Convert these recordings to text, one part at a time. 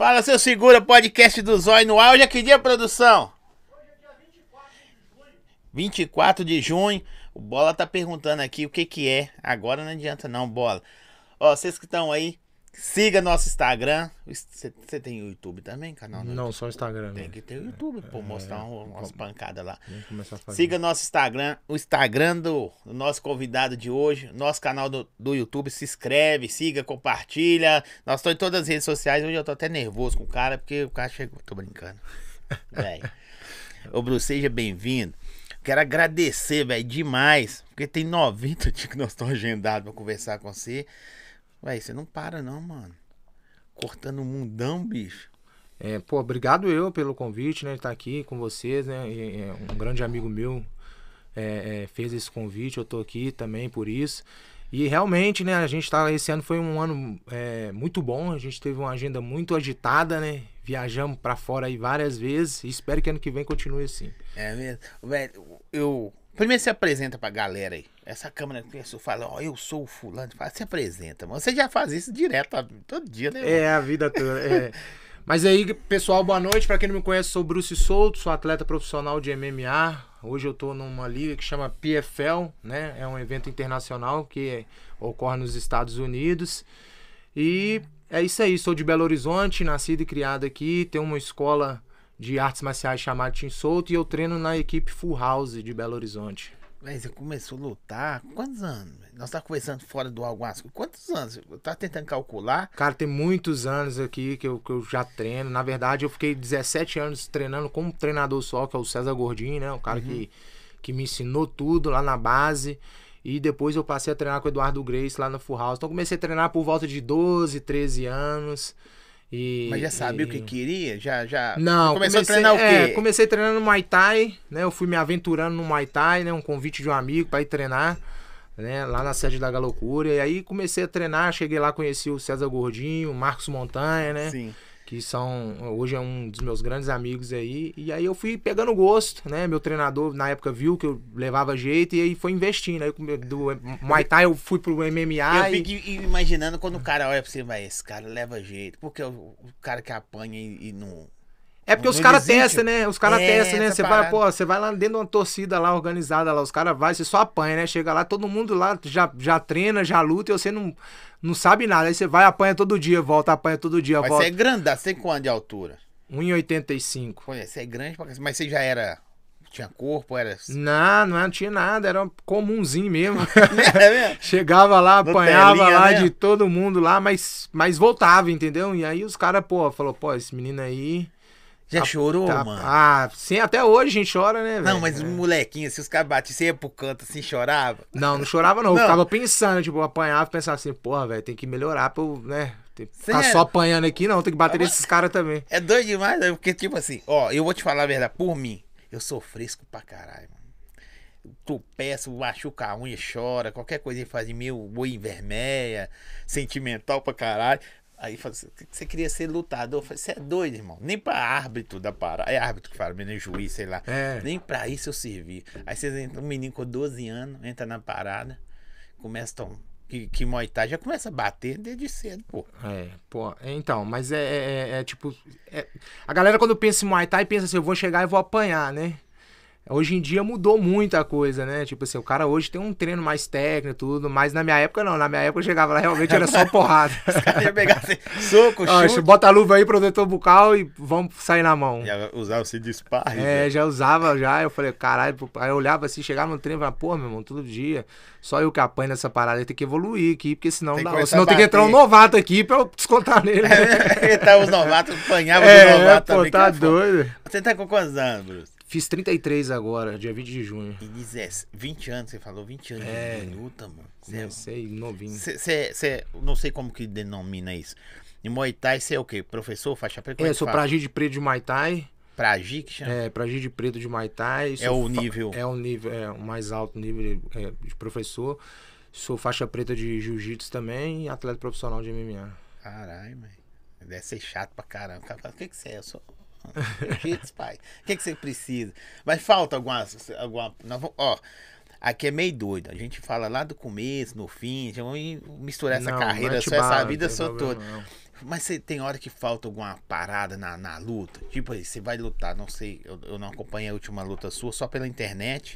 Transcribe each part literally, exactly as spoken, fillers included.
Fala, seu segura, podcast do Zóio no ar. Hoje é que dia, produção? Hoje é dia vinte e quatro de junho. vinte e quatro de junho. O Bola tá perguntando aqui o que que é. Agora não adianta não, Bola. Ó, vocês que estão aí, siga nosso Instagram. Você tem o YouTube também, canal? Não, só o Instagram. Tem que ter o YouTube, pô, mostrar é, um, umas pancadas lá. Vamos começar a fazer. Siga nosso Instagram, o Instagram do, do nosso convidado de hoje, nosso canal do, do YouTube, se inscreve, siga, compartilha. Nós estamos em todas as redes sociais. Hoje eu tô até nervoso com o cara, porque o cara chegou. Tô brincando. Velho. Ô, Bruce, seja bem-vindo. Quero agradecer, velho, demais. Porque tem noventa dias que nós estamos agendados pra conversar com você. Véi, você não para não, mano. Cortando o mundão, bicho. É, pô, obrigado eu pelo convite, né? Estar aqui com vocês, né? E, é, um grande amigo meu é, é, fez esse convite, eu tô aqui também por isso. E realmente, né? A gente tá, esse ano foi um ano é, muito bom, a gente teve uma agenda muito agitada, né? Viajamos pra fora aí várias vezes e espero que ano que vem continue assim. É mesmo? Velho, eu... Primeiro se apresenta pra galera aí. Essa câmera que você fala, ó, eu sou o fulano. Fala, se apresenta, mano. Você já faz isso direto, todo dia, né? É, a vida toda, é... Mas aí, pessoal, boa noite. Pra quem não me conhece, sou o Bruce Souto, sou atleta profissional de M M A. Hoje eu tô numa liga que chama P F L, né? É um evento internacional que ocorre nos Estados Unidos. E é isso aí, sou de Belo Horizonte, nascido e criado aqui. Tenho uma escola de artes marciais chamada Team Souto e eu treino na equipe Full House de Belo Horizonte. Mas você começou a lutar, quantos anos? Nós tá conversando fora do Alguasco. Quantos anos? Eu tava tentando calcular. Cara, tem muitos anos aqui que eu, que eu já treino. Na verdade, eu fiquei dezessete anos treinando como treinador só, que é o César Gordinho, né? O cara uhum. que, que me ensinou tudo lá na base. E depois eu passei a treinar com o Eduardo Grace lá na Full House. Então comecei a treinar por volta de doze, treze anos. E, Mas já sabia e... o que queria? Já, já... Não, começou comecei, a treinar o quê? É, comecei treinando no Muay Thai, né? Eu fui me aventurando no Muay Thai, né? Um convite de um amigo para ir treinar, né? Lá na sede da Galocura. E aí comecei a treinar, cheguei lá, conheci o César Gordinho, o Marcos Montanha, né? Sim. Que são, hoje é um dos meus grandes amigos aí. E aí eu fui pegando gosto, né? Meu treinador na época viu que eu levava jeito e aí foi investindo. Aí do Muay Thai eu fui pro M M A. Eu e... fico imaginando quando o cara olha pra você, vai, esse cara leva jeito. Porque o, o cara que apanha e, e não... É porque não, os não caras desiste. testam, né? Os caras é, testam, né? Você vai, parada. pô, você vai lá dentro de uma torcida lá, organizada lá, os caras vai, você só apanha, né? Chega lá, todo mundo lá já, já treina, já luta e você não, não sabe nada. Aí você vai, apanha todo dia, volta, apanha todo dia, mas volta. Mas você é grande, você tem quanto de altura? um e oitenta e cinco. Pô, você é grande, mas você já era... Tinha corpo, era... Não, não tinha nada, era comunzinho mesmo. É mesmo? Chegava lá, apanhava telinha, lá né? de todo mundo lá, mas, mas voltava, entendeu? E aí os caras, pô, falou, pô, esse menino aí... Já tá, chorou, tá, mano? Ah, sim, até hoje a gente chora, né, velho? Não, mas é. molequinho, se os caras batiam, você ia pro canto assim, chorava? Não, não chorava não, não. Eu ficava pensando, tipo, eu apanhava e pensava assim, porra, velho, tem que melhorar pra eu, né, tem que ficar Sério? só apanhando aqui, não, tem que bater nesses caras também. É doido demais, né? Porque tipo assim, ó, eu vou te falar a verdade, por mim, eu sou fresco pra caralho, mano. Tu peço, machuca a unha, chora, qualquer coisa faz de mim, o boi vermelha, sentimental pra caralho. Aí você queria ser lutador. Eu falei, você é doido, irmão. Nem pra árbitro da parada. É árbitro que fala, nem juiz, sei lá. É. Nem pra isso eu servi. Aí vocês entram, um menino com doze anos, entra na parada, começa a que, que Muay Thai já começa a bater desde cedo, pô. É, pô, então, mas é, é, é tipo. É, a galera quando pensa em Muay Thai pensa assim, eu vou chegar e vou apanhar, né? Hoje em dia mudou muita coisa, né? Tipo assim, o cara hoje tem um treino mais técnico e tudo, mas na minha época não. Na minha época eu chegava lá, realmente era só porrada. Os caras iam pegar assim, soco, Ó, chute. bota a luva aí, protetor bucal e vamos sair na mão. Já usava você de sparring. É, né? já usava já. Eu falei, caralho. Aí eu olhava assim, chegava no treino e falava, pô, meu irmão, todo dia. Só eu que apanho nessa parada, eu tenho que evoluir aqui, porque senão tem dá. Que senão tem que entrar um novato aqui pra eu descontar nele. É, tá, os novatos apanhavam é, do novato pô, também. tá que é doido. Você tá com quantos anos, Bruce? Fiz trinta e três agora, dia vinte de junho. E dezessete, vinte anos, você falou, vinte anos É, de luta, mano. Comecei novinho. Você, não sei como que denomina isso. Em Muay Thai, você é o quê? Professor, faixa preta? É, eu sou pragi de preto de Muay Thai. Pragi que chama? É, pragi de preto de Muay Thai. É o nível? É o nível, é o mais alto nível é, de professor. Sou faixa preta de jiu-jitsu também e atleta profissional de M M A. Caralho, mãe. Deve ser chato pra caramba. O cara fala, o que que você é? Eu sou... Jiu-jitsu, pai. O que que você precisa? Mas falta alguma... alguma ó, aqui é meio doido. A gente fala lá do começo, no fim. Já vamos misturar essa não, carreira, não só essa bala, vida só problema, toda. não. Mas você tem hora que falta alguma parada na, na luta? Tipo aí, você vai lutar, não sei, eu, eu não acompanhei a última luta sua, só pela internet.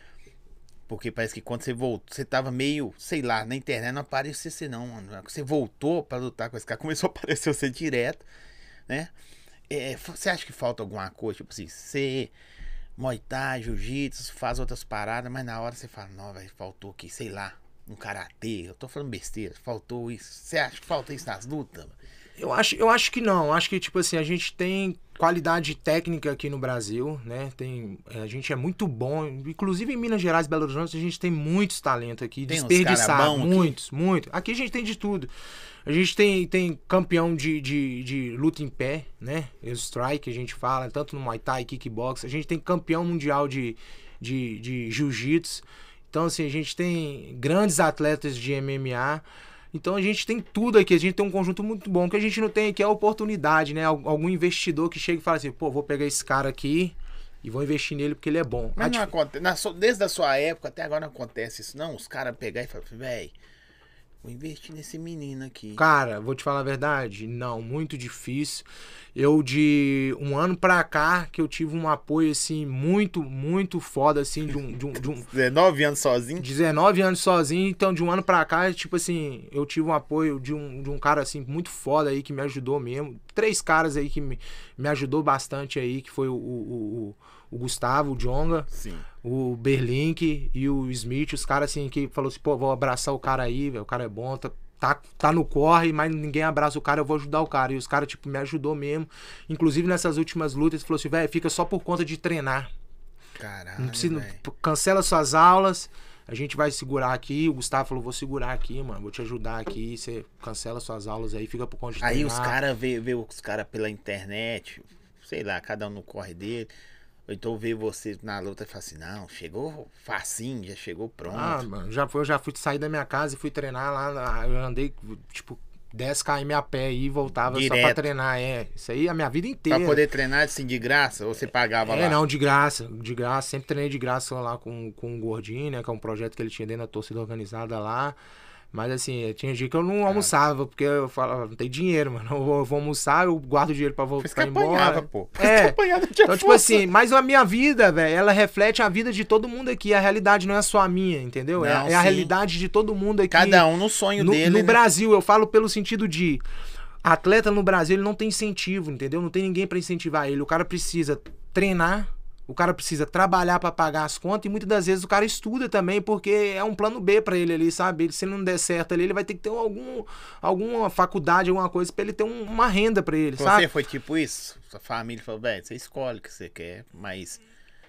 Porque parece que quando você voltou, você tava meio, sei lá, na internet não aparecia você não, mano. Você voltou pra lutar com esse cara, começou a aparecer você direto, né? É, você acha que falta alguma coisa? Tipo assim, você... Muay Thai, Jiu-Jitsu, faz outras paradas, mas na hora você fala, não, velho, faltou aqui, sei lá, um karatê, eu tô falando besteira, faltou isso. Você acha que falta isso nas lutas? Eu acho, eu acho que não, acho que tipo assim, a gente tem qualidade técnica aqui no Brasil, né? Tem, a gente é muito bom, inclusive em Minas Gerais, Belo Horizonte, a gente tem muitos talentos aqui, Tem uns desperdiçar, cara bom aqui? muitos, muitos. Aqui a gente tem de tudo. A gente tem, tem campeão de, de, de luta em pé, né? Strike, a gente fala, tanto no Muay Thai, kickbox. A gente tem campeão mundial de, de, de jiu-jitsu. Então, assim, a gente tem grandes atletas de M M A. Então, a gente tem tudo aqui. A gente tem um conjunto muito bom. O que a gente não tem aqui é a oportunidade, né? Algum investidor que chega e fala assim, pô, vou pegar esse cara aqui e vou investir nele porque ele é bom. Mas A não dif- acontece, na sua- desde a sua época até agora não acontece isso, não? Os caras pegar e falar, velho, vou investir nesse menino aqui. Cara, vou te falar a verdade? Não, muito difícil. Eu, de um ano pra cá, que eu tive um apoio, assim, muito, muito foda, assim, de um... De um, de um dezenove anos sozinho? dezenove anos sozinho, então de um ano pra cá, tipo assim, eu tive um apoio de um, de um cara, assim, muito foda aí, que me ajudou mesmo. Três caras aí que me, me ajudou bastante aí, que foi o, o, o, o Gustavo, o Djonga, Sim. o Berlink e o Smith, os caras assim que falou assim, pô, vou abraçar o cara aí, velho, o cara é bom, tá, tá, tá no corre, mas ninguém abraça o cara, eu vou ajudar o cara. E os caras, tipo, me ajudou mesmo. Inclusive nessas últimas lutas, falou assim, velho, fica só por conta de treinar. Caralho, Não precisa, velho. cancela suas aulas, a gente vai segurar aqui. O Gustavo falou, vou segurar aqui, mano, vou te ajudar aqui. Você cancela suas aulas aí, fica por conta de Aí treinar. os caras vê, vê os caras pela internet, sei lá, cada um no corre dele. Ou então vê você na luta e fala assim, não, chegou facinho, já chegou pronto. Ah, mano, já foi, eu já fui sair da minha casa e fui treinar lá, na- eu andei, tipo, dez quilômetros a pé e voltava só Direto. pra treinar, é. Isso aí a minha vida inteira. Pra poder treinar assim de graça, ou você pagava É, lá? não, de graça, de graça. Sempre treinei de graça lá com, com o Gordinho, né? Que é um projeto que ele tinha dentro da torcida organizada lá. Mas assim, tinha dia que eu não almoçava, porque eu falava, não tem dinheiro, mano. Eu vou, eu vou almoçar, eu guardo dinheiro pra Por isso voltar que embora. apanhava, pô. Por isso que É. apanhava, tinha Então, tipo força. assim, mas a minha vida, velho, ela reflete a vida de todo mundo aqui. A realidade não é só a minha, entendeu? é, Não, é a sim. realidade de todo mundo aqui. Cada um no sonho No, dele, no né? Brasil, eu falo pelo sentido de atleta no Brasil, ele não tem incentivo, entendeu? Não tem ninguém pra incentivar ele. O cara precisa treinar, o cara precisa trabalhar pra pagar as contas e muitas das vezes o cara estuda também porque é um plano B pra ele ali, sabe? Ele, se ele não der certo ali, ele vai ter que ter algum, alguma faculdade, alguma coisa pra ele ter um- uma renda pra ele, Você sabe? foi tipo isso? Sua família falou, velho, você escolhe o que você quer, mas...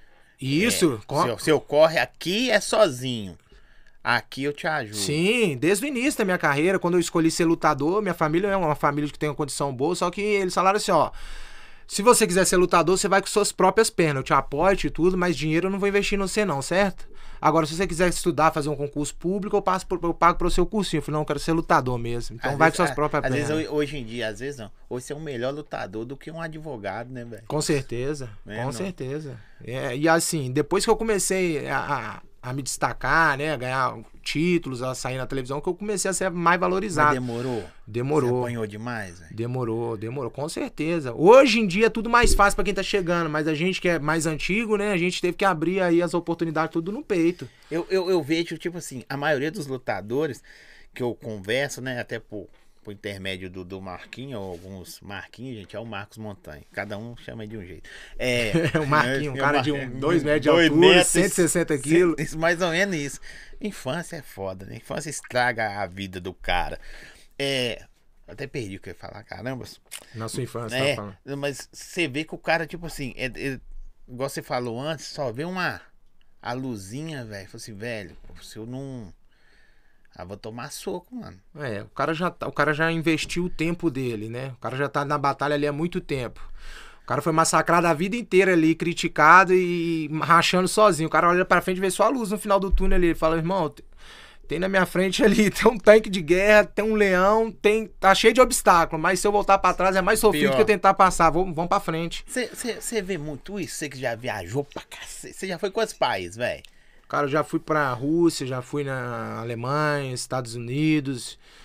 E isso, é, co- seu, seu corre aqui é sozinho. Aqui eu te ajudo. sim, desde o início da minha carreira, quando eu escolhi ser lutador, minha família é uma família que tem uma condição boa, só que eles falaram assim, ó, se você quiser ser lutador, você vai com suas próprias pernas, eu te apoio e tudo, mas dinheiro eu não vou investir em você não, certo? Agora, se você quiser estudar, fazer um concurso público, eu, passo por- eu pago pro seu cursinho. Eu falei, não, eu quero ser lutador mesmo, então Às vai vezes- com suas a- próprias Às pernas. vezes, hoje em dia, às vezes não. Hoje você é um melhor lutador do que um advogado, né, velho? Com certeza, É, com não. certeza. É, e assim, depois que eu comecei a, a, a me destacar, né, a ganhar títulos, a sair na televisão, que eu comecei a ser mais Mas valorizado. demorou? Você Demorou. apanhou demais, velho? Demorou, demorou, com certeza. Hoje em dia é tudo mais fácil pra quem tá chegando, mas a gente que é mais antigo, né, a gente teve que abrir aí as oportunidades tudo no peito. Eu, eu, eu vejo, tipo assim, a maioria dos lutadores que eu converso, né, até por, por intermédio do, do Marquinho, ou alguns Marquinhos, gente, é o Marcos Montanha. Cada um chama de um jeito. É, O Marquinho, um é, cara Mar- de um, dois metros de dois altura, metros, cento e sessenta quilos. Isso, mais ou menos isso. Infância é foda, né? Infância estraga a vida do cara. É. Até perdi o que eu ia falar, caramba. Na sua infância, É, tá falando. mas você vê que o cara, tipo assim, é, é- igual você falou antes, só vê uma. A luzinha, velho. Falou assim, velho, se eu não. Ah, vou tomar soco, mano. É, o cara, já, tá- o cara já investiu o tempo dele, né? O cara já tá na batalha ali há muito tempo. O cara foi massacrado a vida inteira ali, criticado e rachando sozinho. O cara olha pra frente e vê só a luz no final do túnel ali. Ele fala, irmão, te- tem na minha frente ali, tem um tanque de guerra, tem um leão, tem tá cheio de obstáculos, mas se eu voltar pra trás é mais sofrido Pior. que eu tentar passar. Vamos, vamos pra frente. Você vê muito isso? Você que já viajou pra cacete. Você já foi em quantos países, velho? Cara, eu já fui pra Rússia, já fui na Alemanha, Estados Unidos,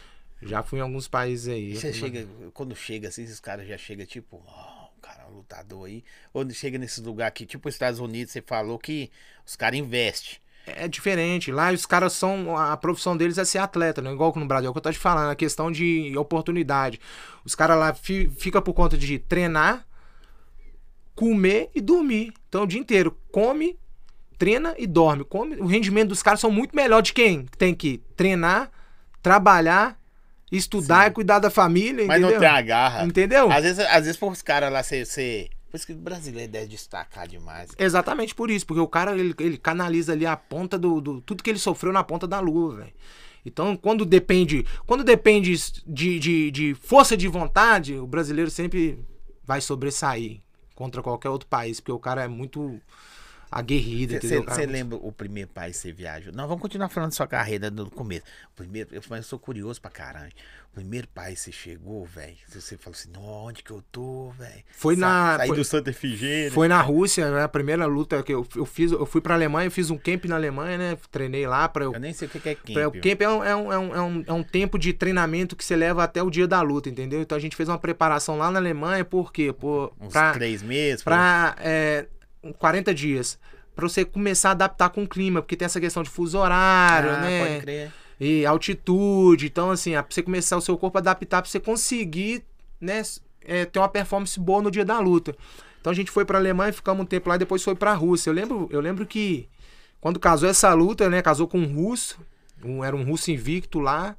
Já fui em alguns países aí. Você chega, quando chega assim, esses caras já chegam tipo, ó, o cara é um lutador aí. Ou chega nesses lugares aqui, tipo os Estados Unidos, você falou que os caras investem. É diferente. Lá os caras são. A profissão deles é ser atleta, né? Igual que no Brasil. É o que eu tô te falando, a questão de oportunidade. Os caras lá fi, ficam por conta de treinar, comer e dormir. Então o dia inteiro come, treina e dorme. Come. O rendimento dos caras são muito melhor de quem tem que treinar, trabalhar, estudar Sim. e cuidar da família. Mas entendeu? não tem a garra. Entendeu? Às vezes, às vezes, os caras lá, você. você... Por isso que o brasileiro deve destacar demais. Exatamente por isso, porque o cara ele, ele canaliza ali a ponta do, do. Tudo que ele sofreu na ponta da luva, velho. Então, quando depende. Quando depende de, de, de força de vontade, o brasileiro sempre vai sobressair contra qualquer outro país, porque o cara é muito aguerrido, entendeu? Você lembra o primeiro país que você viajou? Não, vamos continuar falando da sua carreira do começo. O primeiro, eu, mas eu sou curioso pra caralho. O primeiro país que você chegou, velho, você falou assim, onde que eu tô, velho? Foi Sa na. Saí Foi, do Santa Efigênia. foi na Rússia, né? A primeira luta que eu, eu fiz. Eu fui pra Alemanha, eu fiz um camp na Alemanha, né? Treinei lá pra eu. Eu nem sei o que é camp. Pra, o camp é um, é, um, é, um, é, um, é um tempo de treinamento que você leva até o dia da luta, entendeu? Então a gente fez uma preparação lá na Alemanha, por quê? Por, Uns pra, três meses. Pra é, quarenta dias. Pra você começar a adaptar com o clima, porque tem essa questão de fuso horário, ah, né? Pode crer. E altitude. Então, assim, pra você começar o seu corpo a adaptar, pra você conseguir, né, é, ter uma performance boa no dia da luta. Então a gente foi pra Alemanha, ficamos um tempo lá e depois foi pra Rússia. Eu lembro, eu lembro que quando casou essa luta, né, casou com um russo, um, era um russo invicto lá.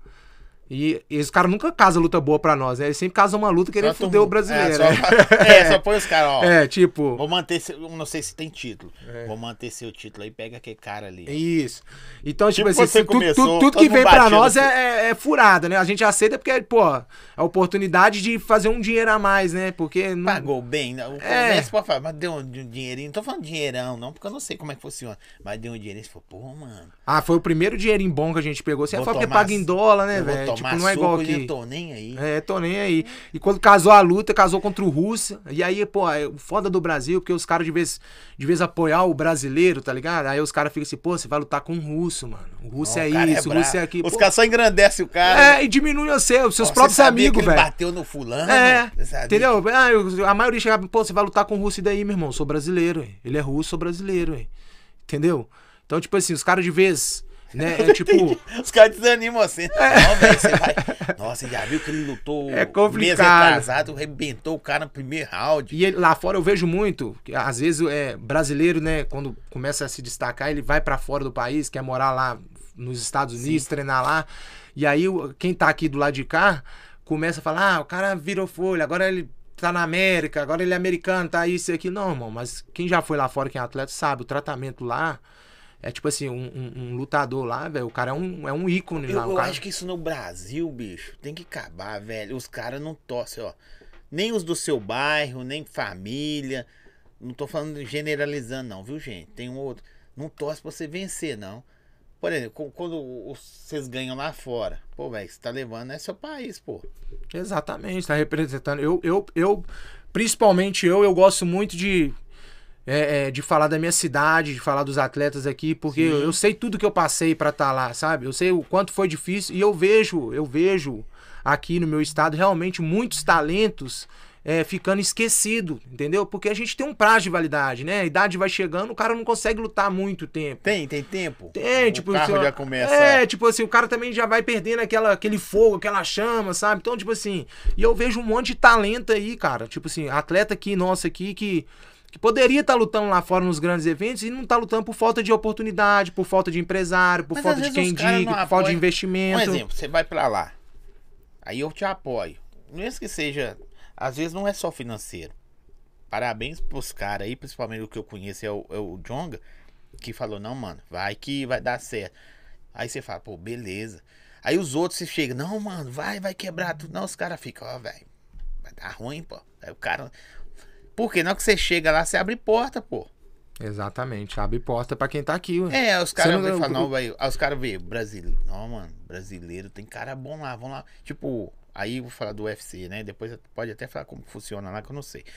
E, e esse cara nunca casa luta boa pra nós, né? Ele sempre casa uma luta querendo foder o brasileiro. É, né? só, é, só põe os caras, ó. É, tipo. Vou manter, seu, não sei se tem título. É. Vou manter seu título aí, pega aquele cara ali. Isso. Então, tipo, tipo assim, você tu, começou, tu, tudo que vem pra nós é, assim. é, é furada, né? A gente aceita porque, pô, é a oportunidade de fazer um dinheiro a mais, né? Porque. Não... Pagou bem, né? O é. comércio pode falar, mas deu um, um dinheirinho. Não tô falando dinheirão, não, porque eu não sei como é que funciona. Mas deu um dinheirinho. Você falou, pô, mano. Ah, foi o primeiro dinheirinho bom que a gente pegou. Você é porque paga em dólar, né, velho? Tipo, não é igual aqui. Eu tô nem aí. É, tô nem aí. E quando casou a luta, casou contra o Russo. E aí, pô, é o foda do Brasil, porque os caras de vez, de vez apoiar o brasileiro, tá ligado? Aí os caras ficam assim, pô, você vai lutar com o russo, mano. O russo é isso, o russo é aquilo. Os caras só engrandecem o cara. É, e diminuem você, os seus Ó, próprios amigos, velho. Bateu no fulano. É, entendeu? Ah, eu, a maioria chegava, pô, você vai lutar com o russo e daí, meu irmão? Sou brasileiro, véio. Ele é russo, sou brasileiro, véio. Entendeu? Então, tipo assim, os caras de vez. Né? É tipo. Os caras desanimam assim. É. Não, velho, você vai. Nossa, já viu que ele lutou é complicado. Mês retrasado, arrebentou o cara no primeiro round. E ele, lá fora eu vejo muito, que às vezes é brasileiro, né, quando começa a se destacar, ele vai pra fora do país, quer morar lá nos Estados Unidos, sim, treinar lá. E aí quem tá aqui do lado de cá começa a falar: "Ah, o cara virou folha, agora ele tá na América, agora ele é americano, tá isso e aqui". Não, irmão, mas quem já foi lá fora, quem é atleta, sabe, o tratamento lá é tipo assim, um, um, um lutador lá, velho, o cara é um, é um ícone eu, lá. Eu cara... acho que isso no Brasil, bicho, tem que acabar, velho. Os caras não torcem, ó. Nem os do seu bairro, nem família. Não tô falando generalizando, não, viu, gente? Tem um outro. Não torce pra você vencer, não. Por exemplo, quando vocês ganham lá fora, pô, velho, você tá levando é seu país, pô. Exatamente, tá representando. Eu, eu, eu, principalmente eu, eu gosto muito de... É, é, de falar da minha cidade, de falar dos atletas aqui, porque eu, eu sei tudo que eu passei pra estar tá lá, sabe? Eu sei o quanto foi difícil e eu vejo, eu vejo aqui no meu estado realmente muitos talentos é, ficando esquecido, entendeu? Porque a gente tem um prazo de validade, né? A idade vai chegando, o cara não consegue lutar muito tempo. Tem, tem tempo? Tem, o tipo... carro assim, já começa... É, tipo assim, o cara também já vai perdendo aquela, aquele fogo, aquela chama, sabe? Então, tipo assim, e eu vejo um monte de talento aí, cara, tipo assim, atleta aqui, nossa, aqui, que... que poderia estar tá lutando lá fora nos grandes eventos e não tá lutando por falta de oportunidade, por falta de empresário, por Mas falta de quem indica, por falta de investimento. Um exemplo, você vai pra lá, aí eu te apoio. Mesmo que seja, às vezes não é só financeiro. Parabéns pros caras aí, principalmente o que eu conheço é o, é o Jonga, que falou, não, mano, vai que vai dar certo. Aí você fala, pô, beleza. Aí os outros se chegam, não, mano, vai, vai quebrar tudo. Não, os caras ficam, ó, oh, velho, vai dar ruim, pô. Aí o cara... Porque na hora que você chega lá, você abre porta, pô. Exatamente, abre porta pra quem tá aqui, ué. É, os caras não... falam, não, velho. Aí os caras veem, brasileiro. Não, mano, brasileiro, tem cara bom lá, vamos lá. Tipo, aí eu vou falar do U F C, né? Depois pode até falar como funciona lá, que eu não sei.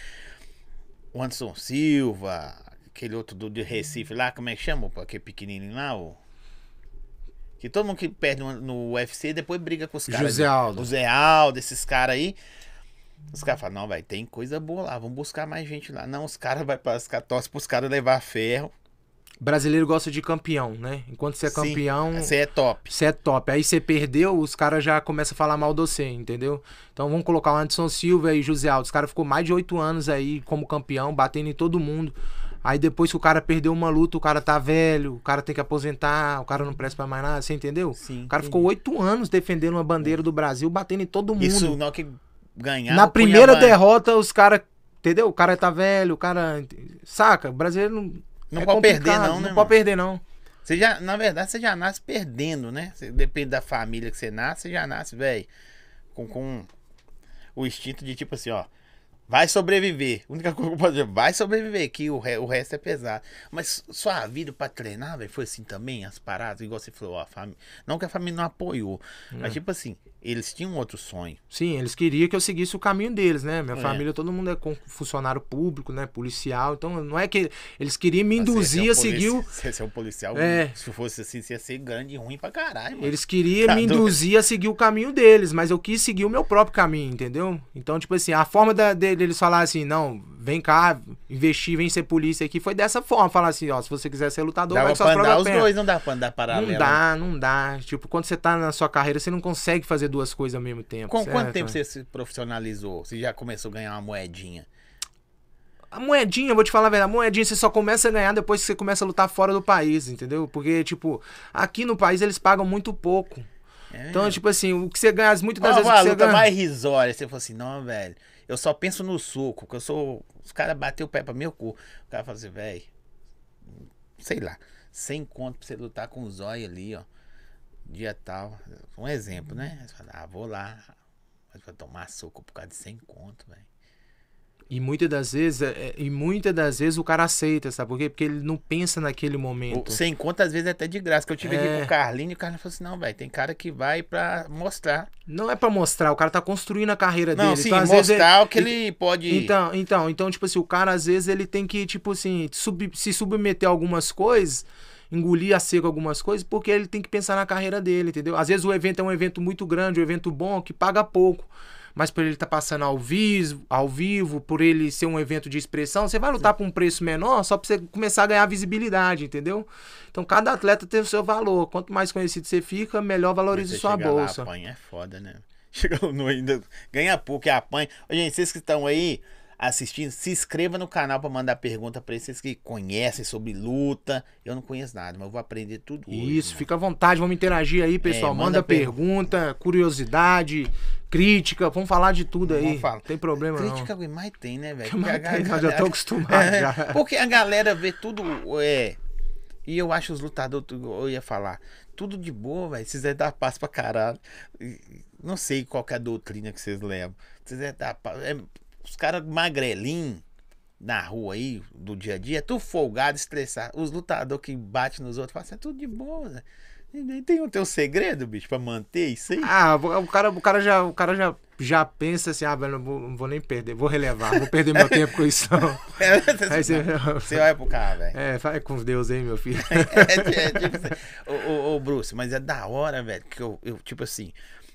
O Anderson Silva, aquele outro do de Recife lá, como é que chama? Aquele pequenininho lá, o... Que todo mundo que perde no, no U F C depois briga com os caras. José Aldo. O Zé Aldo, esses caras aí. Os caras falam, não, vai, tem coisa boa lá, vamos buscar mais gente lá. Não, os caras vai para os caras torcem pros caras levar ferro. Brasileiro gosta de campeão, né? Enquanto você é Sim, campeão, você é top. você é top. Aí você perdeu, os caras já começam a falar mal de você, entendeu? Então vamos colocar o Anderson Silva e José Aldo. Os caras ficou mais de oito anos aí como campeão, batendo em todo mundo. Aí depois que o cara perdeu uma luta, o cara tá velho, o cara tem que aposentar, o cara não presta pra mais nada, você entendeu? Sim, o cara entendi. ficou oito anos defendendo uma bandeira do Brasil, batendo em todo mundo. Isso não que ganhar. Na primeira derrota, os caras, entendeu? O cara tá velho, o cara, saca? O brasileiro não Não é pode perder complicado, não, né? Não pode perder não. Você já, na verdade, você já nasce perdendo, né? Você, depende da família que você nasce, você já nasce, velho, com, com o instinto de tipo assim, ó, vai sobreviver. A única coisa que eu posso dizer, vai sobreviver, que o, re, o resto é pesado. Mas sua vida pra treinar, velho, foi assim também, as paradas, igual você falou, ó, a família. Não que a família não apoiou, hum. mas tipo assim, eles tinham outro sonho. Sim, eles queriam que eu seguisse o caminho deles, né? Minha é. família, todo mundo é funcionário público, né? Policial. Então, não é que eles queriam me induzir a seguir o... Você é um policial, é. se fosse assim, você ia ser grande e ruim pra caralho, mano. Eles queriam tá me induzir a seguir o caminho deles, mas eu quis seguir o meu próprio caminho, entendeu? Então, tipo assim, a forma da, deles falar assim, não, vem cá, investir, vem ser polícia aqui, foi dessa forma, falar assim, ó, se você quiser ser lutador, dava vai pra andar os dois, não dá pra andar paralelo. Não dá, não dá. Tipo, quando você tá na sua carreira, você não consegue fazer duas coisas ao mesmo tempo. Com certo? quanto tempo você se profissionalizou? Você já começou a ganhar uma moedinha? A moedinha, eu vou te falar a verdade, a moedinha você só começa a ganhar depois que você começa a lutar fora do país, entendeu? Porque, tipo, aqui no país eles pagam muito pouco. É. Então, tipo assim, o que você ganha, muitas das Qual vezes a que luta você ganha... mais risória? Você falou assim, não, velho, eu só penso no soco, porque eu sou... Os caras bateu o pé pra meu cu. O cara fala assim, velho, sei lá, cem conto pra você lutar com o zóio ali, ó. Dia tal. Um exemplo, né? Você fala, ah, vou lá. Mas vai tomar soco por causa de cem conto, velho. E muitas das vezes, é, e muitas das vezes o cara aceita, sabe por quê? Porque ele não pensa naquele momento. O sem conta, às vezes, é até de graça. Que eu tive é. aqui com o Carlinho e o Carlinho falou assim, não, velho, tem cara que vai pra mostrar. Não é pra mostrar, o cara tá construindo a carreira não, dele. Sim, então, às mostrar vezes, o que ele, ele pode... Então, então, então, tipo assim, o cara, às vezes, ele tem que, tipo assim, sub, se submeter a algumas coisas... engolir a seco algumas coisas, porque ele tem que pensar na carreira dele, entendeu? Às vezes o evento é um evento muito grande, um evento bom, que paga pouco, mas por ele estar tá passando ao vivo, ao vivo, por ele ser um evento de expressão, você vai lutar por um preço menor só pra você começar a ganhar visibilidade, entendeu? Então cada atleta tem o seu valor, quanto mais conhecido você fica, melhor valoriza sua bolsa. Lá, apanha é foda, né? Chega no ainda, ganha pouco e apanha. Ô, gente, vocês que estão aí assistindo, se inscreva no canal para mandar pergunta para vocês que conhecem sobre luta. Eu não conheço nada, mas eu vou aprender tudo hoje. Isso, mano. Fica à vontade, vamos interagir aí, pessoal. É, manda, manda pergunta, pergunta, curiosidade, crítica, vamos falar de tudo aí. Não tem problema crítica não. Crítica mais tem, né, velho? Eu já tô acostumado. É, já. Porque a galera vê tudo, é... E eu acho os lutadores, eu ia falar, tudo de boa, velho. Vocês é dar passo pra caralho. Não sei qual que é a doutrina que vocês levam. Vocês é dar passo... É... Os caras magrelinhos na rua aí, do dia a dia, é tudo folgado, estressado. Os lutadores que batem nos outros, falam assim, é tudo de boa, né? Nem tem o teu segredo, bicho, pra manter isso aí? Ah, o cara, o cara, já, o cara já, já pensa assim, ah, velho, não vou, não vou nem perder, vou relevar, vou perder meu tempo com isso não. É, aí você, você olha pro cara, velho. É, vai com Deus aí, meu filho. É, é, tipo assim, ô, ô, ô, Bruce, mas é da hora, velho, que eu, eu, tipo assim,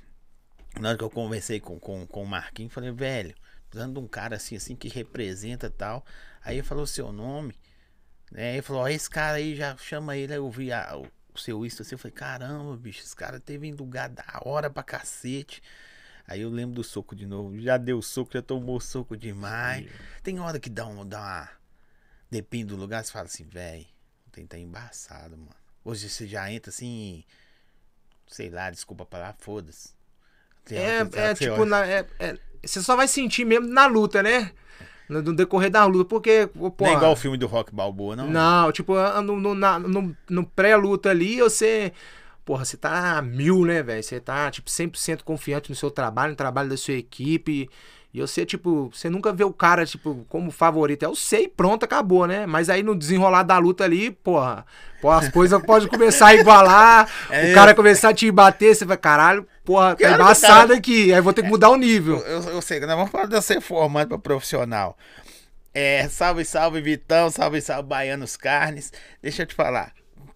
na hora que eu conversei com, com, com o Marquinhos, falei, velho, precisando de um cara assim, assim, que representa tal. Aí ele falou o seu nome, né? Ele falou, ó, esse cara aí, já chama ele. Aí eu vi a, o, o seu Insta assim, eu falei, caramba, bicho, esse cara teve em lugar da hora pra cacete. Aí eu lembro do soco de novo, já deu soco, já tomou soco demais. Sim. Tem hora que dá, um, dá uma... Depende do lugar, você fala assim, velho, tem que tá embaçado, mano. Hoje você já entra assim, sei lá, desculpa a palavra, foda-se. É, é tipo, na, é, é, você só vai sentir mesmo na luta, né? No, no decorrer da luta, porque... Pô, não é igual o filme do Rock Balboa, não? Não, tipo, no, no, no, no pré-luta ali, você... Porra, você tá a mil, né, velho? Você tá, tipo, cem por cento confiante no seu trabalho, no trabalho da sua equipe. E você, tipo, você nunca vê o cara, tipo, como favorito. É o sei, pronto, acabou, né? Mas aí no desenrolar da luta ali, porra, porra as coisas podem começar a igualar, é o cara eu... começar a te bater, você vai, caralho, porra, tá embaçado cara... aqui. Aí vou ter que mudar o nível. Eu, eu, eu sei, nós vamos falar de você formado pra profissional. É, salve, salve, Vitão, salve, salve, Baianos Carnes. Deixa eu te falar.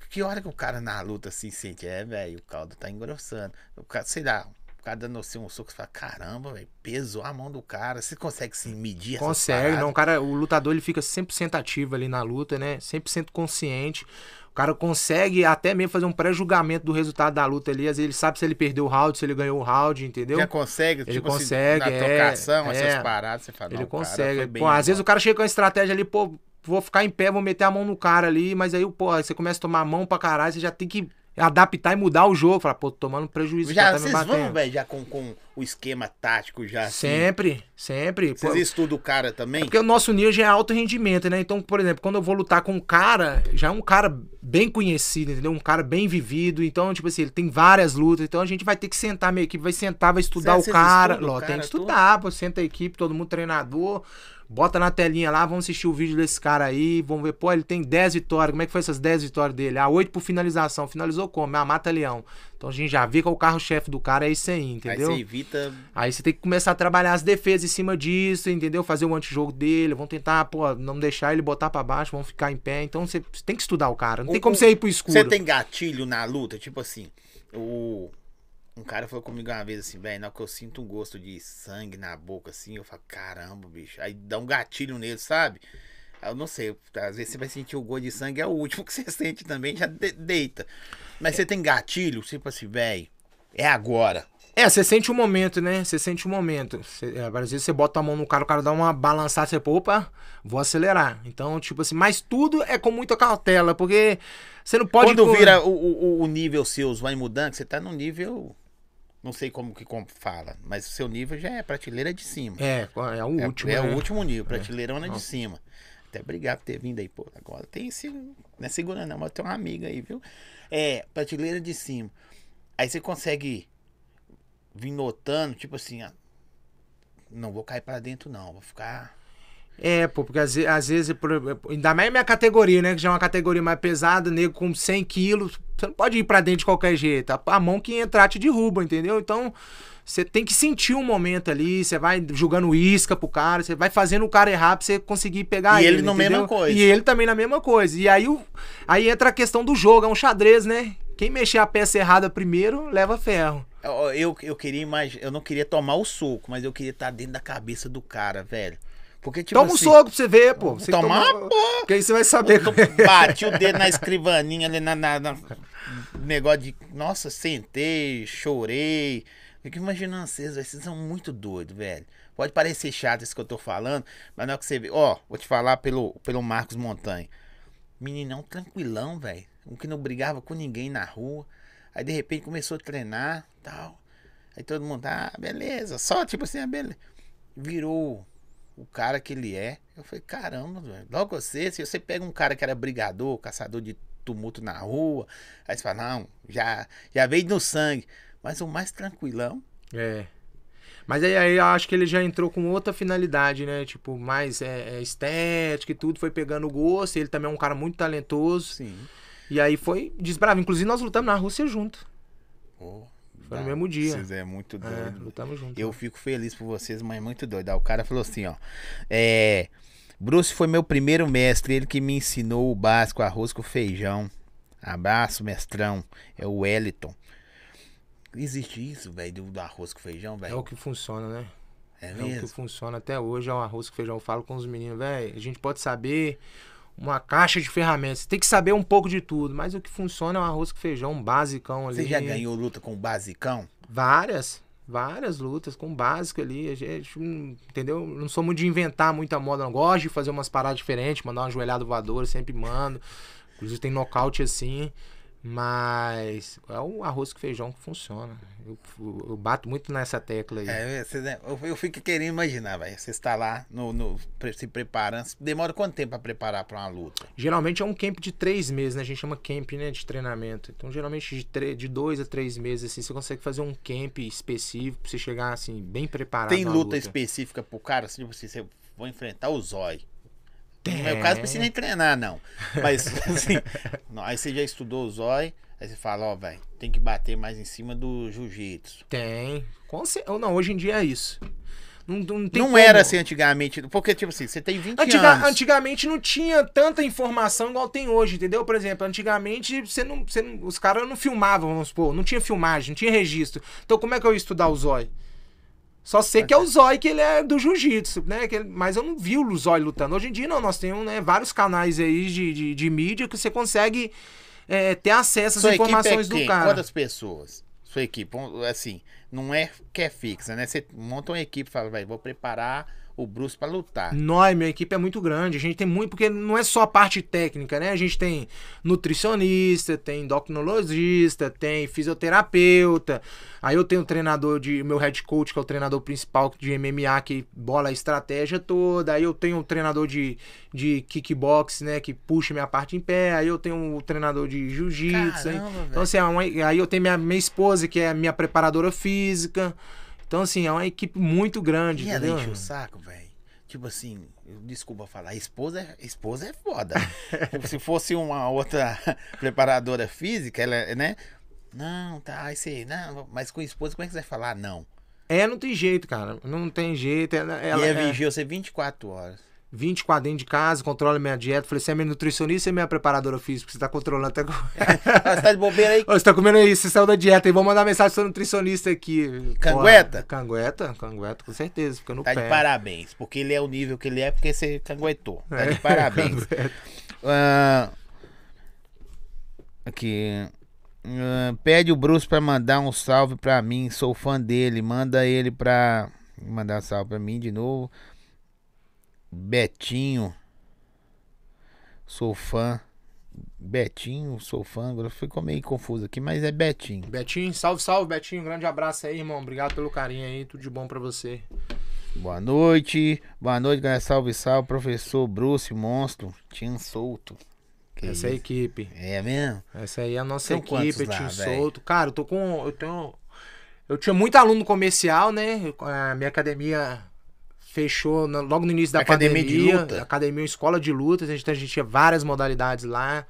que hora que o cara na luta assim sente, é, velho, o caldo tá engrossando. O cara, sei lá, o cara dando assim um soco, você fala, caramba, velho, pesou a mão do cara. Você consegue se medir essas Consegue, paradas? não, o cara, o lutador ele fica cem por cento ativo ali na luta, né? cem por cento consciente. O cara consegue até mesmo fazer um pré-julgamento do resultado da luta ali. Às vezes ele sabe se ele perdeu o round, se ele ganhou o round, entendeu? Já consegue, Ele tipo consegue, assim, na é, trocação, é. essas paradas, você fala, Ele não, o cara consegue. foi bem Pô, às embora. vezes o cara chega com a estratégia ali, pô, vou ficar em pé, vou meter a mão no cara ali, mas aí, pô, aí você começa a tomar a mão pra caralho, você já tem que adaptar e mudar o jogo. Falar, pô, tô tomando prejuízo, Já, tá me vocês batendo. vão, velho, já com, com o esquema tático já assim? Sempre, sempre. Vocês Pô, estudam o cara também? é porque o nosso nível já é alto rendimento, né? Então, por exemplo, quando eu vou lutar com um cara, já é um cara bem conhecido, entendeu? Um cara bem vivido. Então, tipo assim, ele tem várias lutas. Então a gente vai ter que sentar, minha equipe vai sentar, vai estudar Cê- o vocês cara. estudam o Ló, tem cara que estudar, pô. Senta a equipe, todo mundo treinador. Bota na telinha lá, vamos assistir o vídeo desse cara aí. Vamos ver, pô, ele tem dez vitórias. Como é que foi essas dez vitórias dele? Ah, oito por finalização. Finalizou como? Ah, mata-leão. Então a gente já vê que é o carro-chefe do cara, é isso aí, entendeu? Aí você evita... Aí você tem que começar a trabalhar as defesas em cima disso, entendeu? Fazer o antijogo dele, vão tentar, pô, não deixar ele botar pra baixo, vão ficar em pé. Então você tem que estudar o cara, não tem Um- como um- você ir pro escuro. Você tem gatilho na luta? Tipo assim, o... um cara falou comigo uma vez assim, velho, na hora que eu sinto um gosto de sangue na boca, assim, eu falo, caramba, bicho. Aí dá um gatilho nele, sabe? Aí eu não sei, às vezes você vai sentir o gosto de sangue, é o último que você sente também, já de- deita. Mas você tem gatilho, tipo assim, velho, é agora. É, você sente o momento, né? Você sente o momento. Você, é, às vezes você bota a mão no cara, o cara dá uma balançada, você, pô, opa, vou acelerar. Então, tipo assim, mas tudo é com muita cautela, porque você não pode... Quando pô, vira o, o, o nível seus vai mudando, que você tá no nível, não sei como que como fala, mas o seu nível já é prateleira de cima. É, é o É, último. é né? o último nível, prateleirona de cima. Até obrigado por ter vindo aí, pô. Agora tem esse. Não é segurando, não, mas tem uma amiga aí, viu? É, prateleira de cima. Aí você consegue vir notando, tipo assim, ó, não vou cair pra dentro, não. Vou ficar. É, pô, porque às, ve- às vezes, por- ainda mais minha categoria, né? Que já é uma categoria mais pesada, nego com cem quilos, você não pode ir pra dentro de qualquer jeito. A, a mão que entrar te derruba, entendeu? Então, você tem que sentir um momento ali, você vai jogando isca pro cara, você vai fazendo o cara errar pra você conseguir pegar E ele. ele na entendeu? mesma coisa. E ele também na mesma coisa. E aí, o, aí entra a questão do jogo, é um xadrez, né? Quem mexer a peça errada primeiro, leva ferro. Eu, eu, eu queria imaginar. Eu não queria tomar o soco, mas eu queria estar dentro da cabeça do cara, velho. Porque, tipo Toma um assim, soco pra você ver, pô. Você tomar, toma- pô. Porque aí você vai saber. Eu bati o dedo na escrivaninha ali na, na, na- negócio de. Nossa, sentei, chorei. Fico imaginando vocês, velho, vocês são muito doidos, velho. Pode parecer chato isso que eu tô falando, mas na hora que você vê. Ó, vou te falar pelo, pelo Marcos Montanha. Meninão tranquilão, velho. Um que não brigava com ninguém na rua. Aí de repente começou a treinar tal. Aí todo mundo, ah, beleza. Só tipo assim, ah, beleza. Virou o cara que ele é. Eu falei, caramba, velho. Logo você, se você pega um cara que era brigador, caçador de tumulto na rua, aí você fala, não, já, já veio no sangue. Mas o mais tranquilão. É. Mas aí, aí eu acho que ele já entrou com outra finalidade, né? Tipo, mais é, é, estética e tudo, foi pegando o gosto. Ele também é um cara muito talentoso. Sim. E aí foi desbravo. Inclusive, nós lutamos na Rússia junto. Oh, Foi no mesmo dia. Vocês é muito É, doido. lutamos junto. Eu fico feliz por vocês, mas muito doido. Aí o cara falou assim, ó. É. Bruce foi meu primeiro mestre, ele que me ensinou o básico, arroz com feijão. Abraço, mestrão. É o Wellington. Existe isso, velho, do, do arroz com feijão, É velho? o que funciona, né? É É o que mesmo? funciona até hoje, é o arroz com feijão. Eu falo com os meninos, velho, a gente pode saber uma caixa de ferramentas. Tem que saber um pouco de tudo, mas o que funciona é o arroz com feijão, um basicão ali. Você já ganhou luta com o basicão? Várias, várias lutas com básico ali. A gente, hum, entendeu? Não sou muito de inventar muita moda, não. Gosto de fazer umas paradas diferentes, mandar uma joelhada voadora, sempre mando. Inclusive tem nocaute assim. Mas é o arroz com feijão que funciona. Eu, eu bato muito nessa tecla aí. É, cês- eu, eu fico querendo imaginar, velho. Você está lá no, no- pre- se preparando. Demora quanto tempo pra preparar pra uma luta? Geralmente é um camp de três meses, né? A gente chama camp, né? De treinamento. Então, geralmente de, tre- de dois a três meses, assim, você consegue fazer um camp específico pra você chegar, assim, bem preparado. Tem na luta, específica pro cara? Assim, tipo assim, você vai enfrentar o zóio. No meu Tem. caso, não precisa nem treinar, não. Mas, assim, não, aí você já estudou o zóio, aí você fala, ó, velho, tem que bater mais em cima do jiu-jitsu. Tem. Com cer- ou Não, hoje em dia é isso. Não, não, tem Não como. era assim antigamente, porque, tipo assim, você tem vinte Antiga, anos. Antigamente não tinha tanta informação igual tem hoje, entendeu? Por exemplo, antigamente você não, você não, os caras não filmavam, vamos supor, não tinha filmagem, não tinha registro. Então como é que eu ia estudar o Zói? Só sei que é o Zói, que ele é do jiu-jitsu, né? Que ele, mas eu não vi o Zói lutando. Hoje em dia não, nós temos, né, vários canais aí de, de, de mídia que você consegue é, ter acesso às Sua informações equipe é do quem? cara. Quantas pessoas? Sua equipe, um, assim, não é que é fixa, né? Você monta uma equipe e fala, vai, vou preparar o Bruce pra lutar. Nós, minha equipe é muito grande. A gente tem muito, porque não é só a parte técnica, né? A gente tem nutricionista, tem endocrinologista, tem fisioterapeuta. Aí eu tenho um treinador de. Meu head coach, que é o treinador principal de M M A, que bola a estratégia toda. Aí eu tenho um treinador de, de kickbox, né? Que puxa minha parte em pé. Aí eu tenho um treinador de jiu-jitsu. Caramba, Então, velho. assim, é uma- aí eu tenho minha, minha esposa, que é a minha preparadora física. Então, assim, é uma equipe muito grande, E ela entendeu? enche o saco, velho. Tipo assim, desculpa falar, esposa, é- esposa é foda. Tipo, se fosse uma outra preparadora física, ela, né? Não, tá, aí você, não, mas com esposa, como é que você vai falar? Não. É, não tem jeito, cara. Não tem jeito. Ela, ela e é é vigia você vinte e quatro horas. vinte e quatro dentro de casa, controla minha dieta. Falei, você é minha nutricionista e minha preparadora física, porque você tá controlando até. Ah, você tá de bobeira aí? Ô, você tá comendo isso, você saiu da dieta e vou mandar mensagem pro seu nutricionista aqui. Cangueta? Porra, cangueta, cangueta, com certeza, fica no Tá pé. de parabéns, porque ele é o nível que ele é, porque você canguetou. Tá É, de parabéns. cangueta. Ah, aqui. Ah, pede o Bruce pra mandar um salve pra mim. Sou fã dele. Manda ele pra. Mandar salve pra mim de novo. Betinho. Sou fã. Betinho, sou fã. Agora ficou meio confuso aqui, mas é Betinho. Betinho, salve, salve, Betinho. Um grande abraço aí, irmão. Obrigado pelo carinho aí. Tudo de bom pra você. Boa noite. Boa noite, galera. Salve, salve. Professor Bruce, monstro. Tinha solto. Que Essa é a isso? equipe. É mesmo? Essa aí é a nossa São quantos equipe, lá, Tim véi? Solto. Cara, eu tô com. Eu tenho. Eu tinha muito aluno comercial, né? Eu- A minha academia fechou no- logo no início da Academia de pandemia. luta? Academia, escola de lutas. A gente, a gente tinha várias modalidades lá.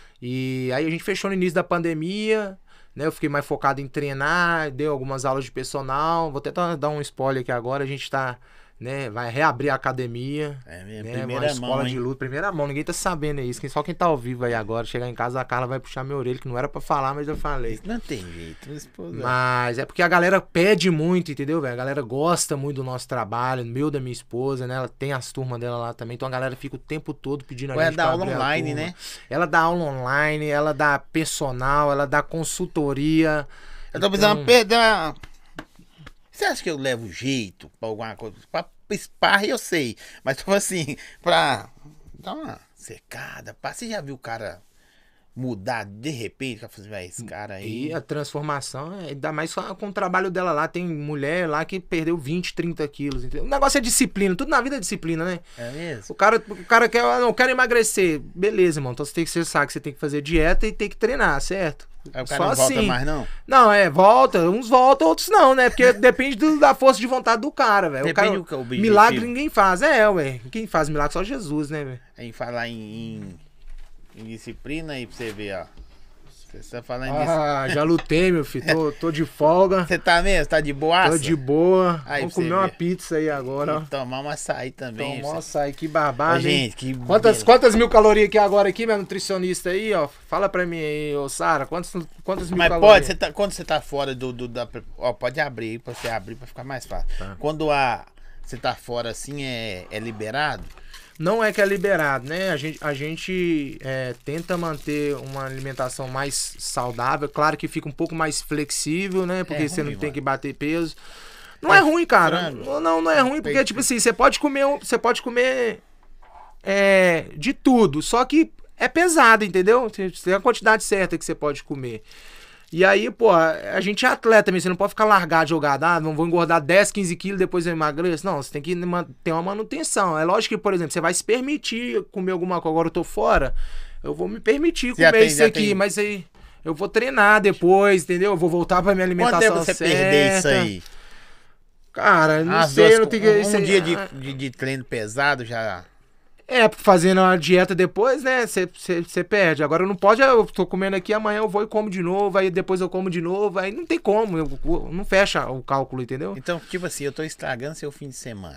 E aí a gente fechou no início da pandemia. Né, eu fiquei mais focado em treinar, dei algumas aulas de personal. Vou tentar dar um spoiler aqui agora. A gente tá, né, vai reabrir a academia. É mesmo. Né, Primeira uma escola mão, de hein? luta, primeira mão, ninguém tá sabendo isso. Quem- Só quem tá ao vivo aí agora, chegar em casa, a Carla vai puxar minha orelha, que não era pra falar, mas eu falei. Não tem jeito. Esposa. Mas é porque a galera pede muito, entendeu, velho? A galera gosta muito do nosso trabalho, meu, da minha esposa, né? Ela tem as turmas dela lá também, então a galera fica o tempo todo pedindo a Ou é gente dar pra aula abrir a online, turma. né? Ela dá aula online, ela dá personal, ela dá consultoria. Eu tô precisando perder. Você acha que eu levo jeito pra alguma coisa? Pra sparring eu sei. Mas tipo assim, pra dar uma secada. Pá. Você já viu o cara mudar de repente? Pra fazer, vai, esse cara aí. E a transformação, é- ainda mais com, com o trabalho dela lá. Tem mulher lá que perdeu vinte, trinta quilos. Entendeu? O negócio é disciplina, tudo na vida é disciplina, né? É mesmo? O cara, o cara quer, ah, não, eu quero emagrecer. Beleza, irmão. Então você tem que você sabe que você tem que fazer dieta e tem que treinar, certo? Aí o cara Só não volta assim. mais, não? Não, é, volta. Uns voltam, outros não, né? Porque depende do- da força de vontade do cara, velho. O Depende cara- do que é o objetivo. Milagre ninguém faz. É, ué. Quem faz milagre só Jesus, né, velho? Aí falar em, em, em disciplina aí pra você ver, ó. Você tá falando disso. Ah, já lutei, meu filho. Tô, tô de folga. Você tá mesmo? Tá de boaça? Tô de boa. Aí, Vamos pra você comer uma ver. pizza aí agora, ó. E tomar um açaí também. Tomar um você- açaí, que Ô, barbado, hein? gente, que Quantas, beleza. quantas mil calorias aqui agora aqui, minha nutricionista aí, ó? Fala pra mim aí, ô Sara, quantas, quantas mil Mas calorias? pode, você tá, quando você tá fora do, do da, ó, pode abrir aí pra você abrir pra ficar mais fácil. Tá. Quando a você tá fora assim é, é liberado? Não é que é liberado, né? A gente, a gente é, tenta manter uma alimentação mais saudável. Claro que fica um pouco mais flexível, né? Porque É você ruim, não tem mano. que bater peso. Não Mas é ruim, cara. frango, Não, não, não é ruim, porque, peito. tipo assim, você pode comer, um- você pode comer é, de tudo. Só que é pesado, entendeu? Você tem a quantidade certa que você pode comer. E aí, pô, a gente é atleta mesmo, você não pode ficar largado, jogado, ah, não vou engordar dez, quinze quilos, depois eu emagreço. Não, você tem que man- ter uma manutenção. É lógico que, por exemplo, você vai se permitir comer alguma coisa. Agora eu tô fora, eu vou me permitir Já comer tem- isso já aqui, tem- mas aí eu vou treinar depois, entendeu? Eu vou voltar pra minha Quanto alimentação tempo você certa. perder isso aí? Cara, não As sei, duas eu não co- tenho que... um isso aí- dia de, ah, de, de treino pesado já. É, fazendo a dieta depois, né, você perde. Agora não pode, eu tô comendo aqui, amanhã eu vou e como de novo, aí depois eu como de novo, aí não tem como, eu, eu- não fecha o cálculo, entendeu? Então, tipo assim, eu tô estragando seu fim de semana.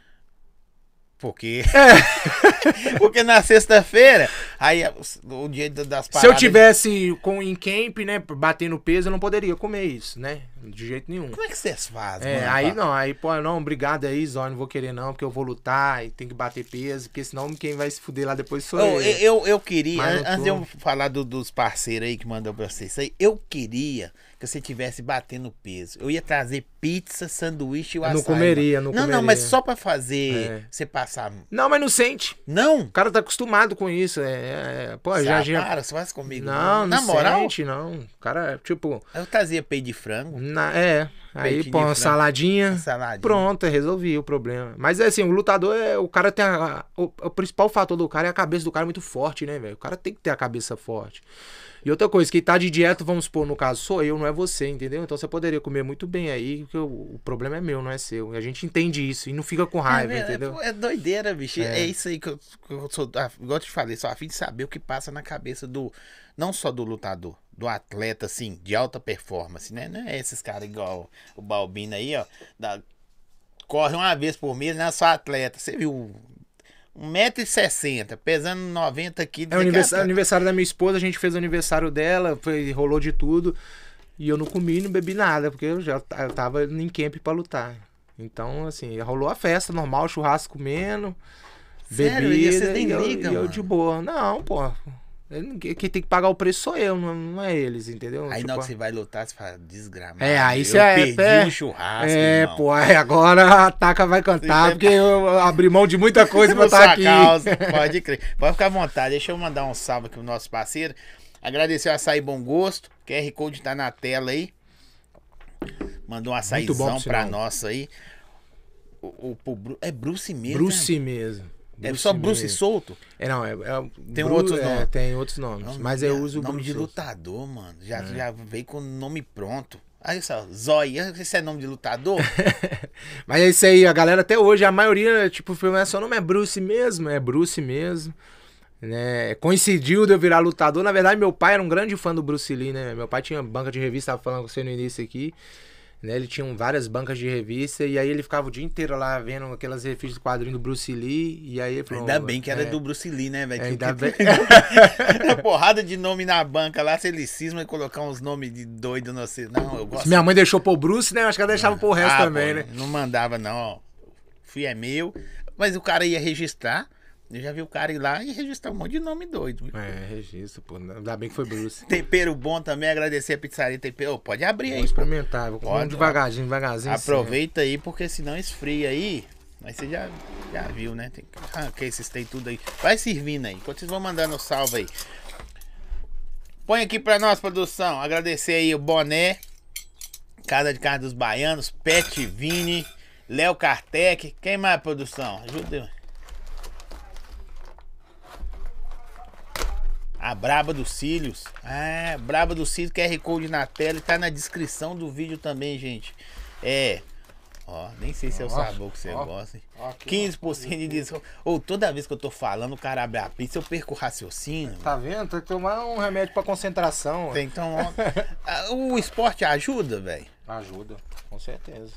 Porque. Porque na sexta-feira, aí o dia das paradas. Se eu tivesse com em camp, né, batendo peso, eu não poderia comer isso, né? De jeito nenhum. Como é que vocês fazem, É, mano? aí pra- não, aí, pô, não, obrigado aí, Zóio, não vou querer não, porque eu vou lutar e tem que bater peso, porque senão quem vai se fuder lá depois sou Eu, eu. eu, eu queria, Mas não an- antes de tô. eu falar do- dos parceiros aí que mandou pra vocês isso aí, eu queria que você tivesse batendo peso. Eu ia trazer pizza, sanduíche e o Eu açaí. não comeria, mano. não Não, não, mas comeria. só pra fazer É. você passar. Não, mas não sente. Não? O cara tá acostumado com isso, é, é pô, já, Ah, já... Para, você faz comigo. Não, Na não moral, sente, não. O cara, tipo, eu trazia peito de frango, na, é, aí Peitinho põe de uma frango, saladinha, uma saladinha. pronto, resolvi o problema. Mas é assim, o lutador, é, o cara tem a, a- o, o principal fator do cara é a cabeça do cara muito forte, né, velho? O cara tem que ter a cabeça forte. E outra coisa, quem tá de dieta, vamos supor, no caso, sou eu, não é você, entendeu? Então você poderia comer muito bem aí, porque o, o problema é meu, não é seu. E a gente entende isso e não fica com raiva, é, entendeu? É, é doideira, bicho. É. É. isso aí que eu, que eu sou. ah, Igual eu te falei, só a fim de saber o que passa na cabeça do. Não só do lutador, do atleta, assim, de alta performance, né? Não é esses caras igual o Balbino aí, ó. da- corre uma vez por mês, não é só atleta. Você viu? um metro e sessenta, pesando noventa quilos. É o aniversário, aniversário da minha esposa, a gente fez o aniversário dela, foi, rolou de tudo. E eu não comi, não bebi nada, porque eu já eu tava em camp pra lutar. Então, assim, rolou a festa normal, churrasco comendo, Sério? E bebida, vocês nem e eu, ligam, e eu mano? de boa. Não, pô. eu- Quem tem que pagar o preço sou eu, não, não é eles, entendeu? Aí na Tipo, hora que você vai lutar, você fala, desgramado. É, aí eu você é- perdi é- um churrasco, É, irmão. pô, aí agora a Taca vai cantar, Você- porque eu abri mão de muita coisa pra Por estar sua aqui. causa, pode crer. Pode ficar à vontade. Deixa eu mandar um salve aqui pro nosso parceiro. Agradecer o Açaí Bom Gosto. Q R Code tá na tela aí. Mandou um Muito bom, açaizão por pra sinal. nós aí. O, o- pro Bru- é Bruce mesmo, Bruce né? mesmo. É só Bruce mesmo. solto? É, não, é, é Tem Bru- outros é, nomes. Tem outros nomes, Nome mas de- eu uso o Nome Bruce de Souza. lutador, mano. Já, já veio com o nome pronto. Aí só, Zóia. Esse é nome de lutador? Mas é isso aí, a galera até hoje, a maioria, tipo, filma, seu nome é Bruce mesmo, é Bruce mesmo. Né? Coincidiu de eu virar lutador. Na verdade, meu pai era um grande fã do Bruce Lee, né? Meu pai tinha banca de revista, tava falando com você no início aqui. Né? Ele tinha várias bancas de revista e aí ele ficava o dia inteiro lá vendo aquelas revistas de quadrinhos do Bruce Lee. E aí ele falou, Ainda bem que era é, do Bruce Lee, né, velho? é, Que- ainda que- bem. Uma porrada de nome na banca lá, se ele cisma e colocar uns nomes de doido, não sei. Não, eu gosto. Se minha mãe deixou pro Bruce, né? Acho que ela deixava pro resto Ah, também, pô, né? Não mandava, não, ó. Fui é meu. Mas o cara ia registrar. Eu já vi o cara ir lá e registrar um monte de nome doido. É, registro, pô. Ainda bem que foi Bruce. Tempero bom também, agradecer a pizzaria Tempero. Ô, pode abrir Vou aí, pô. experimentar, vou comer Pode, devagarzinho, devagarzinho. Aproveita aí, porque senão esfria aí. Mas você já, já viu, né? Tem que arrancar esses tem tudo aí. Vai servindo aí. Enquanto vocês vão mandando salve aí. Põe aqui pra nós, produção. Agradecer aí o Boné, Casa de Carne dos Baianos, Pet Vini, Léo Kartek. Quem mais, produção? Ajuda eu. A Braba dos Cílios. Ah, Braba dos Cílios, Q R Code na tela e tá na descrição do vídeo também, gente. É. Ó, nem sei se é o Nossa, sabor que você ó, gosta. hein? ó, aqui, quinze por cento de desconto. Ou toda vez que eu tô falando, o cara abre a pizza, eu perco o raciocínio. Tá vendo? Tem que tomar um remédio pra concentração. Tem, Então, ó, ah, o esporte ajuda, velho. Ajuda, com certeza.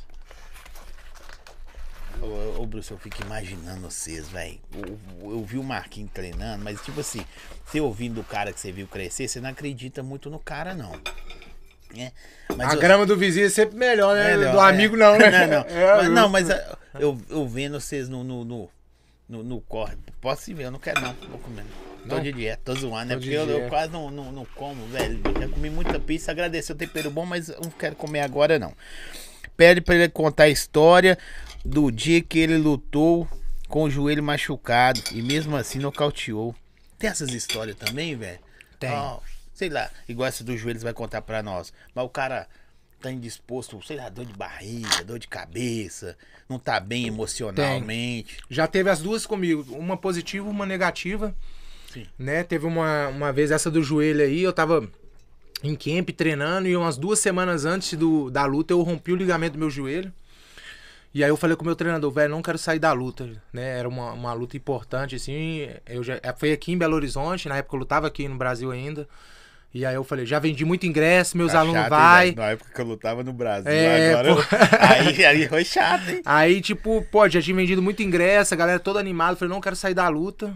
Ô, ô, Bruce, eu fico imaginando vocês, velho. Eu, eu vi o Marquinhos treinando, mas tipo assim, você ouvindo o cara que você viu crescer, você não acredita muito no cara, não. É, mas a eu- grama do vizinho é sempre melhor, né? Melhor, do é. amigo não, né? Não, não. É, mas, eu- não, mas ah, eu, eu vendo vocês no, no, no, no, no corre. Posso se ver, eu não quero não. Vou comer. Tô Não? de dieta, tô zoando, né? Tô de Porque eu, eu dieta. quase não, não, não como, velho. Já comi muita pizza, agradecer o tempero bom, mas eu não quero comer agora, não. Pede pra ele contar a história do dia que ele lutou com o joelho machucado e mesmo assim nocauteou. Tem essas histórias também, velho? Tem. Ó, sei lá, igual essa dos joelhos vai contar pra nós. Mas o cara tá indisposto, sei lá, dor de barriga, dor de cabeça, não tá bem emocionalmente. Já teve as duas comigo, uma positiva, uma negativa. Sim. Né? Teve uma, uma vez essa do joelho aí, eu tava em camp treinando e umas duas semanas antes do, da luta eu rompi o ligamento do meu joelho. E aí eu falei com o meu treinador, velho, não quero sair da luta, né? Era uma, uma luta importante, assim. Eu já, foi aqui em Belo Horizonte, na época eu lutava aqui no Brasil ainda. E aí eu falei, já vendi muito ingresso, meus Tá alunos chato, vai. hein, velho? Na época que eu lutava no Brasil, É, agora pô. eu... aí, aí foi chato, hein? Aí, tipo, pô, já tinha vendido muito ingresso, a galera toda animada. Falei, não quero sair da luta.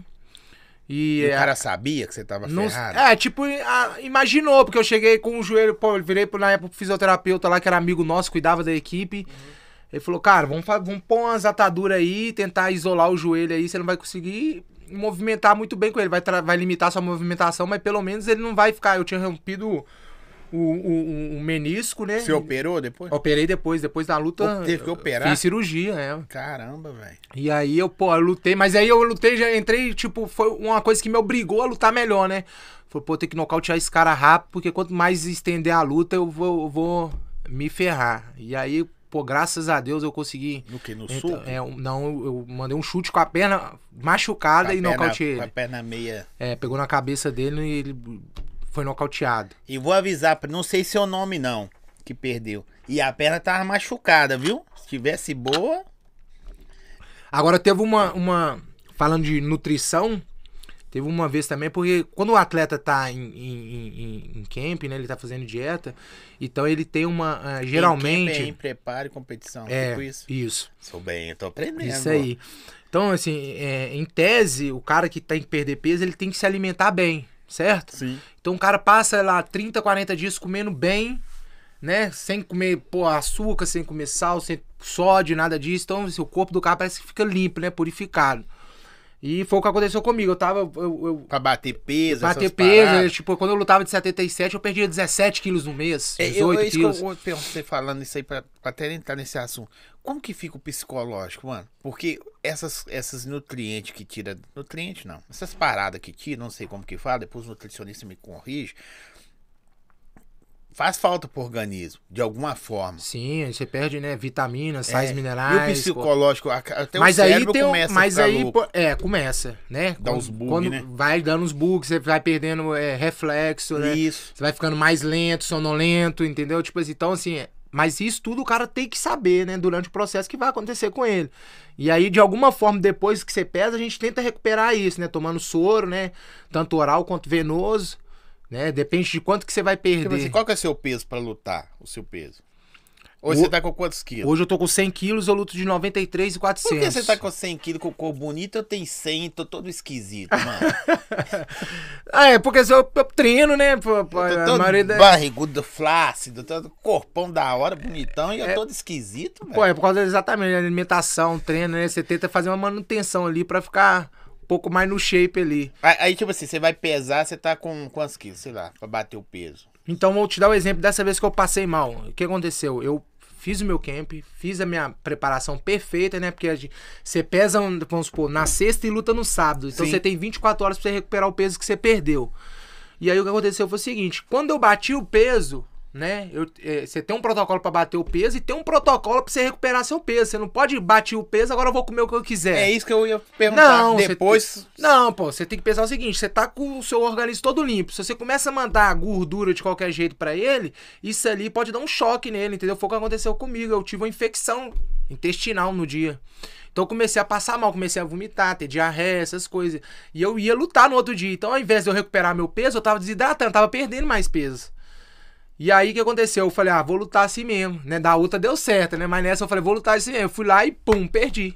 E, E o é, cara sabia que você tava não, ferrado? é, tipo, a- imaginou, porque eu cheguei com o joelho, pô, eu virei pro- na época pro fisioterapeuta lá, que era amigo nosso, cuidava da equipe. Ele falou, cara, vamos, fa- vamos pôr umas ataduras aí, tentar isolar o joelho aí, você não vai conseguir movimentar muito bem com ele, vai, tra- vai limitar sua movimentação, mas pelo menos ele não vai ficar. Eu tinha rompido o, o, o- o menisco, né? Você operou depois? Operei depois, depois da luta. Ô, teve que operar? Fiz cirurgia, é. Caramba, velho. E aí eu, pô, eu lutei, mas aí eu lutei, já entrei, tipo, foi uma coisa que me obrigou a lutar melhor, né? Foi, pô, ter que nocautear esse cara rápido, porque quanto mais estender a luta, eu vou, eu vou me ferrar. E aí, pô, graças a Deus eu consegui. No que? No Então, sul? é, um- não, eu mandei um chute com a perna machucada e nocauteei Com a ele. perna meia. É, pegou na cabeça dele e ele foi nocauteado. E vou avisar, pra- não sei seu nome não, que perdeu. E a perna tava machucada, viu? Se tivesse boa... Agora teve uma, uma. Falando de nutrição, teve uma vez também, porque quando o atleta tá em, em, em, em camp, né? Ele tá fazendo dieta, então ele tem uma. ah, geralmente. Em, camp é em preparo e competição, É, tipo isso. isso. Sou bem, eu tô aprendendo. Isso aí. Então, assim, é, em tese, o cara que tem que perder peso, ele tem que se alimentar bem, certo? Sim. Então o cara passa lá trinta, quarenta dias comendo bem, né? Sem comer, pô, açúcar, sem comer sal, sem sódio, nada disso. Então, assim, o corpo do cara parece que fica limpo, né? Purificado. E foi o que aconteceu comigo. Eu tava. Eu, eu Pra bater peso, bater essas peso, paradas. eu, tipo, quando eu lutava de setenta e sete, eu perdia dezessete quilos no mês. É, eu, dezoito é isso que quilos. eu vou perguntar você falando isso aí pra, pra até entrar nesse assunto. Como que fica o psicológico, mano? Porque essas, essas nutrientes que tira... Nutriente não. Essas paradas que tira, não sei como que fala, depois o nutricionista me corrige. Faz falta pro organismo, de alguma forma. Sim, aí você perde, né? Vitaminas, sais É, minerais. E o psicológico, a- até Mas o aí cérebro tem um, começa mas a aí ficar louco. pô, é, começa, né? Dá Quando- uns bug, quando né? vai dando uns bugs, você vai perdendo é, reflexo, né? Isso. Você vai ficando mais lento, sonolento, entendeu? Tipo assim, então assim, é- mas isso tudo o cara tem que saber, né? Durante o processo que vai acontecer com ele. E aí, de alguma forma, depois que você pesa, a gente tenta recuperar isso, né? Tomando soro, né? Tanto oral quanto venoso, né? Depende de quanto que você vai perder. Tipo assim, qual que é o seu peso pra lutar? O seu peso? Hoje O- você tá com quantos quilos? Hoje eu tô com cem quilos, eu luto de noventa e três e Por quatrocentos. que você tá com cem quilos, com o corpo bonito, eu tenho cem, tô todo esquisito, mano. Ah, é porque eu, eu treino, né? Pô, pô, Eu tô a todo maioria da- barrigudo, flácido, todo corpão da hora, bonitão, e eu É. todo esquisito, velho. Pô, é por causa exatamente da alimentação, treino, né? Você tenta fazer uma manutenção ali pra ficar um pouco mais no shape ali. Aí, aí, tipo assim, você vai pesar, você tá com quantos quilos, sei lá, pra bater o peso? Então, vou te dar o exemplo dessa vez que eu passei mal. O que aconteceu? Eu fiz o meu camp, fiz a minha preparação perfeita, né? Porque a gente- você pesa, vamos supor, na sexta e luta no sábado. Então, Sim. você tem vinte e quatro horas pra você recuperar o peso que você perdeu. E aí, o que aconteceu foi o seguinte. Quando eu bati o peso, né? Eu, eh, você tem um protocolo pra bater o peso e tem um protocolo pra você recuperar seu peso. Você não pode bater o peso, agora eu vou comer o que eu quiser. É isso que eu ia perguntar. Não, você Depois. tem- Não, pô, você tem que pensar o seguinte, você tá com o seu organismo todo limpo. Se você começa a mandar gordura de qualquer jeito pra ele, isso ali pode dar um choque nele, entendeu? Foi o que aconteceu comigo. Eu tive uma infecção intestinal no dia. Então eu comecei a passar mal, comecei a vomitar, ter diarreia, essas coisas. E eu ia lutar no outro dia. Então ao invés de eu recuperar meu peso, eu tava desidratando, tava perdendo mais peso. E aí o que aconteceu? Eu falei, ah, vou lutar assim mesmo, né? Da outra deu certo, né? Mas nessa eu falei, vou lutar assim mesmo. Eu fui lá e pum, perdi.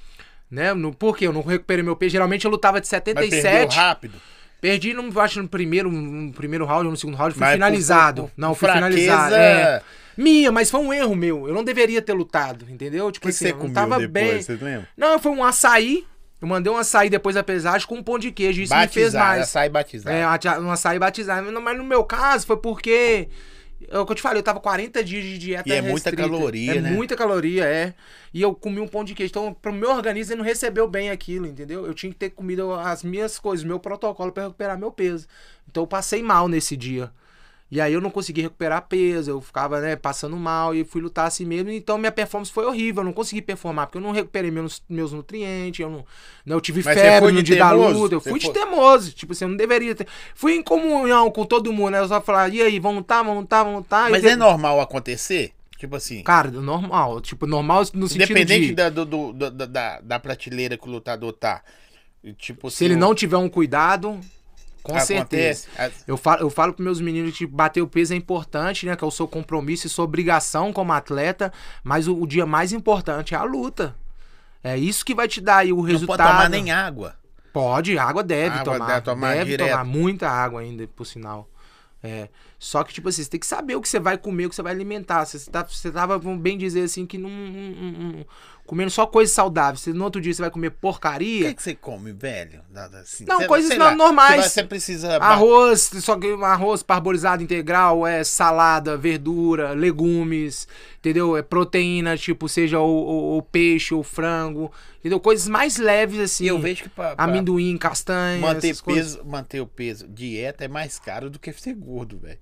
Né? No, por quê? Eu não recuperei meu peso. Geralmente eu lutava de setenta e Mas sete. perdeu rápido. Perdi, não acho, no primeiro, no primeiro round ou no segundo round, fui Mas por- finalizado. por- por não, fui fraqueza- finalizado. É. Minha, mas foi um erro meu. Eu não deveria ter lutado, entendeu? O Tipo que assim, você eu não comeu tava depois, bem. você lembra? Não, foi um açaí. Eu mandei um açaí depois da pesagem com um pão de queijo. Isso me fez Batizado, mais. açaí batizado. É, ati- um açaí batizado. Mas no meu caso foi porque. É o que eu te falei, eu tava quarenta dias de dieta E é muita restrita. caloria, é né? muita caloria, é. E eu comi um pão de queijo. Então, pro meu organismo, ele não recebeu bem aquilo, entendeu? Eu tinha que ter comido as minhas coisas, meu protocolo pra recuperar meu peso. Então, eu passei mal nesse dia. E aí, eu não consegui recuperar peso. Eu ficava, né, passando mal e fui lutar assim mesmo. Então, minha performance foi horrível. Eu não consegui performar, porque eu não recuperei meus, meus nutrientes. Eu não, não eu tive Mas você febre foi no de dia da teimoso? luta. Eu Você fui de foi- teimoso. Tipo assim, eu não deveria ter. Fui em comunhão com todo mundo, né? Eu só falar, e aí, vamos lutar, vamos lutar, vamos lutar. Mas E é de- normal acontecer? Tipo assim. Cara, normal. Tipo, normal no sentido Independente de... da, do, do- da, da, da prateleira que o lutador tá. E, tipo, Se ele não tiver um cuidado, com certeza. acontece. Eu falo, eu falo pros meus meninos que bater o peso é importante, né? Que é o seu compromisso e sua obrigação como atleta. Mas o, o dia mais importante é a luta. É isso que vai te dar aí o Não resultado. pode tomar nem água. Pode, água deve Água tomar. deve tomar deve direto. tomar muita água ainda, por sinal. É. Só que, tipo assim, você tem que saber o que você vai comer, o que você vai alimentar. Você, tá, você tava, vamos bem dizer assim, que não, não- não- não- comendo só coisa saudável. Se no outro dia você vai comer O porcaria. que, que você come, velho? Nada assim. Não, Sei- coisas sei não- lá, normais. Você, vai- você precisa. Arroz, só que arroz parbolizado integral, é salada, verdura, legumes, entendeu? É proteína, tipo, seja o, o- o peixe ou frango, entendeu? Coisas mais leves assim. E eu vejo que pra, pra amendoim, castanha, manter essas coisas. peso, manter o peso, dieta é mais caro do que ser gordo, velho.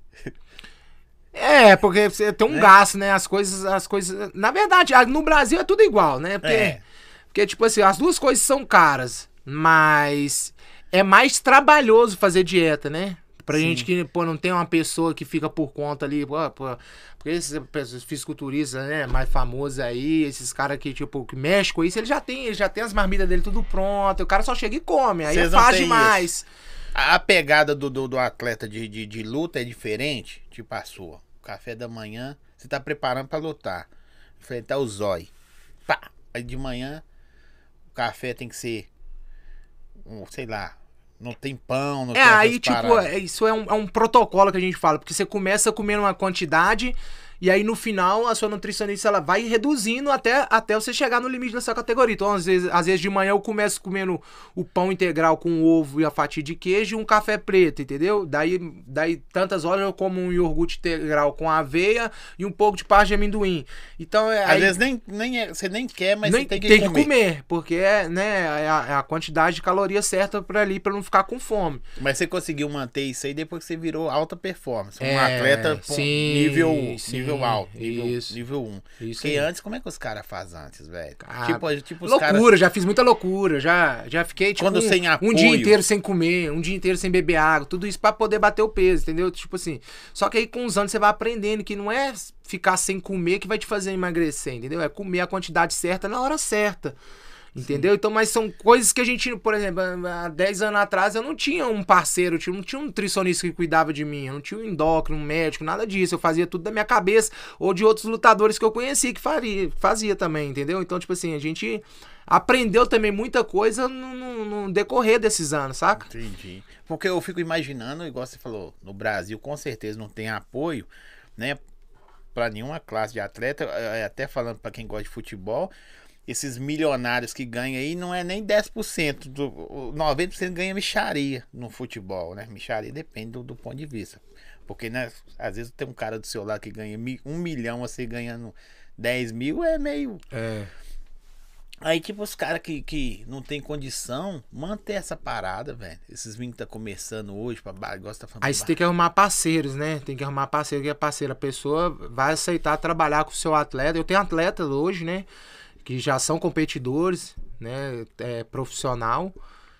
É, porque você tem um Né? gasto, né? As coisas, as coisas. Na verdade, ah, no Brasil é tudo igual, né? Porque, É. porque, tipo assim, as duas coisas são caras, mas é mais trabalhoso fazer dieta, né? Pra Sim. gente que, pô, não tem uma pessoa que fica por conta ali, pô, pô, porque esses esses fisiculturistas, né, mais famosos aí, esses caras que, tipo, que mexem com isso, ele já tem, ele já tem as marmitas dele tudo pronto, o cara só chega e come, aí Vocês é não fácil têm demais. A, a pegada do, do, do atleta de, de, de luta é diferente, tipo a sua. Café da manhã, você tá preparando pra lutar. Enfrentar o zóio. Pá! Aí de manhã, o café tem que ser, um, sei lá, não tem pão, não É, tem essas aí, tipo, paradas. é- isso é um, é um protocolo que a gente fala, porque você começa comendo uma quantidade e aí no final a sua nutricionista ela vai reduzindo até, até você chegar no limite da sua categoria. Então, às vezes, às vezes de manhã eu começo comendo o pão integral com o ovo e a fatia de queijo e um café preto, entendeu? Daí, daí tantas horas eu como um iogurte integral com aveia e um pouco de pasta de amendoim. Então, é, Às aí, vezes nem, nem é- você nem quer, mas nem- você tem que comer. porque é, né, é a, é a quantidade de calorias certa pra ali, pra não ficar com fome. Mas você conseguiu manter isso aí depois que você virou alta performance. Um É, atleta pô, sim, nível, sim, nível alto, nível, isso. nível um. Isso Porque aí. antes, como é que os caras fazem antes, velho? Ah, tipo, tipo os loucura, caras. já fiz muita loucura, já, já fiquei tipo Quando um, sem um apoio. dia inteiro sem comer, um dia inteiro sem beber água, tudo isso pra poder bater o peso, entendeu? Tipo assim, só que aí com os anos você vai aprendendo que não é ficar sem comer que vai te fazer emagrecer, entendeu? É comer a quantidade certa na hora certa. Entendeu? Então, mas são coisas que a gente, por exemplo, há dez anos atrás eu não tinha um parceiro, eu não tinha um nutricionista que cuidava de mim, eu não tinha um endócrino, um médico, nada disso. Eu fazia tudo da minha cabeça ou de outros lutadores que eu conhecia que faria, fazia também, entendeu? Então, tipo assim, a gente aprendeu também muita coisa no, no- no decorrer desses anos, saca? Entendi. Porque eu fico imaginando, igual você falou, no Brasil com certeza não tem apoio, né? Pra nenhuma classe de atleta, é, até falando pra quem gosta de futebol. Esses milionários que ganham aí não é nem dez por cento, do, o noventa por cento ganha mixaria no futebol, né? Mixaria depende do, do ponto de vista. Porque, né, às vezes tem um cara do seu lado que ganha mi- um milhão, você ganhando dez mil, é meio... É. Aí, tipo, os caras que, que não tem condição, manter essa parada, velho. Esses meninos que tá começando hoje, pra bar, gosta tá falando. Aí você tem que arrumar parceiros, né? Tem que arrumar parceiro que é parceiro. A pessoa vai aceitar trabalhar com o seu atleta. Eu tenho atletas hoje, né? Que já são competidores, né? É, profissional.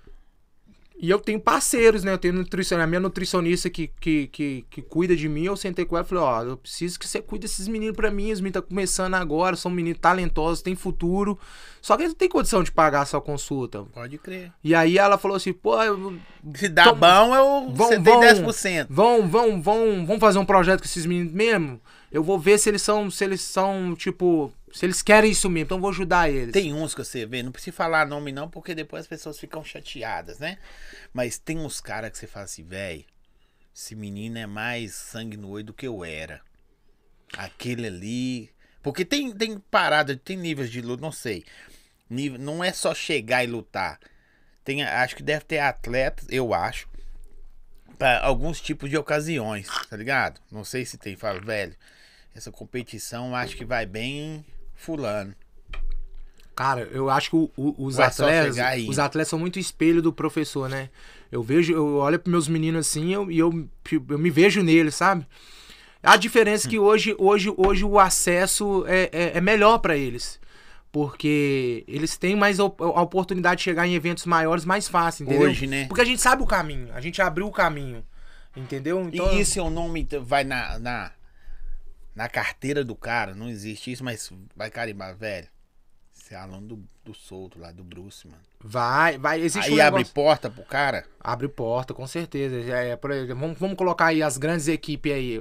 E eu tenho parceiros, né? Eu tenho nutricionista, a minha nutricionista que, que, que, que cuida de mim. Eu sentei com ela e falei, ó, eu preciso que você cuide desses meninos pra mim. Os meninos estão começando agora, são meninos talentosos, têm futuro. Só que eles não têm condição de pagar a sua consulta. Pode crer. E aí ela falou assim, pô, eu, Se dá Tom- bom, eu, Vão- você tem vão- dez por cento. Vão, vão, vão, vão fazer um projeto com esses meninos mesmo? Eu vou ver se eles são, se eles são, tipo, se eles querem isso mesmo, então eu vou ajudar eles. Tem uns que você vê, não precisa falar nome não, porque depois as pessoas ficam chateadas, né? Mas tem uns caras que você fala assim, velho, esse menino é mais sangue no olho do que eu era. Aquele ali... Porque tem, tem parada, tem níveis de luta, não sei. Nível, não é só chegar e lutar. Tem, acho que deve ter atletas, eu acho, para alguns tipos de ocasiões, tá ligado? Não sei se tem, fala, velho, essa competição acho que vai bem fulano. Cara, eu acho que o- o- os Ou é só atletas, chegar aí? os atletas são muito espelho do professor, né? Eu vejo, eu olho pros meus meninos assim eu, e eu, eu me vejo neles, sabe? A diferença é que hoje, hoje, hoje o acesso é, é, é melhor pra eles. Porque eles têm mais op- a oportunidade de chegar em eventos maiores mais fácil, entendeu? Hoje, né? Porque a gente sabe o caminho, a gente abriu o caminho, entendeu? Então, E, e seu nome vai na, na, na carteira do cara, não existe isso, mas vai carimbar, velho. Você é aluno do, do Souto lá, do Bruce, mano. Vai, vai, existe Aí um abre negócio... porta pro cara? Abre porta, com certeza. É, por exemplo, vamos, vamos colocar aí as grandes equipes aí.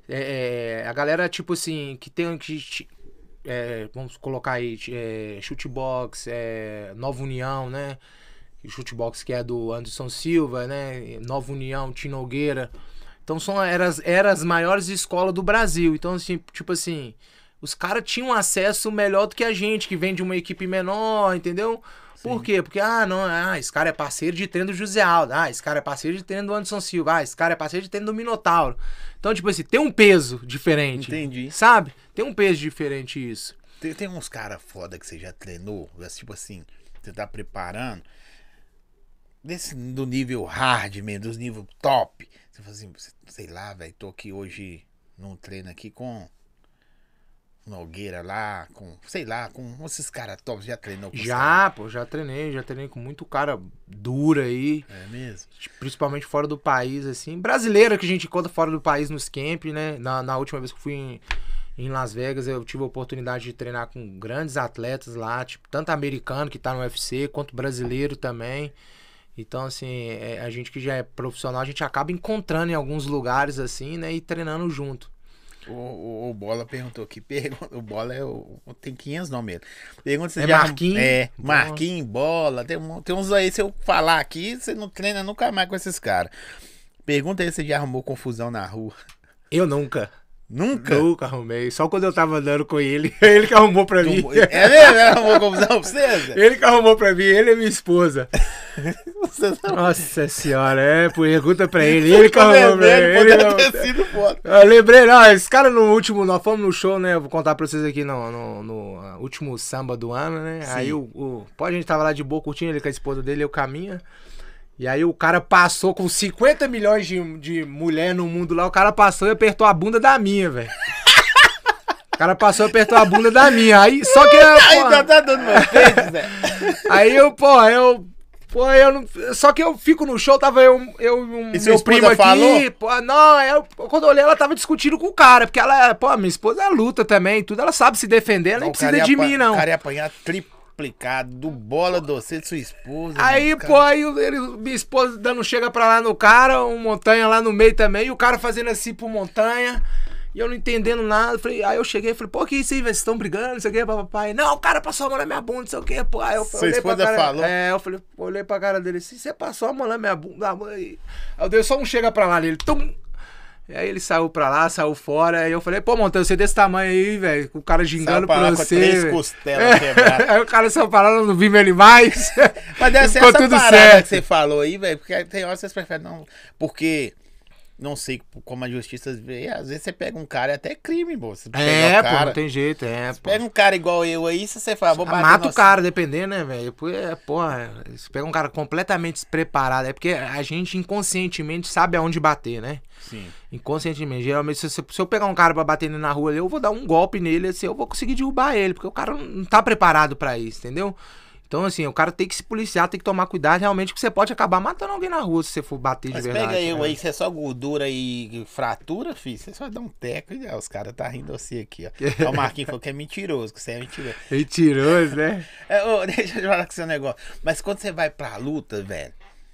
É, é, a galera, tipo assim, que tem... Que, é, vamos colocar aí é, Chutebox, é, Nova União, né? O Chutebox que é do Anderson Silva, né? Nova União, Tino Nogueira. Então são, eram, as, eram as maiores escolas do Brasil. Então, assim, tipo assim, os caras tinham acesso melhor do que a gente, que vem de uma equipe menor, entendeu? Sim. Por quê? Porque, ah, não, ah, esse cara é parceiro de treino do José Aldo, ah, esse cara é parceiro de treino do Anderson Silva, ah, esse cara é parceiro de treino do Minotauro. Então, tipo assim, tem um peso diferente. Entendi. Sabe? Tem um peso diferente isso. Tem, tem uns caras foda que você já treinou, tipo assim, você tá preparando, desse, do nível hard mesmo, dos níveis top. Você fala assim, sei lá, velho, tô aqui hoje num treino aqui com Nogueira lá, com, sei lá, com esses caras top, já treinou com Já, pô, já treinei, já treinei com muito cara duro aí. É mesmo? Principalmente fora do país, assim. Brasileiro que a gente encontra fora do país nos camp, né? Na, na última vez que fui em, em Las Vegas, eu tive a oportunidade de treinar com grandes atletas lá, tipo, tanto americano que tá no U F C, quanto brasileiro também. Então, assim, é, a gente que já é profissional, a gente acaba encontrando em alguns lugares, assim, né? E treinando junto. O, o, o Bola perguntou aqui, pergunta, o Bola é o, tem quinhentos nomes mesmo. Pergunta se é já, Marquinhos? É, Marquinhos, Bola, tem, tem uns aí, se eu falar aqui, você não treina nunca mais com esses caras. Pergunta aí se você já arrumou confusão na rua. Eu nunca. Nunca? Nunca arrumei. Só quando eu tava andando com ele. Ele que arrumou pra mim. É mesmo? Ele arrumou confusão pra você, Zé? Ele que arrumou pra mim. Ele é minha esposa. Você não... Nossa senhora, é. Pergunta pra ele. Ele que arrumou pra mim. Ele não... ter sido foda. Eu lembrei, não. Esse cara no último... Nós fomos no show, né? Vou contar pra vocês aqui no, no, no último samba do ano, né? Sim. Aí o, o... Pô, a gente tava lá de boa curtindo ele com a esposa dele, eu caminho. E aí o cara passou com cinquenta milhões de, de mulher no mundo lá. O cara passou e apertou a bunda da minha, velho. O cara passou e apertou a bunda da minha. Aí, só que... Ainda tá dando meu peito, Zé. Aí eu, pô, eu... Pô, eu não... Só que eu fico no show, tava eu, eu um e meu primo aqui. Falou? Pô, não, eu, quando eu olhei, ela tava discutindo com o cara. Porque ela, pô, minha esposa é luta também, tudo. Ela sabe se defender, ela nem precisa de mim, não. O cara ia apanhar triplicado do Bola, do você, de sua esposa. Aí, pô, aí ele, minha esposa dando chega pra lá no cara, um Montanha lá no meio também, e o cara fazendo assim pro Montanha. E eu não entendendo nada, falei, aí eu cheguei e falei, pô, que isso aí, velho, vocês estão brigando, não sei o que, papai. Não, o cara passou a mão na minha bunda, não sei o que, pô. Aí eu Sua olhei esposa pra cara, falou? É, eu falei, olhei pra cara dele assim, você passou a mão na minha bunda, mãe. Aí eu dei só um chega pra lá nele, tum. E aí ele saiu pra lá, saiu fora, aí eu falei, pô, Montanha, você é desse tamanho aí, velho, o cara gingando por você. Com três costelas quebradas. Aí o cara saiu pra lá, não vi ele mais. Mas deve ser essa parada certo. Que você falou aí, velho, porque tem horas que vocês preferem não, porque... Não sei como a justiça vê. Às vezes você pega um cara, é até crime, pô. Você é, um cara, pô, não tem jeito, é, você pô. Pega um cara igual eu aí, se você fala, vou bater mata no... o cara, dependendo, né, velho? É, porra, você pega um cara completamente despreparado. É porque a gente inconscientemente sabe aonde bater, né? Sim. Inconscientemente. Geralmente, se, se eu pegar um cara pra bater na rua ali, eu vou dar um golpe nele, assim, eu vou conseguir derrubar ele, porque o cara não tá preparado pra isso, entendeu? Então, assim, o cara tem que se policiar, tem que tomar cuidado, realmente, que você pode acabar matando alguém na rua se você for bater Mas de verdade. Mas pega eu né? aí, você é só gordura e fratura, filho, você só dá um teco e ó, os caras tá rindo assim aqui, ó. Ó, o Marquinhos falou que é mentiroso, que você é mentiroso. Mentiroso, né? É, ô, deixa eu falar com o seu negócio. Mas quando você vai pra luta, velho,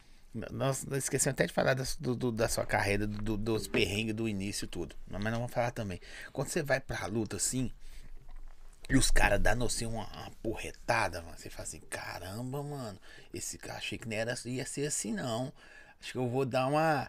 nós esquecemos até de falar das, do, do, da sua carreira, do, dos perrengues do início tudo. Mas não vamos falar também. Quando você vai pra luta, assim... E os caras dão assim uma, uma porretada, mano. Você fala assim, caramba, mano. Esse cara, achei que não era, ia ser assim, não. Acho que eu vou dar uma...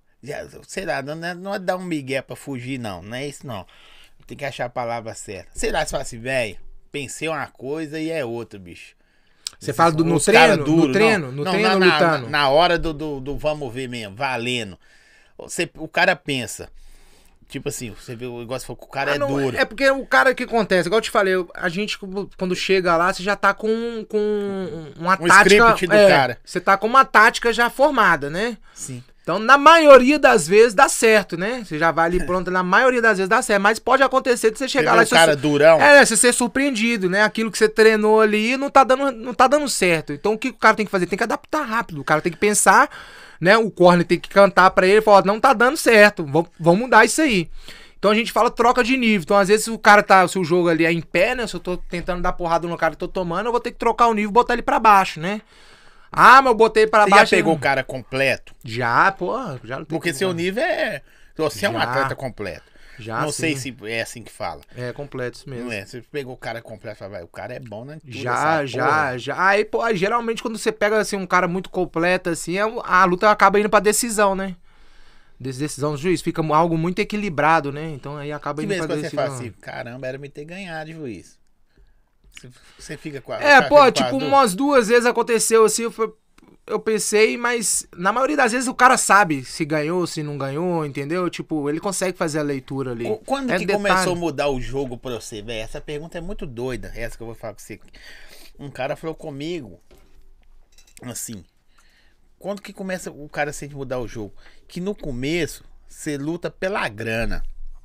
Sei lá, não é, não é dar um migué pra fugir, não. Não é isso, não. Tem que achar a palavra certa. Sei lá, você fala assim, velho, pensei uma coisa e é outra, bicho. Você fala do, no treino? Duro, no treino? Não, no não, treino na, lutando? Na, na hora do, do, do vamos ver mesmo, valendo. Você, o cara pensa... Tipo assim, você vê o negócio, o cara ah, é não, duro. É porque o cara que acontece, igual eu te falei, a gente quando chega lá, você já tá com, com uma um tática. Script do é, cara. Você tá com uma tática já formada, né? Sim. Então, na maioria das vezes dá certo, né? Você já vai ali pronto, na maioria das vezes dá certo. Mas pode acontecer de você chegar você lá e. O cara você, durão. É, você ser surpreendido, né? Aquilo que você treinou ali não tá dando, não tá dando certo. Então, o que o cara tem que fazer? Tem que adaptar rápido. O cara tem que pensar, né? O corner tem que cantar pra ele e falar: não tá dando certo, vamos, vamos mudar isso aí. Então, Então a gente fala troca de nível. Então às vezes se o cara tá, se o jogo ali é em pé, né? Se eu tô tentando dar porrada no cara que eu tô tomando, eu vou ter que trocar o nível e botar ele pra baixo, né? Ah, mas eu botei pra Você baixo. já pegou eu... o cara completo? Já, pô, já não tem Porque como, seu né? nível é... Você é um Já. atleta completo. Já, Não sim. sei se é assim que fala. É completo isso mesmo. Não é? Você pegou o cara completo e falou, vai, o cara é bom, né? Tudo Já, essa já, porra. já. Aí, pô, aí, geralmente quando você pega assim um cara muito completo assim, é- a luta acaba indo pra decisão, né? Des- Decisão do juiz, fica algo muito equilibrado, né? Então aí acaba Que indo vezes pra quando você decisão. fala assim, caramba, era me ter ganhado, juiz. Você, você fica com a... É, fica pô, com a tipo, dor. umas duas vezes aconteceu assim, eu, fui- eu pensei, mas na maioria das vezes o cara sabe se ganhou, se não ganhou, entendeu? Tipo, ele consegue fazer a leitura ali. Qu- Quando É que detalhe. começou a mudar o jogo pra você, velho? Essa pergunta é muito doida, essa que eu vou falar com você. Um cara falou comigo, assim, quando que começa o cara sente mudar o jogo? Que no começo, você luta pela grana,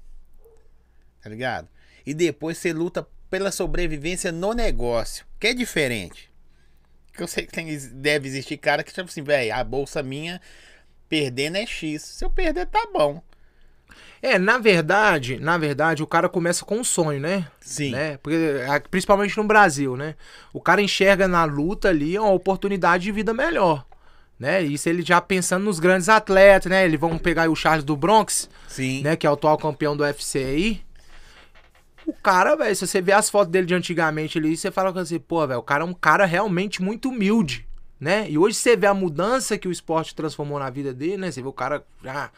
tá ligado? E depois você luta pela sobrevivência no negócio, que é diferente. Que eu sei que tem, deve existir cara que tipo assim, velho, a bolsa minha perdendo é X. Se eu perder, tá bom. É, na verdade, na verdade, o cara começa com um sonho, né? Sim. Né? Porque, a- principalmente no Brasil, né? O cara enxerga na luta ali uma oportunidade de vida melhor, né? Isso ele já pensando nos grandes atletas, né? Eles vão pegar aí o Charles do Bronx, Sim. né? Que é o atual campeão do U F C aí. O cara, velho, se você vê as fotos dele de antigamente ali, você fala assim, pô, velho, o cara é um cara realmente muito humilde, né? E hoje você vê a mudança que o esporte transformou na vida dele, né? Você vê o cara já...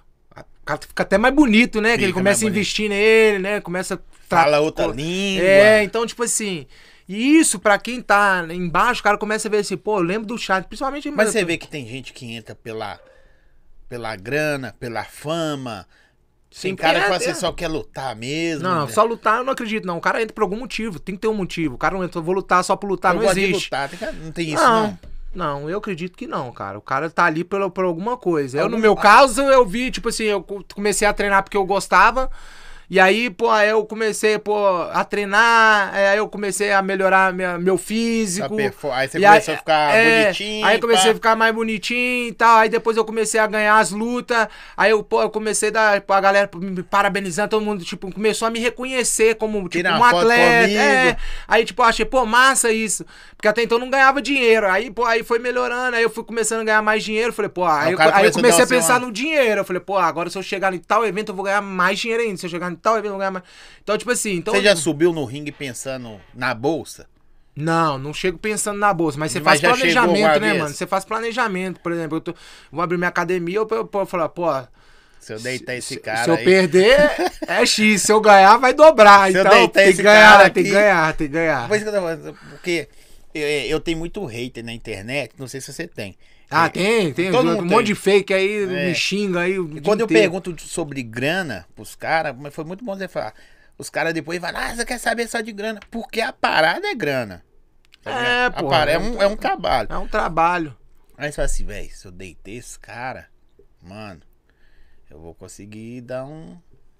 O cara fica até mais bonito, né? Que Fica ele começa a mais bonito. investir nele, né? Começa a... tra- Fala outra co- língua. É, então, tipo assim... E isso, pra quem tá embaixo, o cara começa a ver assim, pô, eu lembro do chat, principalmente... Mas você vê que tem gente que entra pela, pela grana, pela fama. Tem Sim, cara é, que fala assim, é. só quer lutar mesmo. Não, não, né? só lutar eu não acredito, não. O cara entra por algum motivo, tem que ter um motivo. O cara não entra, eu vou lutar só por lutar, Eu não gosto de existe. lutar, tem cara- não tem isso, Não, não. não, eu acredito que não, cara. O cara tá ali por, por alguma coisa. Eu, Algum- no meu caso, eu vi, tipo assim, eu co- comecei a treinar porque eu gostava. E aí, pô, aí eu comecei, pô, a treinar, aí eu comecei a melhorar minha- meu físico. Tá perfo- aí você E começou a ficar é, bonitinho, Aí eu comecei pá. a ficar mais bonitinho e tal. Aí depois eu comecei a ganhar as lutas. Aí eu, pô, eu comecei a dar pô, a galera me parabenizando, todo mundo, tipo, começou a me reconhecer como, tipo, Tirar um uma foto atleta. comigo. É. Aí, tipo, eu achei, pô, massa isso. Porque até então eu não ganhava dinheiro. Aí, pô, aí foi melhorando. Aí eu fui começando a ganhar mais dinheiro. Falei, pô, aí, o eu, cara aí eu começou a comecei dar a o seu pensar ano. no dinheiro. Eu falei, pô, agora se eu chegar em tal evento eu vou ganhar mais dinheiro ainda. Se eu chegar em tal evento eu vou ganhar mais. Então, tipo assim, então. Você já subiu no ringue pensando na bolsa? Não, não chego pensando na bolsa, mas você Mas faz já chegou planejamento, uma né, vez? mano? Você faz planejamento, por exemplo, eu tô, vou abrir minha academia, eu, eu, eu falo, pô, Se eu deitar esse se, cara se eu aí... perder, é X, se eu ganhar, vai dobrar. Se eu Então, deitar tem esse que ganhar, cara tem que aqui- ganhar, tem que ganhar. Por isso que eu tô falando, porque eu, eu tenho muito hater na internet, não sei se você tem. Ah, É, tem, tem. todo Um mundo monte tem. de fake aí, É. me xinga aí. o E dia quando eu inteiro. pergunto sobre grana pros caras, mas foi muito bom você falar. Os caras depois falam, ah, você quer saber só de grana? Porque a parada é grana. Tá É, ligado? A pô, parada é é um, um- é um trabalho. É um trabalho. Aí você fala assim, velho, se eu deitei esse cara, mano, eu vou conseguir dar um,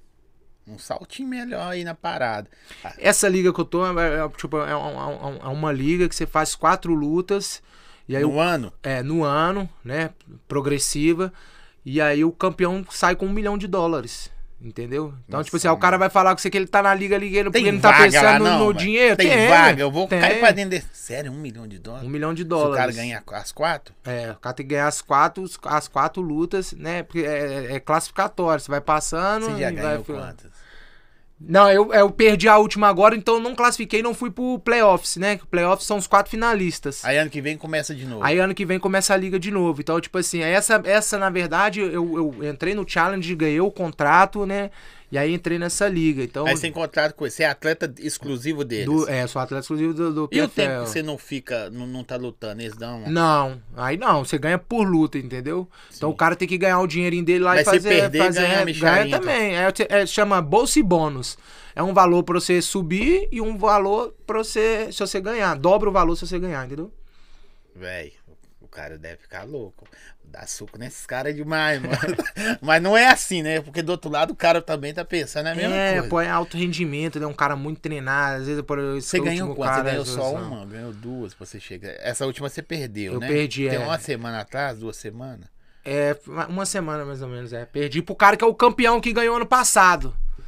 um saltinho melhor aí na parada. Ah, Essa liga que eu tô, é, é, tipo, é, um- é uma liga que você faz quatro lutas. E aí no o ano, É, no ano, né? Progressiva. E aí o campeão sai com um milhão de dólares. Entendeu? Então, Nossa, tipo assim, aí o cara vai falar com você que ele tá na liga ali, ele, porque tem ele não tá vaga lá pensando não, no velho? dinheiro. Tem, Tem, vaga, eu vou tem. cair pra dentro desse... Sério, um milhão de dólares? Um milhão de Se o dólares. cara ganhar as quatro? É, o cara tem que ganhar as quatro, as quatro lutas, né? Porque é, é classificatório. Você vai passando. Você já e ganhou vai... quantas? Não, eu, eu perdi a última agora, então eu não classifiquei, não fui pro playoffs, né? Que playoffs são os quatro finalistas. Aí ano que vem começa de novo. Aí ano que vem começa a liga de novo. Então, tipo assim, essa, essa na verdade, eu, eu entrei no challenge, ganhei o contrato, né? E aí entrei nessa liga. Então, Aí você tem contrato com ele, você é atleta exclusivo deles. do, é, sou atleta exclusivo do, do E o P F L. tempo que você não fica, não, não tá lutando, eles dão uma... Não, aí não, você ganha por luta, entendeu? Então o cara tem que ganhar o dinheirinho dele lá Mas e se fazer. perder, fazer ganha a ganha micharia, também. É, é, chama bolsa e bônus. É um valor pra você subir e um valor pra você. Se você ganhar. Dobra o valor se você ganhar, entendeu? Véi, o cara deve ficar louco. Dá suco nesses caras demais, mano. Mas não é assim, né? Porque do outro lado o cara também tá pensando a mesma É, coisa. pô, é alto rendimento, né? Um cara muito treinado. Às vezes, por esse Você ganhou último quanto? cara, Você ganhou às só vezes, não. uma, ganhou duas pra você chegar. Essa última você perdeu, Eu né? perdi, Tem é. uma semana atrás, duas semanas. É, uma semana mais ou menos, é. Perdi pro cara que é o campeão que ganhou ano passado.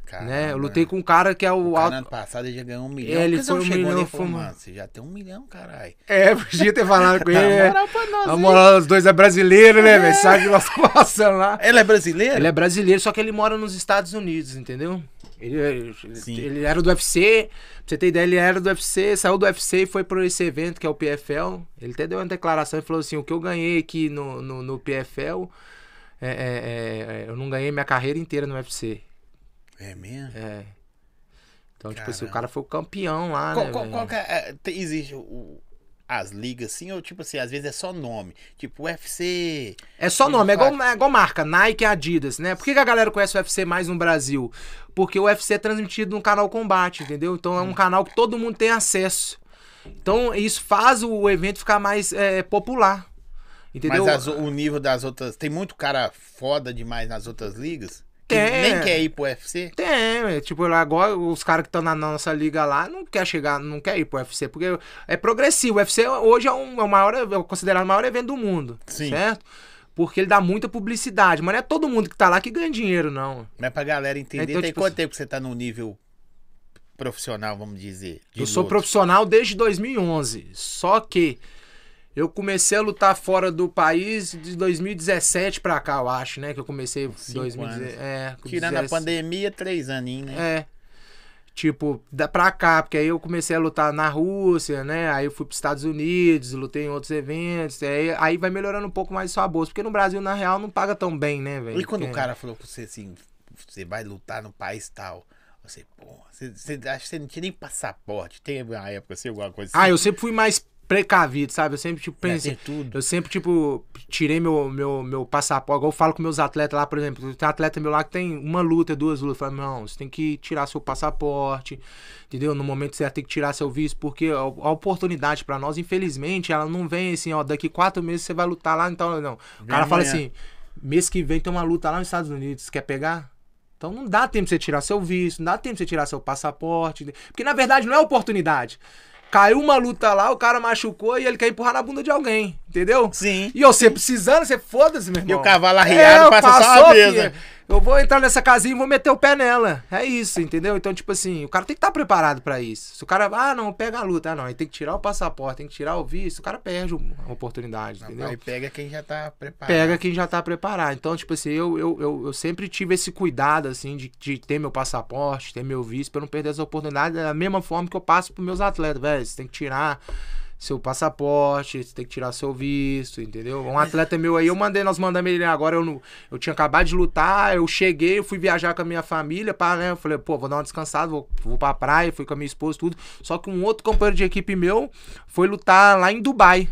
né? Eu lutei com um cara que é o... O cara alto... ano passado ele já ganhou um milhão. Ele Por que foi você um não chegou milhão, ali e falou, foi- mano, você já tem um milhão, caralho. É, podia ter falado com ele. Dá né? moral pra nós Na aí. moral, os dois é brasileiro, né, velho? Sabe que nós passamos lá. Ele é brasileiro? Ele é brasileiro, só que ele mora nos Estados Unidos, entendeu? Ele, ele, Sim. ele era do U F C, pra você ter ideia, ele era do U F C, saiu do U F C e foi pra esse evento que é o P F L. Ele até deu uma declaração e falou assim, o que eu ganhei aqui no, no, no P F L, é, é, é, eu não ganhei minha carreira inteira no U F C. É mesmo? É. Então, tipo Caramba. assim, o cara foi o campeão lá, Qual, né, qual, velho? qual que é, é, tem- existe o, as ligas assim, ou tipo assim, às vezes é só nome. Tipo, U F C... É só Ele nome, é faz- igual, é igual marca, Nike e Adidas, né? Por que, que a galera conhece o U F C mais no Brasil? Porque o U F C é transmitido no canal Combate, entendeu? Então é um canal que todo mundo tem acesso. Então isso faz o evento ficar mais é, popular, entendeu? Mas as- o nível das outras... Tem muito cara foda demais nas outras ligas? Que Tem. nem quer ir pro U F C? Tem, é, tipo, agora os caras que estão na nossa liga lá não quer chegar, não quer ir pro U F C, porque é progressivo. O U F C hoje é, um, é o maior, é considerado o maior evento do mundo, Sim. certo? Porque ele dá muita publicidade, mas não é todo mundo que tá lá que ganha dinheiro, não. Mas pra galera entender, Então, tem tipo quanto assim- tempo que você tá no nível profissional, vamos dizer? de Eu sou luta? profissional desde dois mil e onze, só que eu comecei a lutar fora do país de dois mil e dezessete pra cá, eu acho, né? Que eu comecei em Cinco dois mil e dezessete. anos. É, com Tirando a dezessete. pandemia, três aninhos, né? É. Tipo, da pra cá, porque aí eu comecei a lutar na Rússia, né? Aí eu fui pros Estados Unidos, lutei em outros eventos. Aí, aí vai melhorando um pouco mais sua bolsa. Porque no Brasil, na real, não paga tão bem, né, velho? E quando Porque- o cara falou pra você assim, você vai lutar no país tal, você, porra, você, você acha que você não tinha nem passaporte? Teve uma época assim, alguma coisa assim? Ah, eu sempre fui mais precavido, sabe? Eu sempre, tipo, Já pensei. tem tudo. Eu sempre, tipo, tirei meu, meu, meu passaporte. Igual eu falo com meus atletas lá, por exemplo. Tem um atleta meu lá que tem uma luta, duas lutas. Eu falo, não, você tem que tirar seu passaporte, entendeu? No momento certo tem que tirar seu visto, porque a, a oportunidade pra nós, infelizmente, ela não vem assim, ó, daqui quatro meses você vai lutar lá, então, não. O Vem cara fala amanhã. assim, mês que vem tem uma luta lá nos Estados Unidos, quer pegar? Então não dá tempo pra você tirar seu visto, não dá tempo pra você tirar seu passaporte, porque na verdade não é oportunidade. Caiu uma luta lá, o cara machucou e ele quer empurrar na bunda de alguém, entendeu? Sim. E você precisando, você foda-se, meu irmão. E o cavalo arriado É, passa só passou, uma vez, filho. né? Eu vou entrar nessa casinha e vou meter o pé nela. É isso, entendeu? Então, tipo assim, o cara tem que estar preparado pra isso. Se o cara, ah, não, pega a luta. Ah, não, aí tem que tirar o passaporte, tem que tirar o visto. O cara perde a oportunidade, entendeu? Aí pega quem já tá preparado. Pega quem já tá preparado. Então, tipo assim, eu, eu, eu, eu sempre tive esse cuidado, assim, de, de ter meu passaporte, ter meu visto, pra eu não perder essa oportunidade. Da mesma forma que eu passo pros meus atletas, velho. Você tem que tirar seu passaporte, você tem que tirar seu visto, entendeu? Um atleta meu aí, eu mandei, nós mandamos ele agora, eu, não, eu tinha acabado de lutar, eu cheguei, eu fui viajar com a minha família, pá, né? Eu falei, pô, vou dar uma descansada, vou, vou pra praia, fui com a minha esposa, tudo. Só que um outro companheiro de equipe meu foi lutar lá em Dubai.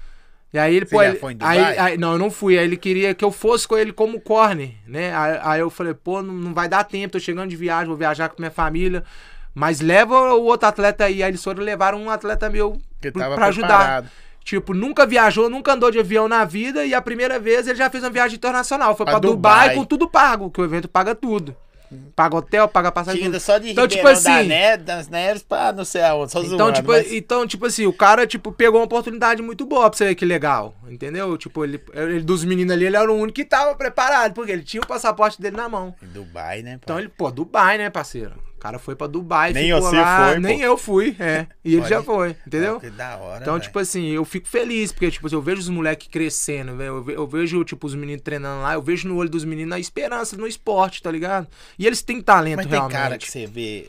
E aí ele, Você pô, já ele- foi em aí- Dubai? aí- não, eu não fui. Aí ele queria que eu fosse com ele como corner, né? Aí, aí eu falei, pô, não, não vai dar tempo, tô chegando de viagem, vou viajar com minha família. Mas leva o outro atleta aí. Aí eles foram levar um atleta meu Que pro- tava pra ajudar. preparado. Tipo, nunca viajou, nunca andou de avião na vida. E a primeira vez ele já fez uma viagem internacional. Foi Pra pra Dubai, Dubai. com tudo pago, que o evento paga tudo. Paga hotel, paga passagem. Tinha ainda tudo. só de Então, Ribeirão tipo da assim, Ne- das Neves pra não sei aonde, só então, zoando, tipo, mas- então, tipo assim, o cara, tipo, pegou uma oportunidade muito boa pra você ver que legal, entendeu? Tipo, ele, ele dos meninos ali, ele era o único que tava preparado, porque ele tinha o passaporte dele na mão. Em Dubai, né? Então pai? ele, pô, Dubai, né, parceiro? O cara foi pra Dubai, Nem ficou você lá, foi, pô. nem eu fui, é. E ele Olha. já foi, entendeu? Ah, que da hora, Então, velho. tipo assim, eu fico feliz, porque, tipo assim, eu vejo os moleques crescendo, velho. Eu, ve- eu vejo, tipo, os meninos treinando lá, eu vejo no olho dos meninos a esperança no esporte, tá ligado? E eles têm talento, Mas tem realmente. cara que você vê.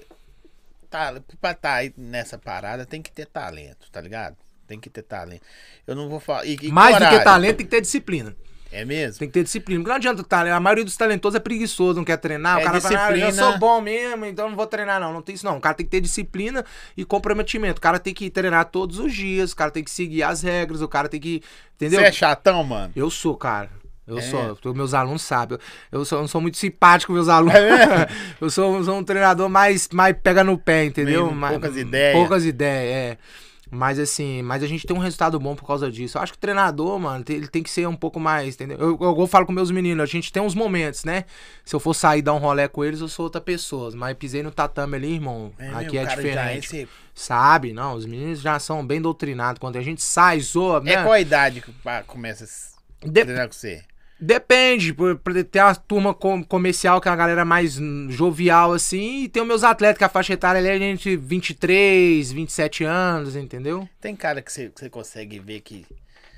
Tá, pra estar aí nessa parada tem que ter talento, tá ligado? Tem que ter talento. Eu não vou falar. E, e Mais do que coragem. talento, tem que ter disciplina. É mesmo? Tem que ter disciplina. Porque não adianta o talento. A maioria dos talentosos é preguiçoso, não quer treinar. É o cara fala, ah, eu já disciplina. sou bom mesmo, então não vou treinar, não. Não tem isso, não. O cara tem que ter disciplina e comprometimento. O cara tem que treinar todos os dias, o cara tem que seguir as regras, o cara tem que. Entendeu? Você é chatão, mano? Eu sou, cara. Eu É. sou. Eu- Meus alunos sabem. Eu, eu sou, eu não sou muito simpático com meus alunos. É eu sou, sou um treinador mais, mais pega no pé, entendeu? Meio Mais- poucas ideias. Poucas ideias, é. Mas assim, mas a gente tem um resultado bom por causa disso. Eu acho que o treinador, mano, tem- ele tem que ser um pouco mais, entendeu? Eu, eu, eu falo com meus meninos, a gente tem uns momentos, né? Se eu for sair e dar um rolê com eles, eu sou outra pessoa. Mas pisei no tatame ali, irmão. É aqui mesmo, é o cara já é diferente. esse- Sabe? Não, os meninos já são bem doutrinados. Quando a gente sai, zoa, né? É qual a idade que pá, começa a De- treinar com você? Depende, por, por ter uma turma com- comercial que é uma galera mais hum, jovial assim, e tem os meus atletas que a faixa etária ali é entre vinte e três, vinte e sete anos, entendeu? Tem cara que você, que você consegue ver que.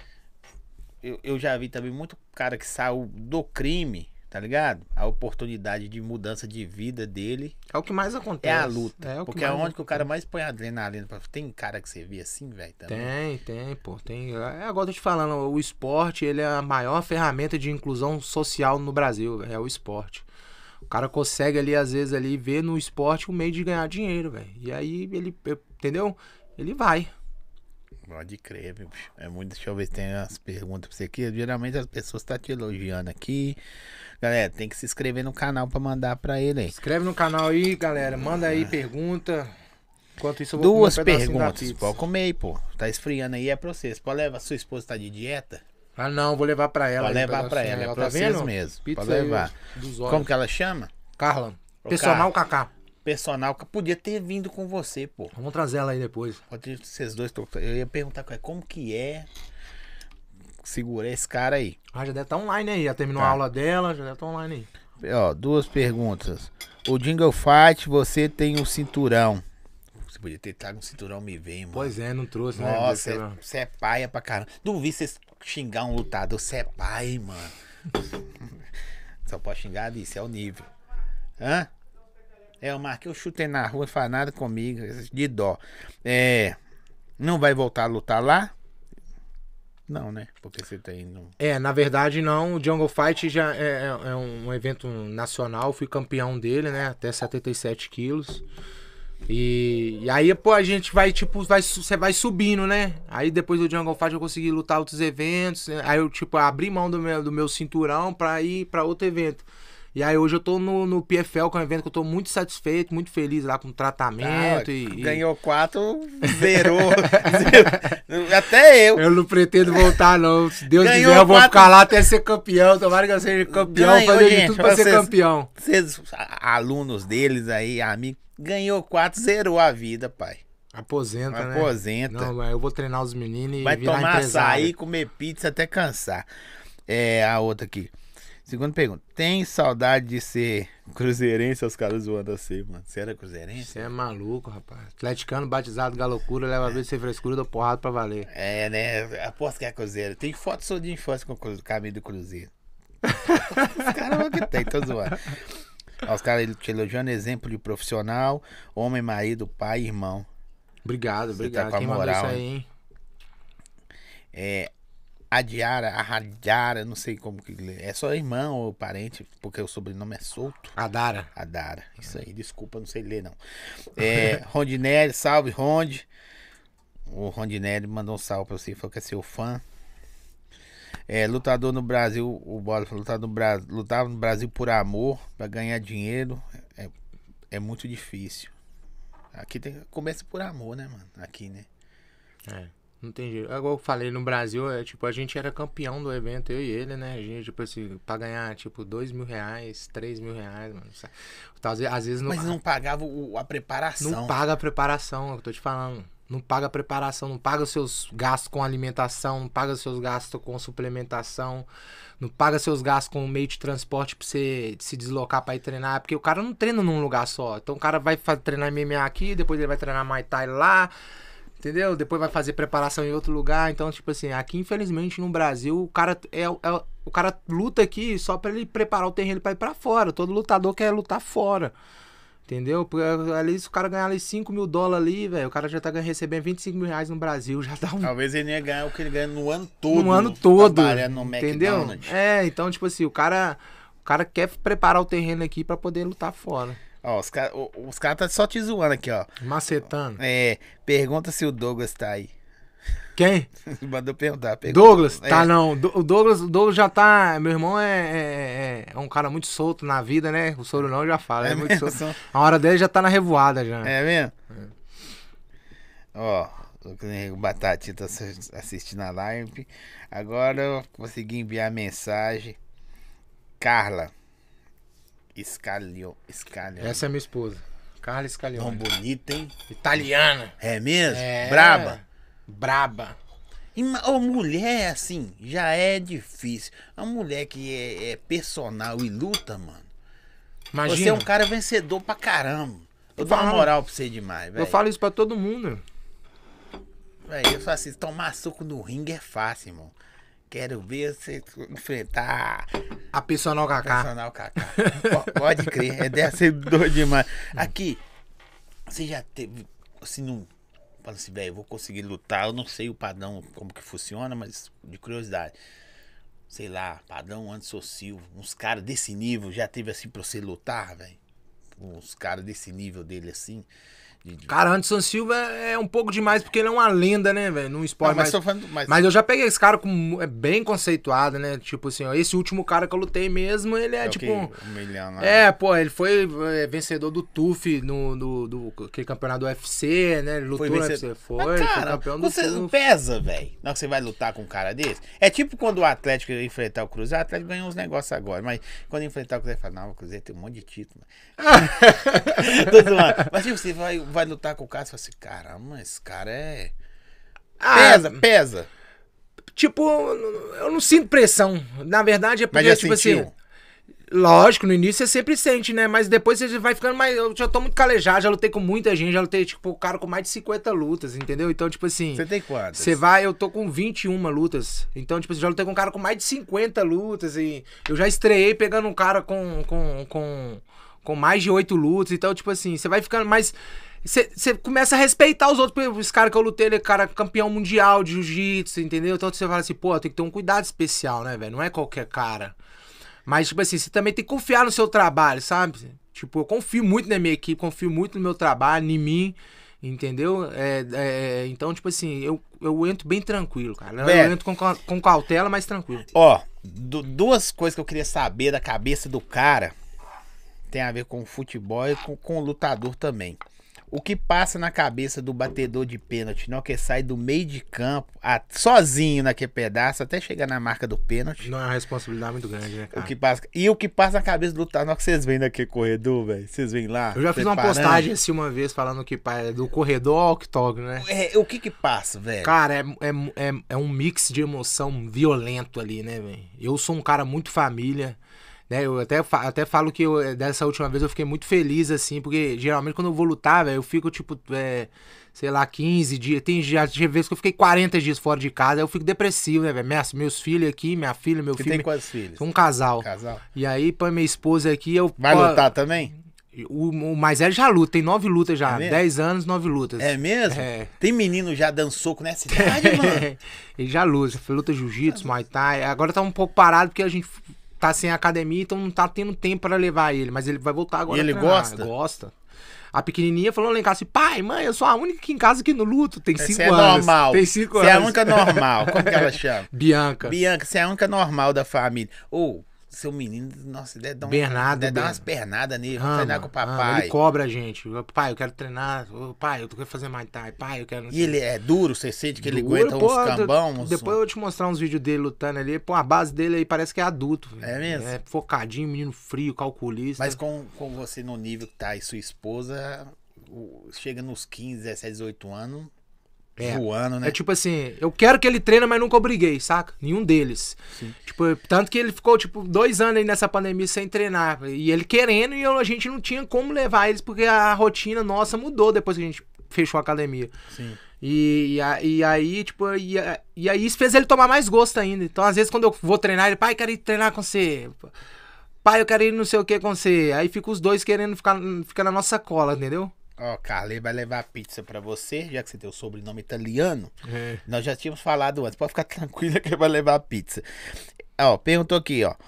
Eu, eu já vi também muito cara que saiu do crime, tá ligado? A oportunidade de mudança de vida dele É o que mais acontece. é a luta. É o que porque é mais onde que o cara acontece. mais põe adrenalina. Pra... Tem cara que você vê assim, velho? também. Tem, tem, pô, tem. É, agora eu tô te falando, o esporte, ele é a maior ferramenta de inclusão social no Brasil, velho, é o esporte. O cara consegue ali, às vezes, ali, ver no esporte um meio de ganhar dinheiro, velho. E aí, ele, entendeu? Ele vai. Pode crer, meu bicho. É muito. Deixa eu ver se tem umas perguntas pra você aqui. Geralmente as pessoas estão te elogiando aqui. Galera, tem que se inscrever no canal pra mandar pra ele aí. Inscreve no canal aí, galera, manda aí pergunta. Enquanto isso, eu vou Duas comer um pedacinho da perguntas. pizza. Pode comer aí, pô. Tá esfriando aí, é pra vocês. Pode levar. Sua esposa tá de dieta? Ah, não, vou levar pra ela. Pode aí, levar pra pedacinho. ela. É Tá pra vocês vendo? mesmo. Pizza Pode levar. aí, dos olhos. Como que ela chama? Carla. Ô, Personal Carla. Kaká. Personal que podia ter vindo com você, pô. Vamos trazer ela aí depois. Pode vocês dois. tô- Eu ia perguntar com ela, como que é segurar esse cara aí. Ah, já deve estar online aí. Já terminou Tá. a aula dela, já deve estar online aí. Ó, duas perguntas. O Jingle Fight, você tem um cinturão. Você podia ter trago um cinturão, me vem, mano. Pois é, não trouxe, né? Nossa, Deve é- ser- você é paia pra caramba. Duvido vocês xingar um lutador, você é pai, mano. Só pode xingar disso, é o nível. Hã? É, eu marquei, eu chutei na rua, não faz nada comigo, de dó. É, não vai voltar a lutar lá? Não, né? Porque você tá indo... É, na verdade não, o Jungle Fight já é, é- é um evento nacional, fui campeão dele, né, até setenta e sete quilos. E, e aí, pô, a gente vai, tipo, vai, su- você vai subindo, né? Aí depois do Jungle Fight eu consegui lutar outros eventos, né? Aí eu, tipo, abri mão do meu, do meu cinturão pra ir pra outro evento. E aí hoje eu tô no, no P F L, que é um evento que eu tô muito satisfeito, muito feliz lá com o tratamento Ah, e... e- ganhou quatro, zerou. Até eu. Eu não pretendo voltar, não. Se Deus Ganhou quiser, eu vou quatro- ficar lá até ser campeão. Tomara que eu seja campeão, Ganhou, fazer de gente, tudo pra ser vocês- campeão. Vocês, a- alunos deles aí, amigos, ganhou quatro, zerou a vida, pai. Aposenta, né? Aposenta. Não, mas eu vou treinar os meninos e Vai virar tomar empresário. açaí, comer pizza até cansar. É, a outra aqui. Segunda pergunta. Tem saudade de ser cruzeirense? Os caras zoando assim, mano. Você era cruzeirense? Você é maluco, rapaz. Atleticano, batizado, galocura, leva a vez de ser frescura, dou porrada pra valer. É, né? Aposto que é cruzeiro. Tem foto só de infância com o cru- caminho do cruzeiro. Os caras vão que tem, tô zoando. Ó, os caras te elogiando, exemplo de profissional, homem, marido, pai, irmão. Obrigado, Você obrigado. tá com a Quem mandou moral, isso aí, hein? É, a Diara, a Radiara, não sei como que lê. É só irmão ou parente, porque o sobrenome é solto. Adara. A Dara, isso aí, desculpa, não sei ler não. É, Rondinelli, salve Rondi. O Rondinelli mandou um salve pra você, falou que é seu fã. É, lutador no Brasil, o Bola falou, lutador no Brasil, lutava no Brasil por amor, pra ganhar dinheiro, é, é muito difícil. Aqui tem, começa por amor, né, mano? Aqui, né? É, não tem jeito. Igual eu falei, no Brasil, é, tipo, a gente era campeão do evento, eu e ele, né? A gente, tipo assim, pra ganhar, tipo, dois mil reais, três mil reais, mano. sabe? Então, às vezes, às vezes não, Mas não pagava o- a preparação. não paga a preparação, é o que eu tô te falando. Não paga a preparação, não paga os seus gastos com alimentação, não paga os seus gastos com suplementação, não paga seus gastos com meio de transporte pra você se deslocar pra ir treinar, porque o cara não treina num lugar só. Então o cara vai fa- treinar M M A aqui, depois ele vai treinar Muay Thai lá, entendeu? Depois vai fazer preparação em outro lugar. Então, tipo assim, aqui infelizmente no Brasil, o cara é, é o cara luta aqui só pra ele preparar o terreno pra ir pra fora. Todo lutador quer lutar fora. Entendeu? Porque ali, se o cara ganhar ali cinco mil dólares ali, velho, o cara já tá ganhando- recebendo vinte e cinco mil reais no Brasil, já dá um Talvez ele não ia ganhar o que ele ganha no ano todo. no ano todo, trabalhando no entendeu? McDonald's. É, então, tipo assim, o cara, o cara quer preparar o terreno aqui pra poder lutar fora. Ó, os caras os cara tá só te zoando aqui, ó. Macetando. É, pergunta se o Douglas tá aí. Quem? Mandou perguntar. Pergunta. Douglas? É. Tá, não. Do- O Douglas, o Douglas já tá... Meu irmão é, é, é- é um cara muito solto na vida, né? O soro não já fala, é, É muito mesmo? solto. A hora dele já tá na revoada já. É mesmo? Ó, o Batatinha tá assi- assistindo a live. Agora eu consegui enviar a mensagem. Carla. Scalio. Scalio. Essa é minha esposa. Carla Tão Scalione. bonita, hein? Italiana. É mesmo? É. Braba. Braba. Ima- Ô, mulher, assim, já é difícil. Uma mulher que é, é personal e luta, mano. Imagina. Você é um cara vencedor pra caramba. Eu dou uma falo. moral pra você demais, velho. Eu falo isso pra todo mundo. Véi, eu falo assim, tomar suco no ringue é fácil, irmão. Quero ver você enfrentar A personal Kaká. personal Kaká. P- Pode crer, é deve ser doido demais. Aqui, você já teve, assim, não... Fala assim, velho, eu vou conseguir lutar. Eu não sei o padrão, como que funciona, mas de curiosidade. Sei lá, padrão Anderson Silva. Uns caras desse nível já teve assim pra você lutar, velho? Uns caras desse nível dele assim. de- de- Cara, Anderson Silva é um pouco demais porque ele é uma lenda, né, velho? Num Não, esporte mas mais... tô falando, mas, Mas eu já peguei esse cara com, é bem conceituado, né? Tipo assim, ó, esse último cara que eu lutei mesmo, ele é, é o tipo... quê? Um milhão lá. É, pô, ele foi é, vencedor do T U F no, no, do aquele campeonato do U F C, né? Ele lutou Foi no U F vencedor. C, foi, Mas, foi cara, campeão do você T não U F. pesa, velho. Na hora que você vai lutar com um cara desse. É tipo quando o Atlético ia enfrentar o Cruzeiro. O Atlético ganhou uns negócios agora. Mas quando enfrentar o Cruzeiro, fala, não, o Cruzeiro tem um monte de título. Tô zoando. Mas tipo, você vai, vai lutar com o cara e fala assim, caramba, esse cara é. Ah, Pesa, pesa. Tipo, eu não sinto pressão. Na verdade é Mas porque, já tipo sentiu? assim... Lógico, no início você sempre sente, né? Mas depois você vai ficando mais... Eu já tô muito calejado, já lutei com muita gente, já lutei, tipo, o cara com mais de cinquenta lutas, entendeu? Então, tipo assim... Você tem quantas? Você vai, eu tô com vinte e uma lutas. Então, tipo, já lutei com um cara com mais de cinquenta lutas. E eu já estreiei pegando um cara com, com, com, com mais de oito lutas. Então, tipo assim, você vai ficando mais. Você você começa a respeitar os outros. Porque esse cara que eu lutei, ele é cara campeão mundial de jiu-jitsu, entendeu? Então você fala assim, pô, tem que ter um cuidado especial, né, velho? Não é qualquer cara. Mas, tipo assim, você também tem que confiar no seu trabalho, sabe? Tipo, eu confio muito na minha equipe, confio muito no meu trabalho, em mim. Entendeu? É, é, então, tipo assim, eu, eu entro bem tranquilo, cara. Eu Velho. entro com, ca- com cautela, mas tranquilo. Ó, du- duas coisas que eu queria saber da cabeça do cara tem a ver com o futebol e com, com o lutador também. O que passa na cabeça do batedor de pênalti, não, que sai do meio de campo, a- sozinho naquele pedaço, até chegar na marca do pênalti. Não é uma responsabilidade muito grande, né, O cara? que passa, e o que passa na cabeça do lutador, na hora que vocês vêm naquele corredor, velho. Vocês vêm lá. Eu já fiz uma preparando. postagem assim uma vez falando que pá, é do corredor ao octógono, né? É, o que que passa, velho? Cara, é, é, é, é um mix de emoção violento ali, né, velho? Eu sou um cara muito família, né? Eu até, fa- até falo que eu, dessa última vez eu fiquei muito feliz, assim, porque geralmente quando eu vou lutar, velho, eu fico, tipo, é, sei lá, quinze dias. Tem já tive vezes que eu fiquei quarenta dias fora de casa, aí eu fico depressivo, né, velho? Meus, meus filhos aqui, minha filha, meu Você filho. tem quantos filhos? Um casal. Casal. E aí, põe minha esposa aqui, eu. Vai pô, lutar também? O, o mais velho já luta, tem nove lutas já. É mesmo? dez anos, nove lutas. É mesmo? É. Tem menino já dando soco nessa idade, mano? Ele já luta, luta jiu-jitsu, muay thai. Agora tá um pouco parado porque a gente tá sem academia, então não tá tendo tempo pra levar ele. Mas ele vai voltar agora. E ele a treinar. gosta? Gosta. A pequenininha falou lá em casa assim, pai, mãe, eu sou a única aqui em casa que não luto. Tem cinco Você é anos. normal. Tem cinco Você anos. é a única normal. Como que ela chama? Bianca. Bianca, você é a única normal da família. Ô, seu menino, nossa, deve dar, um, Bernardo, deve dar Bernardo. umas pernadas nele. Vamos Ama, treinar com o ama. papai. Ele cobra a gente. Pai, eu quero treinar. Pai, eu quero fazer muay thai. Pai, eu quero... E ele é duro? Você sente que ele Duro, aguenta pô, uns cambão? Uns... Depois eu vou te mostrar uns vídeos dele lutando ali. Pô, a base dele aí parece que é adulto. É mesmo? É focadinho, menino frio, calculista. Mas com, com você no nível que tá aí, sua esposa, o- chega nos quinze, dezessete, dezoito anos, É. voando, né? É tipo assim, eu quero que ele treine, mas nunca obriguei, saca? Nenhum deles. Sim. Tipo, tanto que ele ficou, tipo, dois anos aí nessa pandemia sem treinar. E ele querendo, e eu- a gente não tinha como levar eles, porque a rotina nossa mudou depois que a gente fechou a academia. Sim. E, e, a- e aí, tipo, e, a- e aí isso fez ele tomar mais gosto ainda. Então, às vezes, quando eu vou treinar, ele, pai, quero ir treinar com você. Pai, eu quero ir não sei o que com você. Aí fica os dois querendo ficar, ficar na nossa cola, entendeu? Ó, Carley vai levar pizza pra você, já que você tem o sobrenome italiano. É. Nós já tínhamos falado antes, pode ficar tranquila que ele vai levar pizza. Ó, perguntou aqui, ó.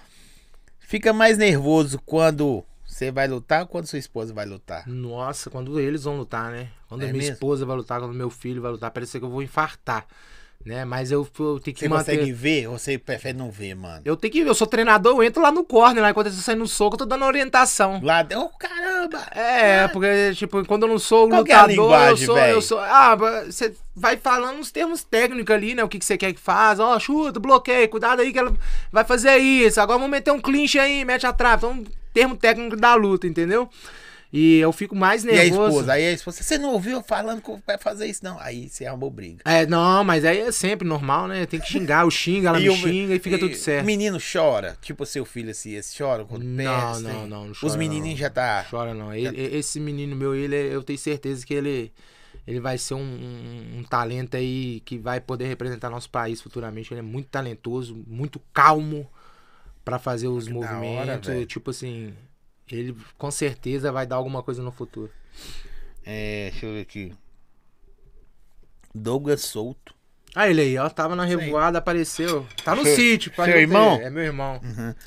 Fica mais nervoso quando você vai lutar ou quando sua esposa vai lutar? Nossa, quando eles vão lutar, né? Quando É a minha mesmo? esposa vai lutar, quando meu filho vai lutar, parece que eu vou infartar, né? Mas eu, eu tenho que Você manter... consegue ver ou você prefere não ver, mano? Eu tenho que eu sou treinador, eu entro lá no corner, lá enquanto eu tô saindo no soco, eu tô dando orientação. Lá, oh, caramba! É, porque, tipo, quando eu não sou o Qual que é a lutador, eu linguagem, sou, véi? eu sou. Ah, você vai falando uns termos técnicos ali, né? O que que você quer que faz? Ó, chuta, bloqueia, cuidado aí que ela vai fazer isso. Agora vamos meter um clinch aí, mete a trave. Então, termo técnico da luta, entendeu? E eu fico mais E a nervoso. esposa? Aí a esposa, você não ouviu eu falando que vai fazer isso, não? Aí você arrumou briga. É, não, mas aí é sempre normal, né? Tem que xingar, eu xingo, ela me o- xinga e fica tudo certo. O menino chora, tipo seu filho assim, esse chora quando Não, perde, não, tem- não, não Os chora, menininhos não. já tá... Chora não. Ele- esse menino meu, ele, é- eu tenho certeza que ele, ele vai ser um, um- um talento aí que vai poder representar nosso país futuramente. Ele é muito talentoso, muito calmo pra fazer os Que da hora, movimentos. velho. Tipo assim, ele com certeza vai dar alguma coisa no futuro. É, deixa eu ver aqui. Douglas Souto. Ah, ele aí, ó, tava na Isso aí. revoada, apareceu. Tá no Seu- sítio, pra seu gente- irmão? É meu irmão.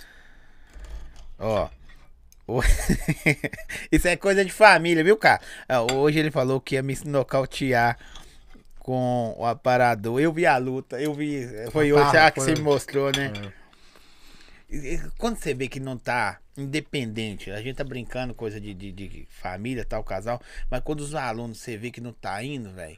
Ó. O- Isso é coisa de família, viu, cara? Ah, hoje ele falou que ia me nocautear com o aparador. Eu vi a luta, eu vi. Foi Ah, hoje ah, que foi- você me mostrou, né? É. E- e Quando você vê que não tá independente, a gente tá brincando coisa de, de, de família, tal, casal, mas quando os alunos você vê que não tá indo, velho.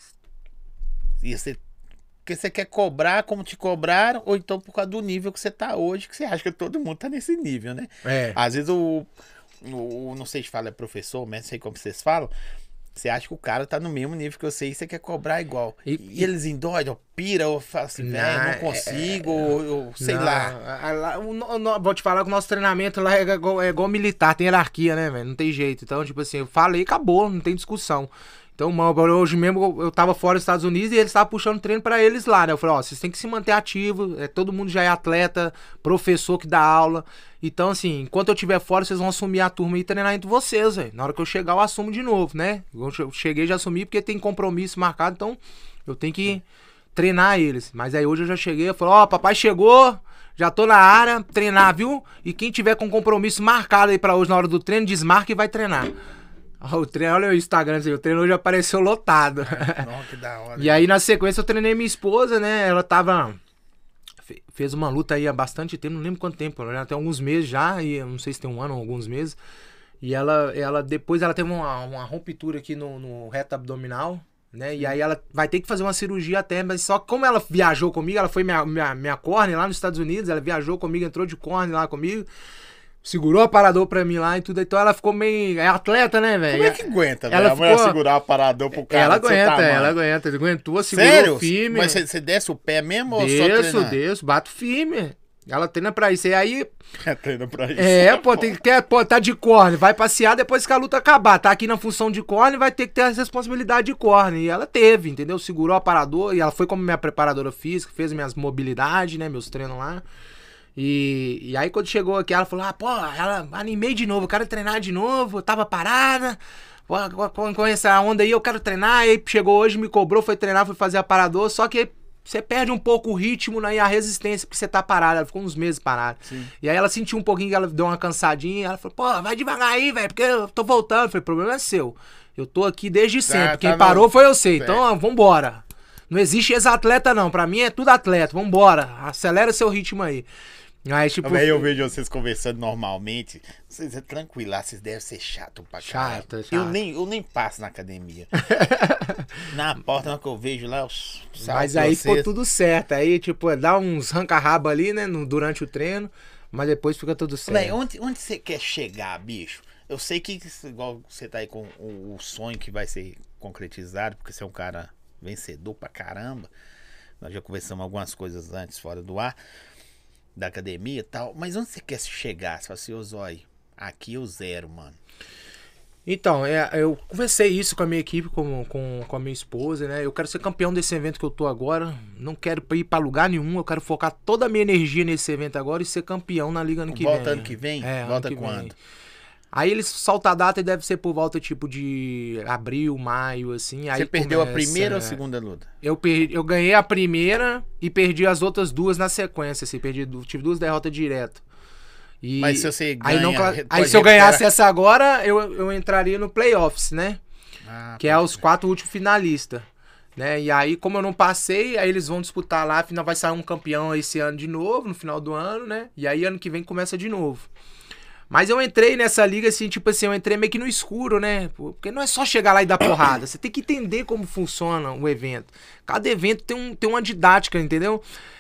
E você. Porque você quer cobrar como te cobraram, ou então por causa do nível que você tá hoje, que você acha que todo mundo tá nesse nível, né? É. Às vezes o, o, o- não sei se fala é professor, mas não sei como vocês falam. Você acha que o cara tá no mesmo nível que você e você quer cobrar igual. E, E- e eles endoidam, ou pira, ou fala assim, velho, Não, não é- consigo, ou, ou sei Não, lá. a- a- lá, o no- no- vou te falar que o nosso treinamento lá é igual, é igual militar, tem hierarquia, né, velho? Não tem jeito. Então, tipo assim, eu falei, acabou, não tem discussão. Então, mano, hoje mesmo eu- eu tava fora dos Estados Unidos e eles estavam puxando treino pra eles lá, né? Eu falei, ó, vocês têm que se manter ativos, é, todo mundo já é atleta, professor que dá aula. Então, assim, enquanto eu estiver fora, vocês vão assumir a turma e treinar entre vocês, velho. Na hora que eu chegar, eu assumo de novo, né? Eu che- cheguei já assumi porque tem compromisso marcado, então eu tenho que treinar eles. Mas aí hoje eu já cheguei, eu falei, ó, papai chegou, já tô na área, treinar, viu? E quem tiver com compromisso marcado aí pra hoje na hora do treino, desmarca e vai treinar. Ó, o treino, olha o Instagram, assim, o treino hoje apareceu lotado. Nossa, que da hora. E aí, na sequência, eu treinei minha esposa, né? Ela tava. fe- Fez uma luta aí há bastante tempo, não lembro quanto tempo, né? Até alguns meses já, e eu não sei se tem um ano ou alguns meses. E ela, ela depois ela teve uma, uma ruptura aqui no, no reto abdominal, né? E aí ela vai ter que fazer uma cirurgia até, mas só que como ela viajou comigo, ela foi minha, minha, minha corne lá nos Estados Unidos, ela viajou comigo, entrou de corne lá comigo, segurou o aparador pra mim lá e tudo, então ela ficou meio. É atleta, né, velho? Como é que aguenta, Ela velho? A mulher ficou- segurar o aparador pro cara Ela do seu aguenta, tamanho? ela aguenta, aguentou, segurou Sério? firme. Mas você, você desce o pé mesmo ou só Desço, treina? desço, bato firme. Ela treina pra isso. E aí, treina pra isso. é, pô, tem que ter, pô, tá de corne, vai passear depois que a luta acabar. Tá aqui na função de corne, vai ter que ter a responsabilidade de corne. E ela teve, entendeu? Segurou o aparador e ela foi como minha preparadora física, fez minhas mobilidades, né, meus treinos lá. E, e aí quando chegou aqui, ela falou, ah, pô, ela animei de novo, eu quero treinar de novo, eu tava parada. Pô, com, com essa onda aí, eu quero treinar. E aí chegou hoje, me cobrou, foi treinar, foi fazer aparador, só que você perde um pouco o ritmo, né, e a resistência, porque você tá parado. Ela ficou uns meses parada. Sim. E aí ela sentiu um pouquinho que ela deu uma cansadinha. E ela falou, pô, vai devagar aí, velho, porque eu tô voltando. Eu falei, o problema é seu. Eu tô aqui desde sempre. tá Quem no- parou foi eu sei. Certo. Então, ó, vambora. Não existe ex-atleta, não. Pra mim é tudo atleta. Vambora. Acelera seu ritmo aí. Aí, tipo. Aí eu vejo vocês conversando normalmente. Vocês é tranquilo lá, vocês devem ser chato pra caralho. Chato, chato. Eu nem, eu nem passo na academia. Na porta, na hora que eu vejo lá, os Mas aí ficou tudo certo. Aí, tipo, dá uns ranca-rabo ali, né? no- durante o treino. Mas depois fica tudo certo. Véi, onde, onde você quer chegar, bicho? Eu sei que, igual você tá aí com o, o sonho que vai ser concretizado, porque você é um cara vencedor pra caramba. Nós já conversamos algumas coisas antes, fora do ar, da academia e tal. Mas onde você quer chegar? Você fala assim, ô Zói, aqui eu zero, mano. Então, é, eu conversei isso com a minha equipe, com, com, com a minha esposa, né? Eu quero ser campeão desse evento que eu tô agora. Não quero ir pra lugar nenhum. Eu quero focar toda a minha energia nesse evento agora e ser campeão na liga ano que Volta vem. ano que vem? É, ano Volta que vem. quando? Aí eles soltam a data e deve ser por volta tipo de abril, maio, assim. Aí Você perdeu a começa, primeira ou a né? segunda luta? Eu, perdi, eu ganhei a primeira e perdi as outras duas na sequência, assim. Perdi, du- tive duas derrotas direto. E Mas se você aí, não, ganha, cla- pode aí se eu recuperar. ganhasse essa agora, eu, eu entraria no playoffs, né? Ah, Que é os quatro últimos finalistas. Né? E aí, como eu não passei, aí eles vão disputar lá, afinal vai sair um campeão esse ano de novo, no final do ano, né? E aí ano que vem começa de novo. Mas eu entrei nessa liga assim, tipo assim, eu entrei meio que no escuro, né? Porque não é só chegar lá e dar porrada, você tem que entender como funciona o evento. Cada evento tem, um, tem uma didática, entendeu?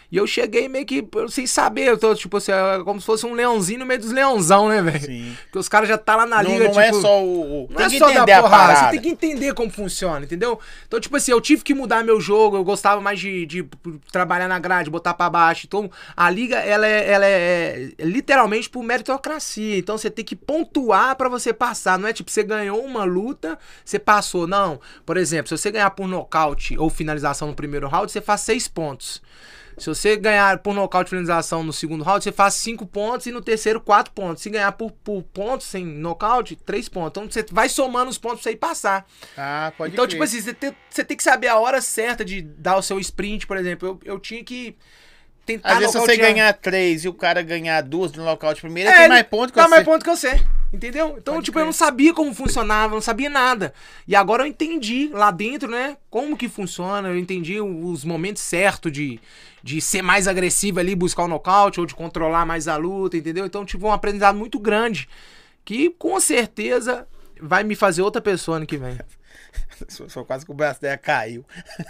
E eu cheguei meio que sem saber, eu tô, tipo assim, é como se fosse um leãozinho no meio dos leãozão, né, velho? Sim. Porque os caras já tá lá na Não, liga, não tipo... é só o... o- Não tem é que só entender dar a porrada, parada. você tem que entender como funciona, entendeu? Então, tipo assim, eu tive que mudar meu jogo, eu gostava mais de, de trabalhar na grade, botar pra baixo. Então, a liga, ela é, ela é, é literalmente por meritocracia. Então, você tem que pontuar pra você passar. Não é tipo, você ganhou uma luta, você passou. Não. Por exemplo, se você ganhar por nocaute ou finalização no primeiro round, você faz seis pontos. Se você ganhar por nocaute finalização no segundo round, você faz cinco pontos e no terceiro quatro pontos. Se ganhar por, por pontos sem nocaute, três pontos. Então você vai somando os pontos pra você ir passar. Ah, pode Então, crer. tipo assim, você tem, você tem que saber a hora certa de dar o seu sprint, por exemplo. Eu, eu tinha que tentar Às vezes se você nocautear. ganhar três e o cara ganhar duas no nocaute primeiro, É, ele tem ele mais ponto que dá você. mais ponto que você. Entendeu? Então, Pode tipo, crer. eu não sabia como funcionava, eu não sabia nada. E agora eu entendi lá dentro, né? Como que funciona, eu entendi os momentos certos de, de ser mais agressivo ali, buscar o nocaute, ou de controlar mais a luta, entendeu? Então, tipo, um aprendizado muito grande. Que com certeza vai me fazer outra pessoa ano que vem. Só quase que o braço dela caiu.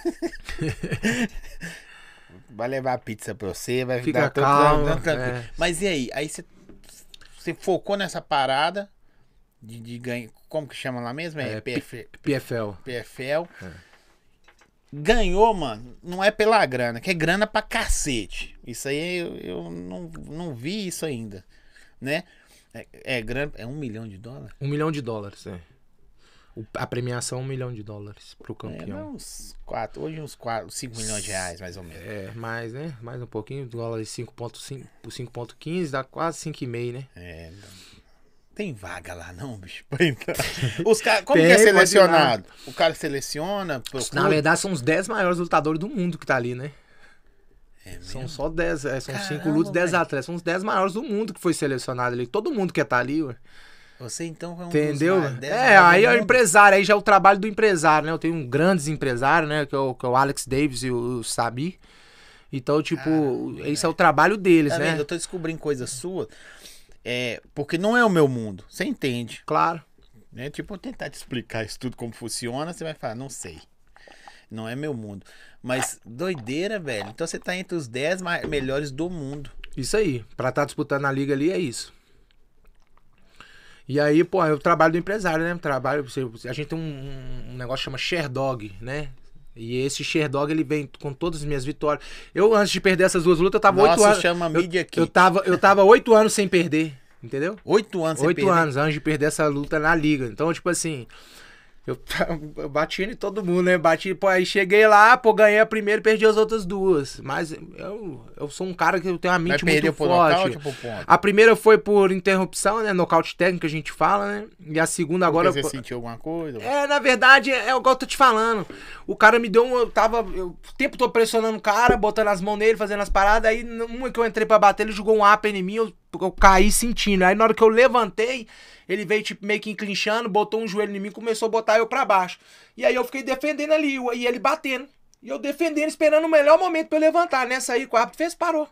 Vai levar a pizza pra você, vai Fica dar tudo calmo, tran- tranquilo. é. Mas e aí? Aí você, você focou nessa parada de, de ganhar. Como que chama lá mesmo? É, É, P F, P F L. P F L. Ganhou, mano. Não é pela grana, que é grana pra cacete. Isso aí eu, eu não, não vi isso ainda. Né? É, é grana. É um milhão de dólares? Um milhão de dólares, é. O- A premiação é um milhão de dólares pro É, campeão. uns quatro, hoje uns quatro, cinco milhões de reais, mais ou menos. É, mais, né? Mais um pouquinho, dólares cinco ponto cinco por cinco ponto quinze dá quase cinco vírgula cinco, né? É, não- tem vaga lá não, bicho, pra entrar. Os cara, como Tem, que é pode ir selecionado? O cara seleciona, procura. Na verdade, são os dez maiores lutadores do mundo que tá ali, né? É mesmo? São só dez, é, são Caramba, cinco lutas, dez velho. atletas. São os dez maiores do mundo que foi selecionado ali. Todo mundo quer estar ali, ué. Você então foi um Entendeu? dos mais, dez É, maiores aí do é o mundo? empresário, aí já é o trabalho do empresário, né? Eu tenho um grandes empresários, né? Que é o, que é o Alex Davis e o, o Sabir. Então, tipo, Caramba, esse é o trabalho deles, Tá né? vendo? Eu tô descobrindo coisas suas, é, porque não é o meu mundo, você entende, Claro. né? Tipo, eu tentar te explicar isso tudo como funciona, você vai falar, não sei. Não é meu mundo. Mas doideira, velho. Então você tá entre os dez ma- melhores do mundo. Isso aí. Pra estar disputando a liga ali é isso. E aí, pô, é o trabalho do empresário, né? Trabalho, a gente tem um, um negócio que chama Sherdog, né? E esse Sherdog, ele vem com todas as minhas vitórias. Eu, antes de perder essas duas lutas, eu tava oito Nossa, anos. chama Media eu, Kit. eu tava eu tava oito anos sem perder, entendeu? Oito anos sem Oito perder. anos antes de perder essa luta na liga. Então, tipo assim, eu, eu bati em todo mundo, né? Bati, pô, aí cheguei lá, pô, ganhei a primeira e perdi as outras duas. Mas eu, eu sou um cara que eu tenho uma Mas mente perdeu muito por forte. nocaute ou por ponto? A primeira foi por interrupção, né? Nocaute técnico que a gente fala, né? E a segunda agora. Porque você pô, sentiu alguma coisa? é, na verdade, é igual eu tô te falando. O cara me deu um. Eu tava. Eu, o tempo todo pressionando o cara, botando as mãos nele, fazendo as paradas. Aí, uma que eu entrei pra bater, ele jogou um upper em mim, eu, eu caí sentindo. Aí, na hora que eu levantei, ele veio, tipo, meio que enclinchando, botou um joelho em mim, começou a botar eu pra baixo. E aí eu fiquei defendendo ali, e ele batendo. E eu defendendo, esperando o melhor momento pra eu levantar. Nessa aí, o árbitro fez, parou.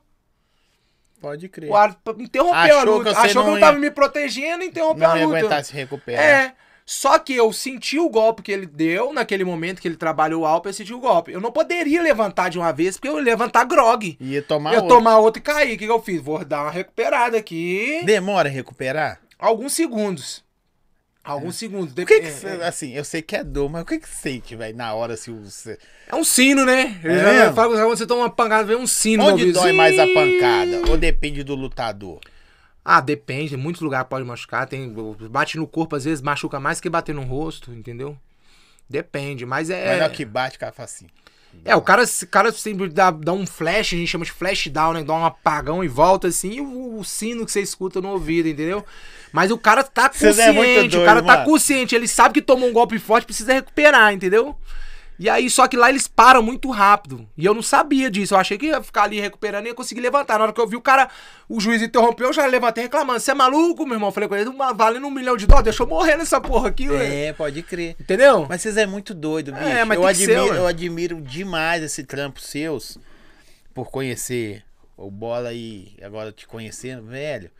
Pode crer. O árbitro interrompeu Achou a luta. que você Achou que não eu tava ia- me protegendo e interrompeu Não a ia luta. aguentar se recuperar. É. Só que eu senti o golpe que ele deu naquele momento que ele trabalhou o alto, eu senti o golpe. Eu não poderia levantar de uma vez, porque eu ia levantar grog. Ia tomar Eu ia outro. tomar outro e cair. O que, que eu fiz? Vou dar uma recuperada aqui. Demora a recuperar? Alguns segundos. Alguns segundos. O que que é, você, é, assim, eu sei que é dor, mas o que que você sente, velho, na hora se você... é um sino, né? Eu É já- eu mesmo? falo, quando você toma uma pancada, vem um sino. no Onde ouvido. dói mais a Zim! pancada? Ou depende do lutador? Ah, depende. Em muitos lugares pode machucar. Tem, bate no corpo, às vezes machuca mais que bater no rosto, entendeu? Depende, mas é... Mas na hora que bate, o cara fala assim. É, o cara, o cara sempre dá, dá um flash, a gente chama de flash down, né? Dá um apagão e volta assim, e o, o sino que você escuta no ouvido, entendeu? Mas o cara tá Você consciente, é muito doido, o cara tá mano. consciente, ele sabe que tomou um golpe forte, precisa recuperar, entendeu? E aí, só que lá eles param muito rápido. E eu não sabia disso, eu achei que ia ficar ali recuperando e ia conseguir levantar. Na hora que eu vi o cara, o juiz interrompeu, eu já levantei reclamando. Você é maluco, meu irmão? Eu falei com ele, valendo um milhão de dólares, deixa eu morrer nessa porra aqui, ué. É, pode crer. Entendeu? Mas vocês é muito doido, bicho. É, mas eu, tem que ser, admiro, ué. eu admiro demais esse trampo seus, por conhecer o Bola e agora te conhecendo, velho.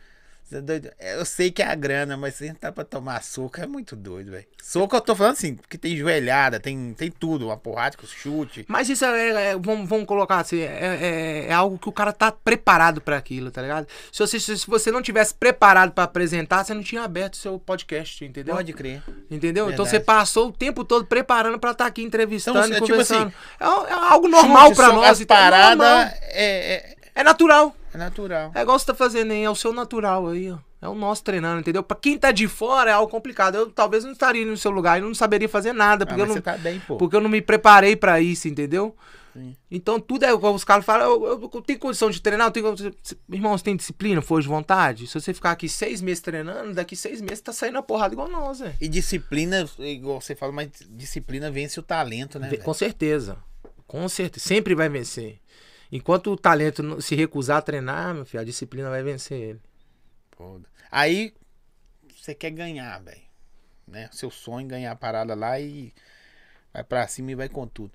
Você é doido? Eu sei que é a grana, mas se tá pra tomar soco, é muito doido, velho. Soco eu tô falando assim, porque tem joelhada, tem, tem tudo, uma porrada com chute. Mas isso é, é- vamos, vamos colocar assim, é, é- é algo que o cara tá preparado pra aquilo, tá ligado? Se você, se você não tivesse preparado pra apresentar, você não tinha aberto seu podcast, entendeu? Pode crer. Entendeu? Então Verdade. você passou o tempo todo preparando pra estar aqui entrevistando Então, e é tipo conversando. assim, é, é algo normal Chute, pra soco, nós. as então é normal. paradas é, é, É natural. é natural. É igual você tá fazendo aí, é o seu natural aí, ó. É o nosso treinando, entendeu? Pra quem tá de fora é algo complicado. Eu talvez não estaria no seu lugar e não saberia fazer nada, Ah, porque, eu mas não, você tá bem, pô. porque eu não me preparei pra isso, entendeu? Sim. Então tudo é como os caras falam, eu, eu, eu tenho condição de treinar, eu tenho condição- irmão, você tem disciplina, força de vontade? Se você ficar aqui seis meses treinando, daqui seis meses tá saindo a porrada igual nós, velho. E disciplina, igual você fala, mas disciplina vence o talento, né? Ve- velho? Com certeza. Com certeza. Sempre vai vencer. Enquanto o talento não- se recusar a treinar, meu filho, a disciplina vai vencer ele. Pô, aí você quer ganhar, velho. Né? Seu sonho é ganhar a parada lá e vai pra cima e vai com tudo.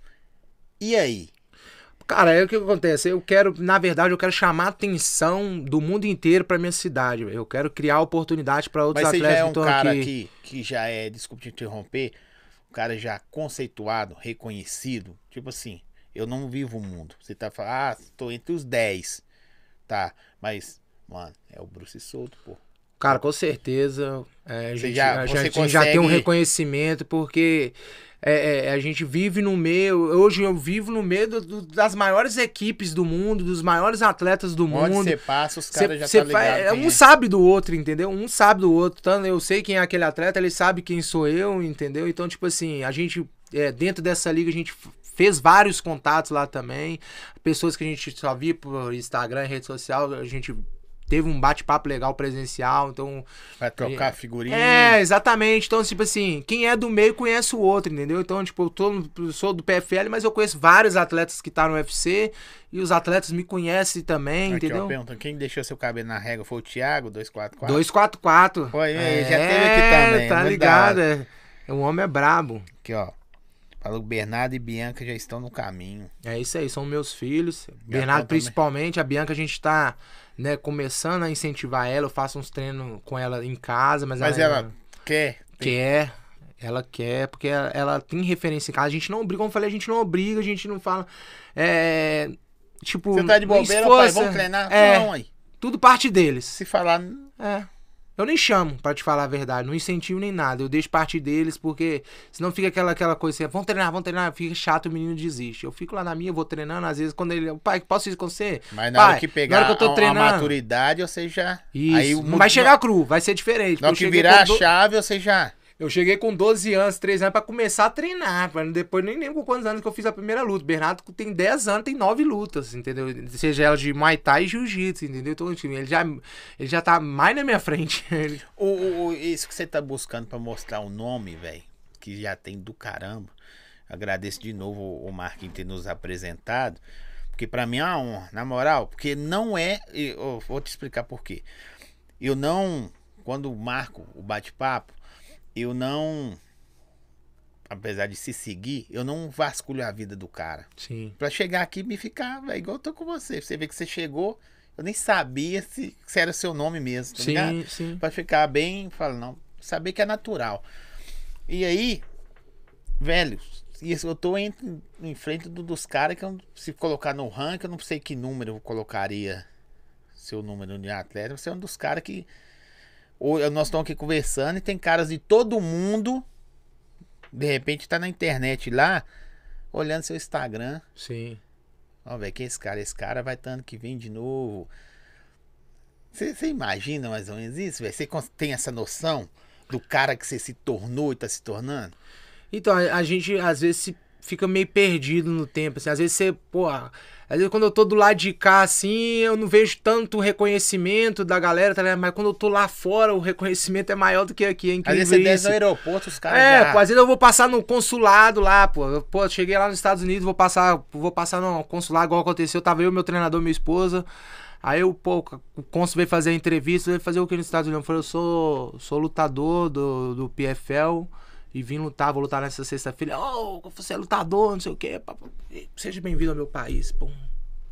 E aí? Cara, aí o que acontece? Eu quero, na verdade, eu quero chamar a atenção do mundo inteiro pra minha cidade, velho. Eu quero criar oportunidade pra outros Mas você já atletas é que um estão cara aqui. que, que já é, desculpe te interromper, um cara já conceituado, reconhecido. Tipo assim, eu não vivo o mundo. Você tá falando, ah, tô entre os dez. Tá, mas, mano, é o Bruce Souto, pô. Cara, com certeza. É, a Você gente, já- a você gente já tem um consegue- reconhecimento, porque é, é, a gente vive no meio. Hoje eu vivo no meio do- do- das maiores equipes do mundo, dos maiores atletas do Onde mundo. você passa, os Cê- caras já cê tá ligado. faz- quem um é. sabe do outro, entendeu? Um sabe do outro. Tanto eu sei quem é aquele atleta, ele sabe quem sou eu, entendeu? Então, tipo assim, a gente, é, dentro dessa liga, a gente f- fez vários contatos lá também. Pessoas que a gente só via por Instagram, rede social, a gente teve um bate-papo legal presencial, então... Vai trocar figurinha. É, exatamente. Então, tipo assim, quem é do meio conhece o outro, entendeu? Então, tipo, eu tô, eu sou do P F L, mas eu conheço vários atletas que tá no U F C e os atletas me conhecem também, Aqui, entendeu? ó, perguntando, quem deixou seu cabelo na régua foi o Thiago, dois quatro quatro. dois quatro quatro. Foi, ele já teve aqui também, Tá muito ligado, da é. O homem é brabo. Aqui, ó. Falou que Bernardo e Bianca já estão no caminho. É isso aí, são meus filhos. Gatão Bernardo também. principalmente, a Bianca a gente tá, né, começando a incentivar ela, eu faço uns treinos com ela em casa, mas, Mas ela quer. quer, ela quer, porque ela, ela tem referência em casa. A gente não obriga, como eu falei, a gente não obriga, a gente não fala. É. Tipo. Você tá de não bobeira, pai, esforça. vamos treinar? É, Não, aí. tudo parte deles. Se falar, É. Eu nem chamo, pra te falar a verdade. Não incentivo nem nada. Eu deixo partir deles, porque senão fica aquela, aquela coisa assim, vamos treinar, vamos treinar, fica chato, o menino desiste. Eu fico lá na minha, vou treinando, às vezes, quando ele. Pai, posso ir com você? mas na Pai, hora que na pegar hora que eu tô a, a treinando. maturidade, você já... Isso. Aí, não vai chegar cru, vai ser diferente. Na hora porque que eu cheguei virar com a do- chave, você já... Eu cheguei com doze anos, treze anos pra começar a treinar. Mano. Depois nem lembro com quantos anos que eu fiz a primeira luta. Bernardo tem dez anos, tem nove lutas, entendeu? Seja ela de Muay Thai e Jiu-Jitsu, entendeu? Então, assim, ele já, ele já tá mais na minha frente. Ele- O, o- o- isso que você tá buscando pra mostrar o nome, velho, que já tem do caramba. Agradeço de novo o o Marquinhos ter nos apresentado. Porque pra mim é uma honra, na moral. Porque não é... Eu vou te explicar por quê. Eu não... Quando marco o bate-papo, eu não... Apesar de se seguir, eu não vasculho a vida do cara. Sim. Pra chegar aqui e me ficar, velho, igual eu tô com você. Você vê que você chegou, eu nem sabia se, se era seu nome mesmo, tá ligado? Sim, sim. Pra ficar bem, fala, não, saber que é natural. E aí, velho, isso eu tô em, em frente do- dos caras que eu, se colocar no ranking, eu não sei que número eu colocaria seu número de atleta. Você é um dos caras que. Ou, nós estamos aqui conversando e tem caras de todo mundo, de repente tá na internet lá, olhando seu Instagram. Sim. Ó, velho, que esse cara? Esse cara vai estar ano que vem de novo. Você imagina mais ou menos isso, velho? Você cons- tem essa noção do cara que você se tornou e tá se tornando? Então, a, a gente às vezes se fica meio perdido no tempo, assim. Às vezes você, pô, às vezes quando eu tô do lado de cá, assim, eu não vejo tanto reconhecimento da galera, tá ligado? Mas quando eu tô lá fora, o reconhecimento é maior do que aqui, é Às incrível vezes você desce isso. no aeroporto, os caras É, já... pô, às vezes eu vou passar no consulado lá, pô. Eu, pô, cheguei lá nos Estados Unidos, vou passar, vou passar no consulado, igual aconteceu. Tava eu, meu treinador, minha esposa. Aí eu, pô, o cônsul veio fazer a entrevista, veio fazer o que nos Estados Unidos? Eu falei, eu sou, sou lutador do, do P F L e vim lutar, vou lutar nessa sexta-feira. Oh, você é lutador, não sei o quê. Pá, pá. Seja bem-vindo ao meu país, pô.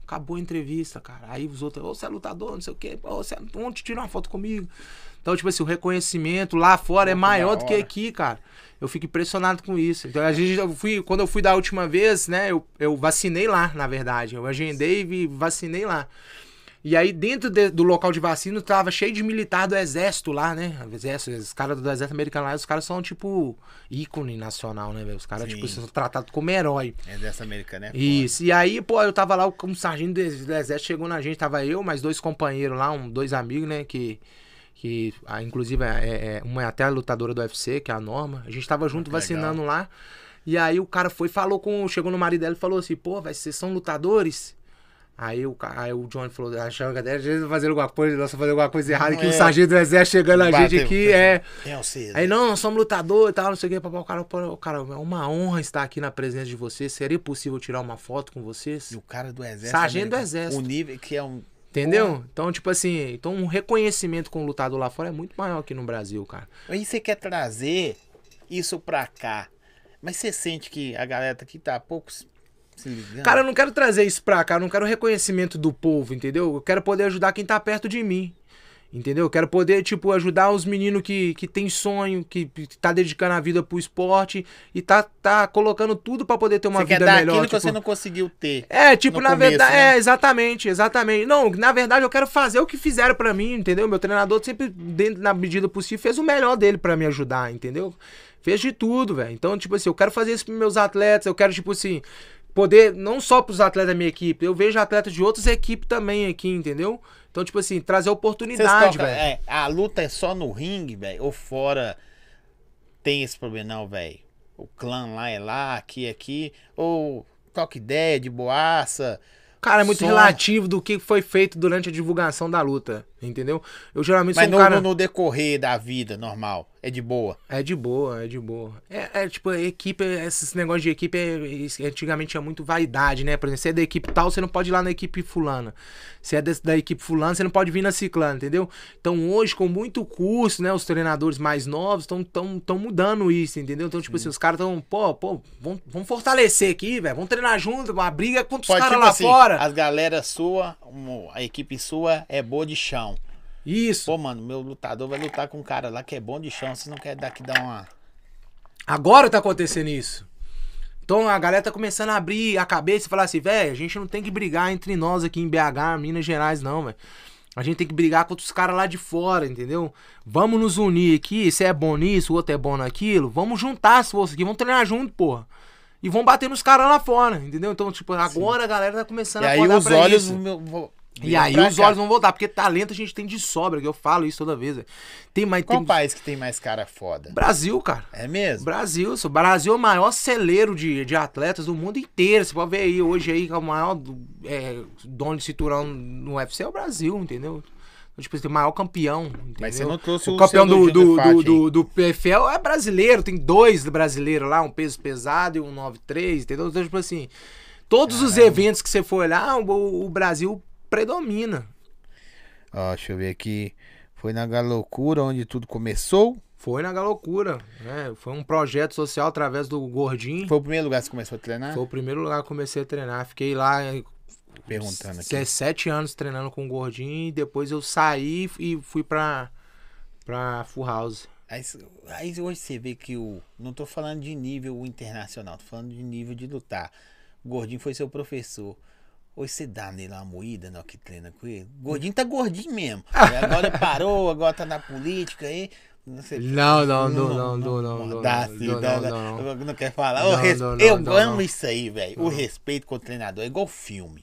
acabou a entrevista, cara. Aí os outros, ô, você é lutador, não sei o quê, pô, você vamos tirar uma foto comigo. Então, tipo assim, o reconhecimento lá fora é maior do que aqui, cara. Eu fico impressionado com isso. Então, a gente, eu fui, quando eu fui da última vez, né, eu, eu vacinei lá, na verdade. Eu agendei e vacinei lá. E aí, dentro de, do local de vacina, tava cheio de militar do exército lá, né? Exército, os caras do exército americano lá, os caras são, tipo, ícone nacional, né, velho? Os caras, tipo, são tratados como herói. Exército americano, né? Isso. E aí, pô, eu tava lá, como sargento do exército chegou na gente, tava eu, mais dois companheiros lá, um, dois amigos, né, que... que ah, inclusive, é, é, uma é até a lutadora do U F C, que é a Norma. A gente tava junto, ah, vacinando legal. Lá. E aí o cara foi, falou com... Chegou no marido dela e falou assim, pô, velho, vocês são lutadores? Aí o, aí o Johnny falou, achando que até a gente vai fazer alguma coisa, nós fazer alguma coisa errada, que é. O sargento do exército chegando a gente aqui, é... é aí, não, nós somos lutador e tal, não sei o que, papai, o cara, o cara, é uma honra estar aqui na presença de vocês, seria possível tirar uma foto com vocês? E o cara do exército... Sargento do exército. O nível que é um... Entendeu? Pô. Então, tipo assim, então um reconhecimento com o lutador lá fora é muito maior aqui no Brasil, cara. Aí você quer trazer isso pra cá, mas você sente que a galera aqui tá pouco se ligando? Cara, eu não quero trazer isso pra cá, eu não quero reconhecimento do povo, entendeu? Eu quero poder ajudar quem tá perto de mim. Entendeu? Eu quero poder, tipo, ajudar os meninos que, que tem sonho, que, que tá dedicando a vida pro esporte e tá, tá colocando tudo pra poder ter uma você vida quer dar melhor. Aquilo tipo... que você não conseguiu ter. É, tipo, na começo, verdade, né? é, exatamente, exatamente. Não, na verdade eu quero fazer o que fizeram pra mim, entendeu? Meu treinador sempre, dentro da medida possível, fez o melhor dele pra me ajudar, entendeu? Fez de tudo, velho. Então, tipo assim, eu quero fazer isso pros meus atletas, eu quero, tipo assim, poder, não só pros atletas da minha equipe, eu vejo atletas de outras equipes também aqui, entendeu? Então, tipo assim, trazer oportunidade, velho. É, a luta é só no ringue, velho? Ou fora tem esse problema, não, velho? O clã lá é lá, aqui é aqui. Ou toca ideia de boaça. Cara, é muito som. relativo do que foi feito durante a divulgação da luta, entendeu? Eu geralmente Mas sou um no, cara... no decorrer da vida normal, é de boa? É de boa, é de boa. É, é tipo, a equipe, esses negócios de equipe, é, antigamente tinha muito vaidade, né? Por exemplo, você é da equipe tal, você não pode ir lá na equipe fulana. Se é desse, da equipe fulana, você não pode vir na ciclana, entendeu? Então hoje, com muito curso, né? Os treinadores mais novos estão tão, tão mudando isso, entendeu? Então, tipo Sim. assim, os caras estão, pô, pô, vamos, vamos fortalecer aqui, velho. Vamos treinar junto, uma briga contra os Pode, caras tipo lá assim, fora. As galera sua, a equipe sua é boa de chão. Isso. Pô, mano, meu lutador vai lutar com um cara lá que é bom de chão. Você não quer daqui dar uma... Agora tá acontecendo isso. Então a galera tá começando a abrir a cabeça e falar assim, velho, a gente não tem que brigar entre nós aqui em B H, Minas Gerais, não, velho. A gente tem que brigar contra os caras lá de fora, entendeu? Vamos nos unir aqui, você é bom nisso, o outro é bom naquilo. Vamos juntar as forças aqui, vamos treinar junto, porra. E vamos bater nos caras lá fora, entendeu? Então, tipo, agora Sim. a galera tá começando e a acordar aí os pra olhos isso. Meu, vou... E aí os cá. olhos vão voltar, porque talento a gente tem de sobra, que eu falo isso toda vez. Véio. Tem mais, Qual tem... país que tem mais cara foda? Brasil, cara. É mesmo? Brasil. O Brasil é o maior celeiro de, de atletas do mundo inteiro. Você pode ver aí, hoje aí, que é o maior é, dono de cinturão no U F C é o Brasil, entendeu? Tipo, tem o maior campeão, entendeu? Mas você não trouxe o o campeão do, do, do, do, do, do P F L é brasileiro, tem dois brasileiros lá, um peso pesado e um nove três, entendeu? Então, tipo assim, todos Caramba. os eventos que você for olhar, o, o Brasil predomina. Ó, deixa eu ver aqui. Foi na Galocura onde tudo começou? Foi na Galocura, né? Foi um projeto social através do Gordinho. Foi o primeiro lugar que você começou a treinar? Foi o primeiro lugar que eu comecei a treinar. Fiquei lá perguntando aqui. dezessete anos treinando com o Gordinho e depois eu saí e fui pra, pra Full House. Aí, aí hoje você vê que o... Não tô falando de nível internacional, tô falando de nível de lutar. O Gordinho foi seu professor. Hoje você dá nele uma moída, não, que treina com ele. O Gordinho tá gordinho mesmo. Agora parou, agora tá na política aí. Não, sei, não, não, não, não, não, não, não, dá, assim, não, dá, não, não, não, não quer falar. Não, o res... não, não, Eu não, amo não. isso aí, velho. O respeito com o treinador é igual filme.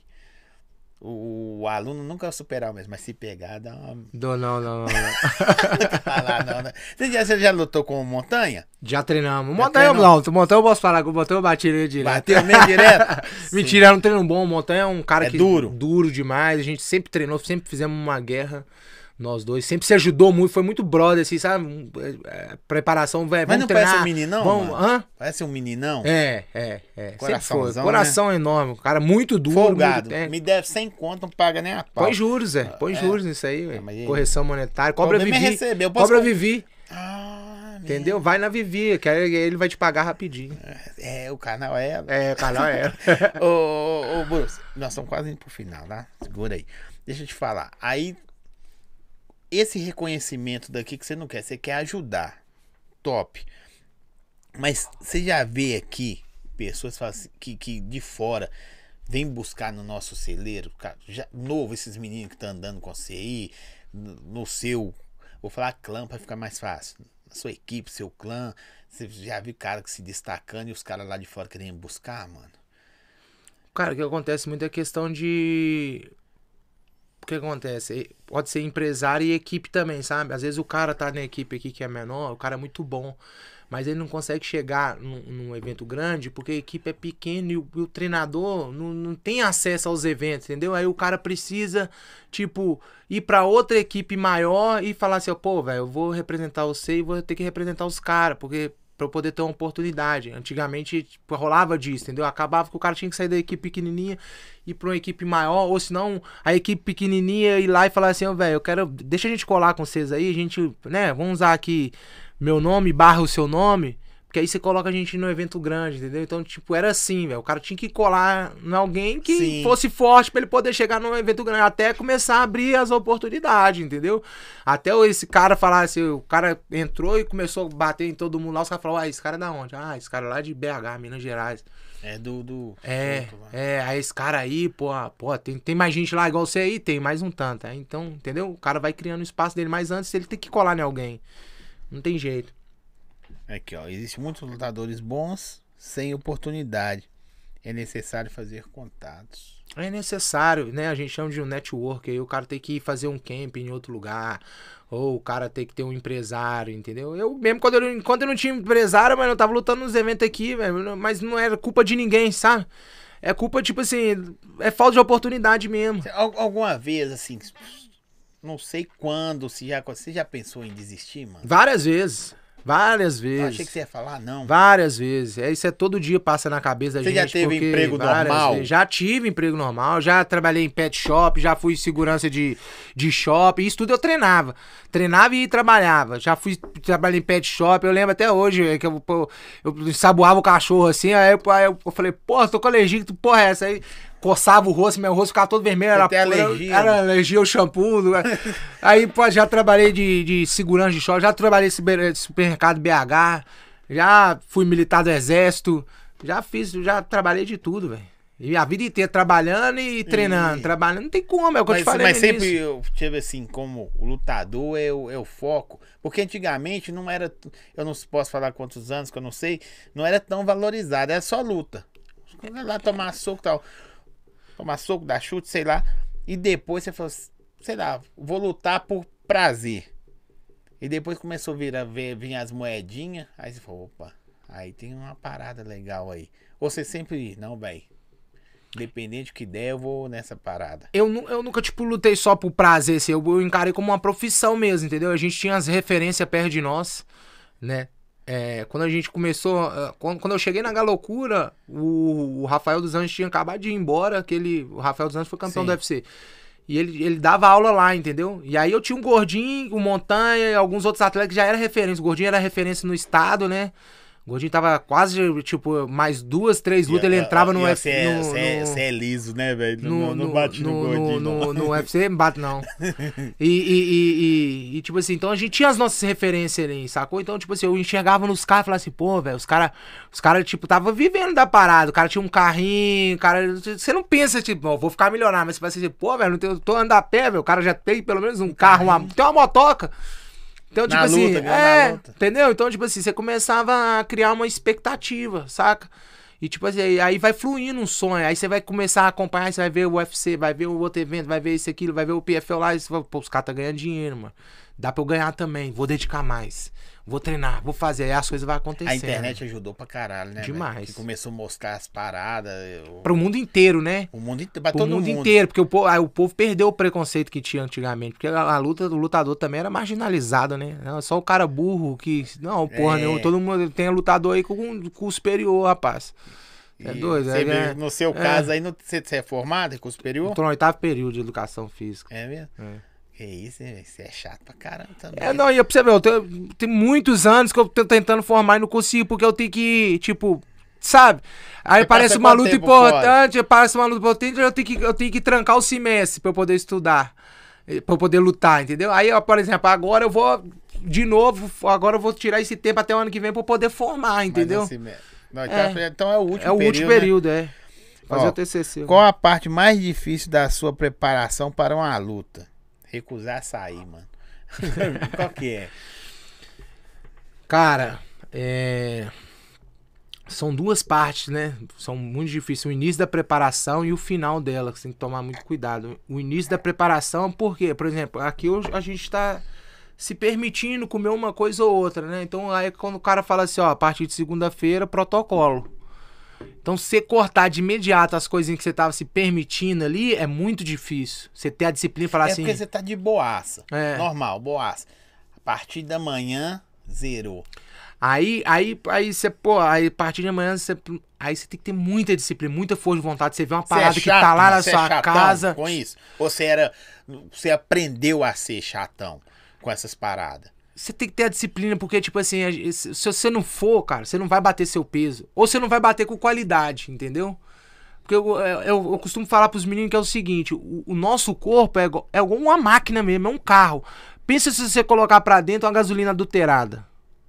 O, o aluno nunca vai superar mesmo, mas se pegar, dá uma. Não, não, não, não. Não quer falar, não, né? Você já, você já lutou com montanha? Já treinamos. Montanha não, montanha eu posso falar, com montanha eu bati ele direto. Bateu mesmo direto? Mentira, era um treino bom. Montanha é um cara é que. duro. Duro demais. A gente sempre treinou, sempre fizemos uma guerra. Nós dois. Sempre se ajudou muito, foi muito brother, assim, sabe? É, preparação, velho. Mas não treinar, parece um meninão? Vamos... Hã? Parece um meninão? É, é, é. Coraçãozão, Coração né? enorme. Cara muito duro. Folgado. Muito... É. Me deve cem conto, não paga nem a pau. Põe juros, Zé. Põe é. juros nisso aí, velho. Ah, Correção monetária. Cobra Vivi. Receber. Cobra posso... Vivi. Ah, Entendeu? Vai na Vivi, que aí ele vai te pagar rapidinho. É, é, o canal é ela. É, o canal é ela. ô, ô, ô, Bruce, nós estamos quase indo pro final, tá? Segura aí. Deixa eu te falar. Aí, esse reconhecimento daqui que você não quer, você quer ajudar. Top. Mas você já vê aqui pessoas assim, que, que de fora vem buscar no nosso celeiro, cara, já, novo, esses meninos que estão andando com você aí, no, no seu, vou falar clã para ficar mais fácil, na sua equipe, seu clã, você já viu cara que se destacando e os caras lá de fora querendo buscar, mano? Cara, o que acontece muito é questão de... O que acontece? Pode ser empresário e equipe também, sabe? Às vezes o cara tá na equipe aqui que é menor, o cara é muito bom, mas ele não consegue chegar num, num evento grande porque a equipe é pequena e o, e o treinador não, não tem acesso aos eventos, entendeu? Aí o cara precisa, tipo, ir pra outra equipe maior e falar assim, pô, velho, eu vou representar você e vou ter que representar os caras, porque... pra eu poder ter uma oportunidade. Antigamente, tipo, rolava disso, entendeu? Acabava que o cara tinha que sair da equipe pequenininha e ir pra uma equipe maior, ou senão a equipe pequenininha ir lá e falar assim, ó, velho, eu quero, deixa a gente colar com vocês aí, a gente, né, vamos usar aqui meu nome, barra o seu nome, porque aí você coloca a gente no evento grande, entendeu? Então, tipo, era assim, velho, o cara tinha que colar em alguém que Sim. fosse forte pra ele poder chegar num evento grande, até começar a abrir as oportunidades, entendeu? Até esse cara falar assim, o cara entrou e começou a bater em todo mundo lá, os caras falaram, ah, esse cara é da onde? Ah, esse cara é lá de B H, Minas Gerais. É do... do É, outro lá. é, aí esse cara aí, pô, pô tem, tem mais gente lá igual você aí? Tem, mais um tanto. Aí, então, entendeu? O cara vai criando o espaço dele, mas antes ele tem que colar em alguém. Não tem jeito. Aqui, ó, existem muitos lutadores bons sem oportunidade. É necessário fazer contatos. É necessário, né? A gente chama de um network. Aí o cara tem que ir fazer um camping em outro lugar. Ou o cara tem que ter um empresário, entendeu? Eu mesmo, quando eu, quando eu não tinha empresário, mas eu tava lutando nos eventos aqui, velho. Mas não era culpa de ninguém, sabe? É culpa, tipo assim, é falta de oportunidade mesmo. Al- Alguma vez, assim, não sei quando, se já, você já pensou em desistir, mano? Várias vezes. Várias Eu vezes. achei que você ia falar, não. Várias vezes. É, isso é todo dia passa na cabeça da Você gente. já teve porque emprego várias normal? vezes- Já tive emprego normal, já trabalhei em pet shop, já fui segurança de, de shopping, isso tudo eu treinava. Treinava e trabalhava. Já fui trabalhar em pet shop, eu lembro até hoje é, que eu, pô, eu ensaboava o cachorro assim, aí, eu- aí eu falei, pô, tô com alergia, que porra é essa? Aí coçava o rosto, meu rosto ficava todo vermelho, era, tem alergia, era né? alergia ao shampoo. Aí, pô, já trabalhei de, de segurança de shopping, já trabalhei em super- supermercado B H, já fui militar do exército, já fiz, já trabalhei de tudo, velho. E a vida inteira trabalhando e treinando, E- trabalhando, não tem como, é o que eu Mas, te falei mas no sempre início. eu tive assim, como o lutador é o, é o foco. Porque antigamente não era. Eu não posso falar quantos anos que eu não sei. Não era tão valorizado, era só luta. Vai lá tomar soco e tal. Tomar soco, dar chute, sei lá. E depois você falou, sei lá, vou lutar por prazer. E depois começou a vir, a ver, vir as moedinhas. Aí você falou, opa, aí tem uma parada legal aí. Ou você sempre, não, velho. Independente do que der, eu vou nessa parada. Eu, nu- eu nunca, tipo, lutei só por prazer, assim, eu, eu encarei como uma profissão mesmo, entendeu? A gente tinha as referências perto de nós, né? É, quando a gente começou, ah, quando, quando eu cheguei na Galocura, o, o Rafael dos Anjos tinha acabado de ir embora, aquele, o Rafael dos Anjos foi campeão Sim. do U F C. E ele, ele dava aula lá, entendeu? E aí eu tinha um Gordinho, o Montanha e alguns outros atletas que já era referência. O Gordinho era referência no estado, né? O Gordinho tava quase, tipo, mais duas, três lutas, ele entrava no U F C. no- Você é, no- cê é liso, né, velho? no, Não, não no, bate no, no, gordinho, no, não. no U F C, não bate não. E, e, e, e, e, tipo assim, então a gente tinha as nossas referências ali, sacou? Então, tipo assim, eu enxergava nos caras e falava assim, pô, velho, os caras, os cara, tipo, tava vivendo da parada. O cara tinha um carrinho, o cara. Você não pensa, tipo, ó, vou ficar milionário, mas você vai assim, pô, velho, não tenho- tô andando a pé, velho. O cara já tem pelo menos um carro, uma, tem uma motoca. Então, Na tipo assim, luta, ganhou na é, luta. entendeu? Então, tipo assim, você começava a criar uma expectativa, saca? E tipo assim, aí- aí vai fluindo um sonho, aí você vai começar a acompanhar, aí você vai ver o U F C, vai ver o outro evento, vai ver isso, aquilo, vai ver o P F L lá, e você fala, pô, os caras tá ganhando dinheiro, mano. Dá pra eu ganhar também, vou dedicar mais, vou treinar, vou fazer, aí as coisas vão acontecendo. A internet ajudou pra caralho, né? Demais. velho? Que começou a mostrar as paradas. o- Pro mundo inteiro, né? O mundo inteiro, pra Pro todo mundo, mundo. inteiro, porque o povo, aí o povo perdeu o preconceito que tinha antigamente, porque a, a luta do lutador também era marginalizado, né? Não, só o cara burro que, não, porra, É. nenhuma, todo mundo tem lutador aí com, com o superior, rapaz. É E doido, você é, vê, é. no seu É. caso aí, no- você, você é formado em curso superior? Eu tô no oitavo período de educação física. É mesmo? É. Que isso, hein, velho? Você é chato pra caramba também. É, não, e pra você ver, eu tenho, tem muitos anos que eu tô tentando formar e não consigo, porque eu tenho que, tipo, sabe? Aí Você parece passa uma quanto luta tempo importante, parece uma luta importante, eu tenho que, eu tenho que trancar o semestre pra eu poder estudar, eh, pra eu poder lutar, entendeu? Aí, ó, por exemplo, agora eu vou, de novo, agora eu vou tirar esse tempo até o ano que vem pra eu poder formar, Mas entendeu? assim, não, então, É. então é o último É o período, último né? período, é. Fazer Ó, o T C C. Qual a parte mais difícil da sua preparação para uma luta? Recusar sair, mano. Qual que é? Cara, é... são duas partes, né? São muito difíceis. O início da preparação e o final dela, que você tem que tomar muito cuidado. O início da preparação, por quê? Por exemplo, aqui hoje a gente tá se permitindo comer uma coisa ou outra, né? Então aí quando o cara fala assim, ó, a partir de segunda-feira, protocolo. Então, você cortar de imediato as coisinhas que você tava se permitindo ali é muito difícil. Você ter a disciplina e falar É assim. porque você tá de boaça. É. Normal, boaça. A partir da manhã, zerou. Aí, aí, aí você, pô, aí a partir de amanhã você. Aí você tem que ter muita disciplina, muita força de vontade. Você vê uma Você é parada que chato, tá lá mano? na Você é sua chatão casa. com isso? Ou você era. Você aprendeu a ser chatão com essas paradas? Você tem que ter a disciplina, porque, tipo assim, a- se se você não for, cara, você não vai bater seu peso. Ou você não vai bater com qualidade, entendeu? Porque eu, eu, eu- eu costumo falar pros meninos que é o seguinte: o, o nosso corpo é igual, é igual uma máquina mesmo, é um carro. Pensa se você colocar pra dentro uma gasolina adulterada.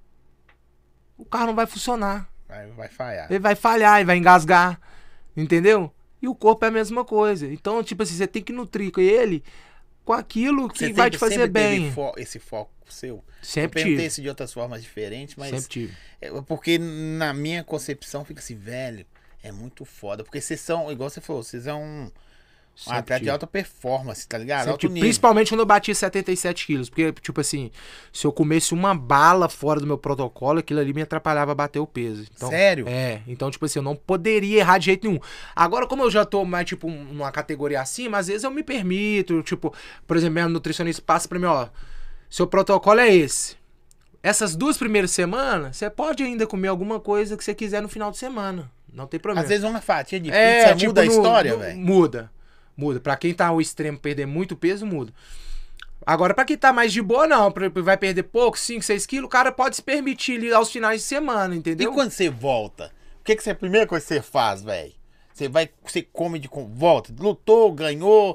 O carro não vai funcionar. Vai, vai falhar. Ele vai falhar, ele vai engasgar. Entendeu? E o corpo é a mesma coisa. Então, tipo assim, você tem que nutrir ele com aquilo que Você vai sempre- te fazer sempre teve bem. fo- esse foco seu? Sempre Eu perguntei tive. isso de outras formas diferentes, mas. Sempre tive. É porque na minha concepção fica assim, velho, é muito foda. Porque vocês são, igual você falou, vocês são um, um Sempre atleta de tive. alta performance, tá ligado? Sempre Alto tive. nível. Principalmente quando eu bati setenta e sete quilos. Porque, tipo assim, se eu comesse uma bala fora do meu protocolo, aquilo ali me atrapalhava a bater o peso. Então, Sério? É. Então, tipo assim, eu não poderia errar de jeito nenhum. Agora, como eu já tô mais, tipo, um- numa categoria acima, às vezes eu me permito. Tipo, por exemplo, minha nutricionista passa pra mim, ó. Seu protocolo é esse. Essas duas primeiras semanas, você pode ainda comer alguma coisa que você quiser no final de semana. Não tem problema. Às vezes uma fatia de pizza É, muda tipo, a no- história, no- velho. Muda. Muda. Pra quem tá ao extremo perder muito peso, muda. Agora, pra quem tá mais de boa, não. Pra- Vai perder pouco, cinco, seis quilos, o cara pode se permitir ali aos finais de semana, E entendeu? quando você volta? O que, que você, a primeira coisa que você faz, velho? Você vai, você come de com- volta, lutou, ganhou,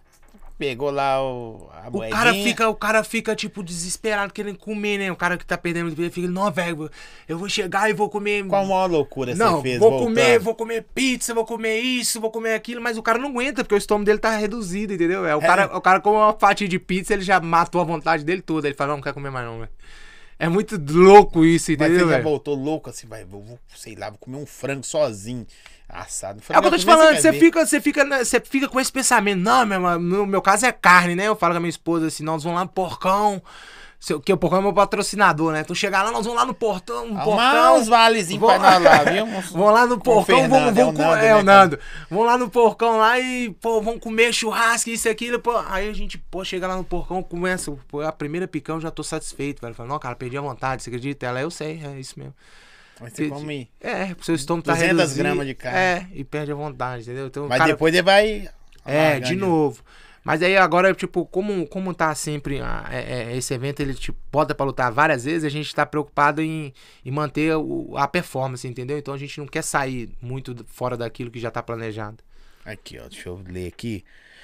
pegou lá o, a O moedinha. cara fica, o cara fica, tipo, desesperado, querendo comer, né? O cara que tá perdendo peso fica, não, velho, eu vou chegar e vou comer. Qual a maior loucura Não, você fez vou voltando? comer, vou comer pizza, vou comer isso, vou comer aquilo, mas o cara não aguenta, porque o estômago dele tá reduzido, entendeu? É, o, É. cara, o cara come uma fatia de pizza, ele já matou a vontade dele toda. Ele fala, não, não quer comer mais não, velho. É muito louco isso, Mas entendeu, você já velho? voltou louco assim, vai, vou, vou, sei lá, vou comer um frango sozinho, assado. É o que eu tô te falando, você fica, você, fica, na- você fica com esse pensamento, não, meu, no meu caso é carne, né? Eu falo com a minha esposa assim, nós vamos lá no porcão, seu- que o porcão é meu patrocinador, né? Então chegar lá, nós vamos lá no portão, no Arrumar porcão. uns valezinhos Vou- pra nós lá, viu? Uns- Vão lá no Com o porcão, Fernando, vamos, é o vamos com- Nando, é, né, o Nando. Vão lá no porcão lá e, pô, vão comer churrasco, isso e aquilo, pô. Aí a gente, pô, chega lá no porcão, começa, pô, a primeira picão eu já tô satisfeito, velho. Fala, não, cara, perdi a vontade, você acredita? Ela, eu sei, é isso mesmo. Mas você come... É, o seu estômago tá duzentas reduzido. gramas de carne. É, e perde a vontade, entendeu? Então, o Mas cara- depois ele vai... É, largando de novo. Mas aí agora, tipo, como, como tá sempre ah, é- é, esse evento, ele te bota pra lutar várias vezes, a gente tá preocupado em, em manter o- a performance, entendeu? Então a gente não quer sair muito fora daquilo que já tá planejado. Aqui, ó, deixa eu ler aqui.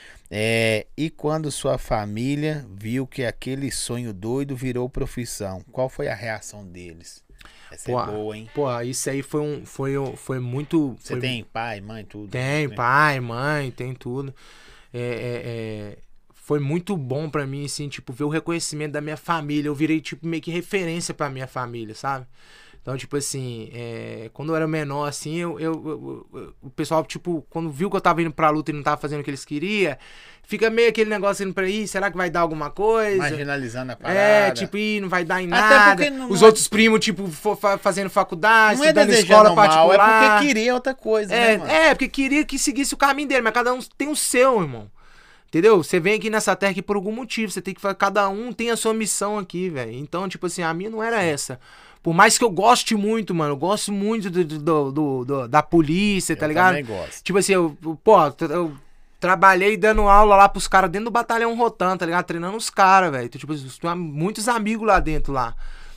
É, e quando sua família viu que aquele sonho doido virou profissão, qual foi a reação deles? Essa Pô, é boa, hein? Pô, isso aí foi um, foi, um- foi muito... Você foi- tem pai, mãe, tudo? Tem, né? pai, mãe, tem tudo. É, é, é, foi muito bom pra mim, assim, tipo, ver o reconhecimento da minha família. Eu virei, tipo, meio que referência pra minha família, sabe? Então, tipo assim, é, quando eu era menor, assim, eu, eu, eu- eu- o pessoal, tipo, quando viu que eu tava indo pra luta e não tava fazendo o que eles queriam, fica meio aquele negócio indo pra ir, será que vai dar alguma coisa? Marginalizando a parada. É, tipo, ih, não vai dar em Até nada. porque não Os é- outros primos, tipo, fo- fa- fazendo faculdade, Não é estudando em desejando escola mal, é particular. porque queria outra coisa, É, né, mano? é, porque queria que seguisse o caminho dele, mas cada um tem o seu, irmão. Entendeu? Você vem aqui nessa terra aqui por algum motivo. Você tem que fazer. Cada um tem a sua missão aqui, velho. Então, tipo assim, a minha não era essa. Por mais que eu goste muito, mano. Eu gosto muito do, do, do- do- da polícia, tá Eu ligado? também gosto. Tipo assim, eu, eu- pô, eu trabalhei dando aula lá pros caras dentro do batalhão Rotan, tá ligado? Treinando os caras, velho. Então, tipo, tem muitos amigos lá dentro lá.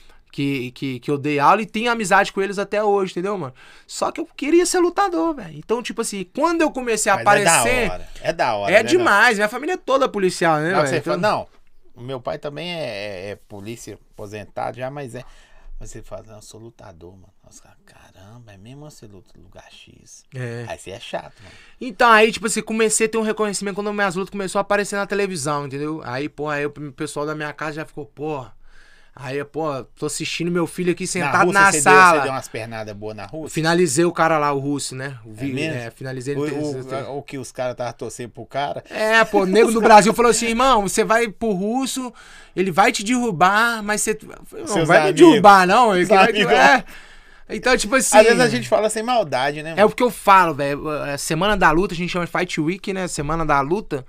Que, que, que eu dei aula e tenho amizade com eles até hoje, entendeu, mano? Só que eu queria ser lutador, velho. Então, tipo assim, quando eu comecei a Mas aparecer... É da hora. É da hora. É né, demais. Minha família é toda policial, né, não, velho? você Então... fala, não, o meu pai também é, é, é polícia aposentado já, mas é... Você fala, não, eu sou lutador, mano. Os caras, caramba, é mesmo você luta no lugar X. É. Aí você é chato, mano. Então, aí, tipo assim, comecei a ter um reconhecimento quando minhas lutas começou a aparecer na televisão, entendeu? Aí, pô, aí o pessoal da minha casa já ficou, pô... Aí, pô, tô assistindo meu filho aqui sentado na, na Rússia, sala. Você deu, você deu umas pernadas boas na Rússia? Finalizei o cara lá, o russo, né? O é mesmo? É, finalizei o, ele. o, o que os caras estavam torcendo pro cara. É, pô, o nego do Brasil falou assim, irmão, você vai pro russo, ele vai te derrubar, mas você... Não Seus vai amigos. me derrubar, não. Ele vai te... amigos. é. Então, tipo assim... Às vezes a gente fala sem maldade, né, mano? É o que eu falo, velho. Semana da luta, a gente chama de Fight Week, né? Semana da luta.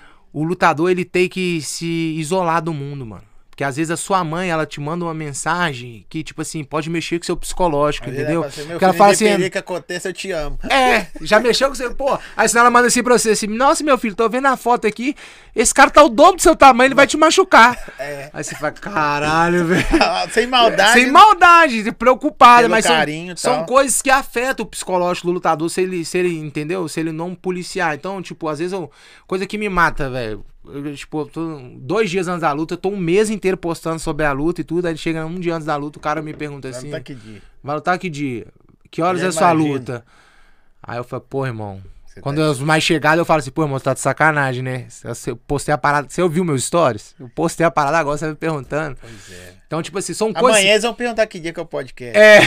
O lutador, ele tem que se isolar do mundo, mano. Porque às vezes a sua mãe, ela te manda uma mensagem que, tipo assim, pode mexer com o seu psicológico, Às entendeu? Ela fala, Porque ela fala assim... que aconteça, eu te amo. É, já mexeu com você, pô. Aí senão ela manda assim pra você, assim, nossa, meu filho, tô vendo a foto aqui, esse cara tá o dobro do seu tamanho, ele vai te machucar. É. Aí você fala, caralho, velho. Sem maldade. Sem maldade, preocupada, Pelo mas são, carinho e são tal. coisas que afetam o psicológico do lutador, se ele, se ele, entendeu? Se ele não policiar. Então, tipo, às vezes, eu, coisa que me mata, velho. Eu, tipo, eu tô dois dias antes da luta, eu tô um mês inteiro postando sobre a luta e tudo, aí chega um dia antes da luta, o cara me pergunta assim... Vai lutar que dia? Vai lutar que dia? Que horas Eu é a sua imagino. luta? Aí eu falo, pô, irmão... Você Quando tá... eu mais chegado, eu falo assim, pô, irmão, você tá de sacanagem, né? Eu postei a parada. Você ouviu meus stories? Eu postei a parada agora, você tá me perguntando. Pois é. Então, tipo assim, são coisas. Amanhã eles vão perguntar que dia que é o podcast. É,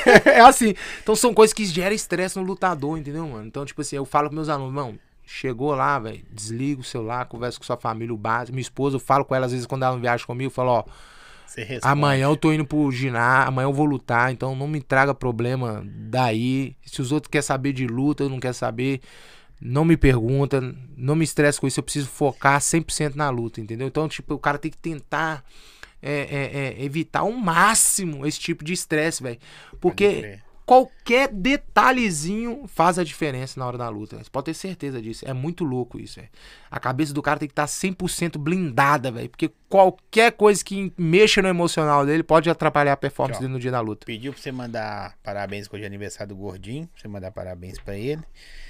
é assim. Então são coisas que geram estresse no lutador, entendeu, mano? Então, tipo assim, eu falo pros meus alunos, irmão, chegou lá, velho, desliga o celular, conversa com sua família, o básico. Minha esposa, eu falo com ela, às vezes, quando ela não viaja comigo, eu falo, ó. Você responde. Amanhã eu tô indo pro ginásio, amanhã eu vou lutar, então não me traga problema daí. Se os outros querem saber de luta, eu não quero saber. Não me pergunta, não me estresse com isso, eu preciso focar cem por cento na luta, entendeu? Então, tipo, o cara tem que tentar é, é, é, evitar ao máximo esse tipo de estresse, velho. Porque qualquer detalhezinho faz a diferença na hora da luta. Você pode ter certeza disso. É muito louco isso, velho. A cabeça do cara tem que estar cem por cento blindada, velho. Porque qualquer coisa que mexa no emocional dele pode atrapalhar a performance dele no dia da luta. Pediu pra você mandar parabéns com o aniversário do Gordinho, pra você mandar parabéns pra ele.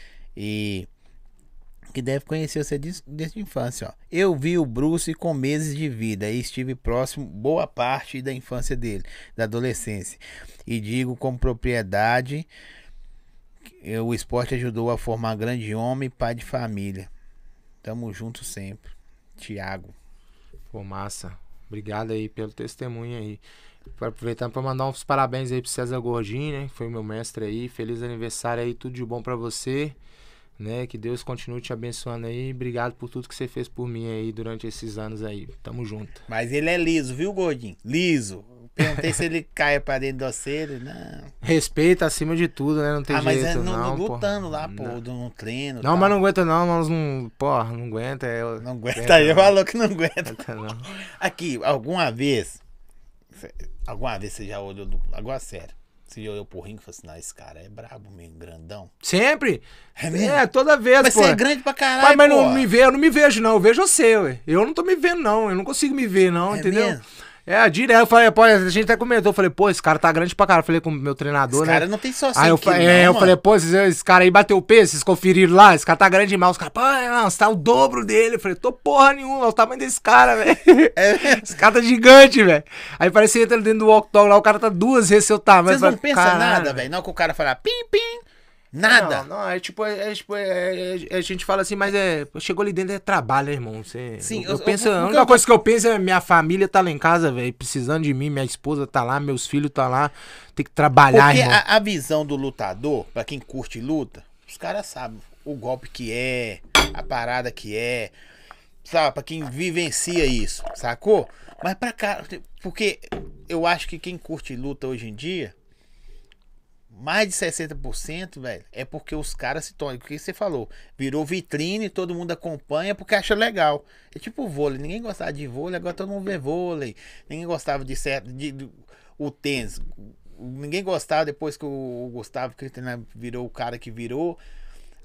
E que deve conhecer você desde, desde a infância, ó. Eu vi o Bruce com meses de vida e estive próximo boa parte da infância dele, da adolescência. E digo com propriedade, que o esporte ajudou a formar grande homem e pai de família. Tamo junto sempre. Thiago. Pô, massa. Obrigado aí pelo testemunho aí. Aproveitando para mandar uns parabéns aí pro César Gordinho, né? Que foi o meu mestre aí. Feliz aniversário aí, tudo de bom para você. Né, que Deus continue te abençoando aí. Obrigado por tudo que você fez por mim aí durante esses anos aí. Tamo junto. Mas ele é liso, viu, Gordinho? Liso. Perguntei se ele caia pra dentro de você. Ele, não. Respeito acima de tudo, né? Não tem ah, mas jeito, é no, não. lutando pô. lá, pô, Não, no treino. não tal. mas não aguenta não. Nós não. Porra, não aguenta. É, Não aguenta. Aí falou que não aguenta. não. Aqui, alguma vez. Alguma vez você já olhou. Do, agora, sério. Você já olhou pro ringue e falou assim: não, esse cara é brabo mesmo, grandão. Sempre? É mesmo? É, toda vez, Mas pô. você é grande pra caralho, Pai, mas pô. não me vê, eu não me vejo, não. Eu vejo você, ué. Eu não tô me vendo, não. Eu não consigo me ver, não, É entendeu? mesmo? É, direto. Eu falei, pô, a gente até comentou. Eu falei, pô, esse cara tá grande pra caralho. Eu falei com o meu treinador, Esse né? cara não tem só Aí eu, cem fa- quilos, é, não, eu mano. falei, pô, esse, esse cara aí bateu o peso, vocês conferiram lá, esse cara tá grande demais. Os caras, pô, não, você tá o dobro dele. Eu falei, tô porra nenhuma, é o tamanho desse cara, velho. É mesmo? Esse cara tá gigante, velho. Aí parece que entra dentro do octógono lá, o cara tá duas vezes seu tamanho. Vocês não Eu falei, pensam caralho, nada, velho. Não que o cara falar pim, pim. Nada. Não, não, é tipo, é, é, tipo é, é, a gente fala assim, mas é. Chegou ali dentro é trabalho, né, irmão? Você, Sim, eu, eu eu- penso. eu- A porque única eu- coisa que eu penso é minha família tá lá em casa, velho, precisando de mim, minha esposa tá lá, meus filhos tá lá, tem que trabalhar, Porque irmão. a, a visão do lutador, pra quem curte luta, os caras sabem o golpe que é, a parada que é, sabe? Pra quem vivencia isso, sacou? Mas pra cá, porque eu acho que quem curte luta hoje em dia, mais de sessenta por cento, velho, é porque os caras se tornam, o que você falou, virou vitrine, todo mundo acompanha porque acha legal. É tipo vôlei, ninguém gostava de vôlei, agora todo mundo vê vôlei. Ninguém gostava de certo, de, de- o tênis. Ninguém gostava depois que o, o Gustavo Kirchner virou o cara que virou.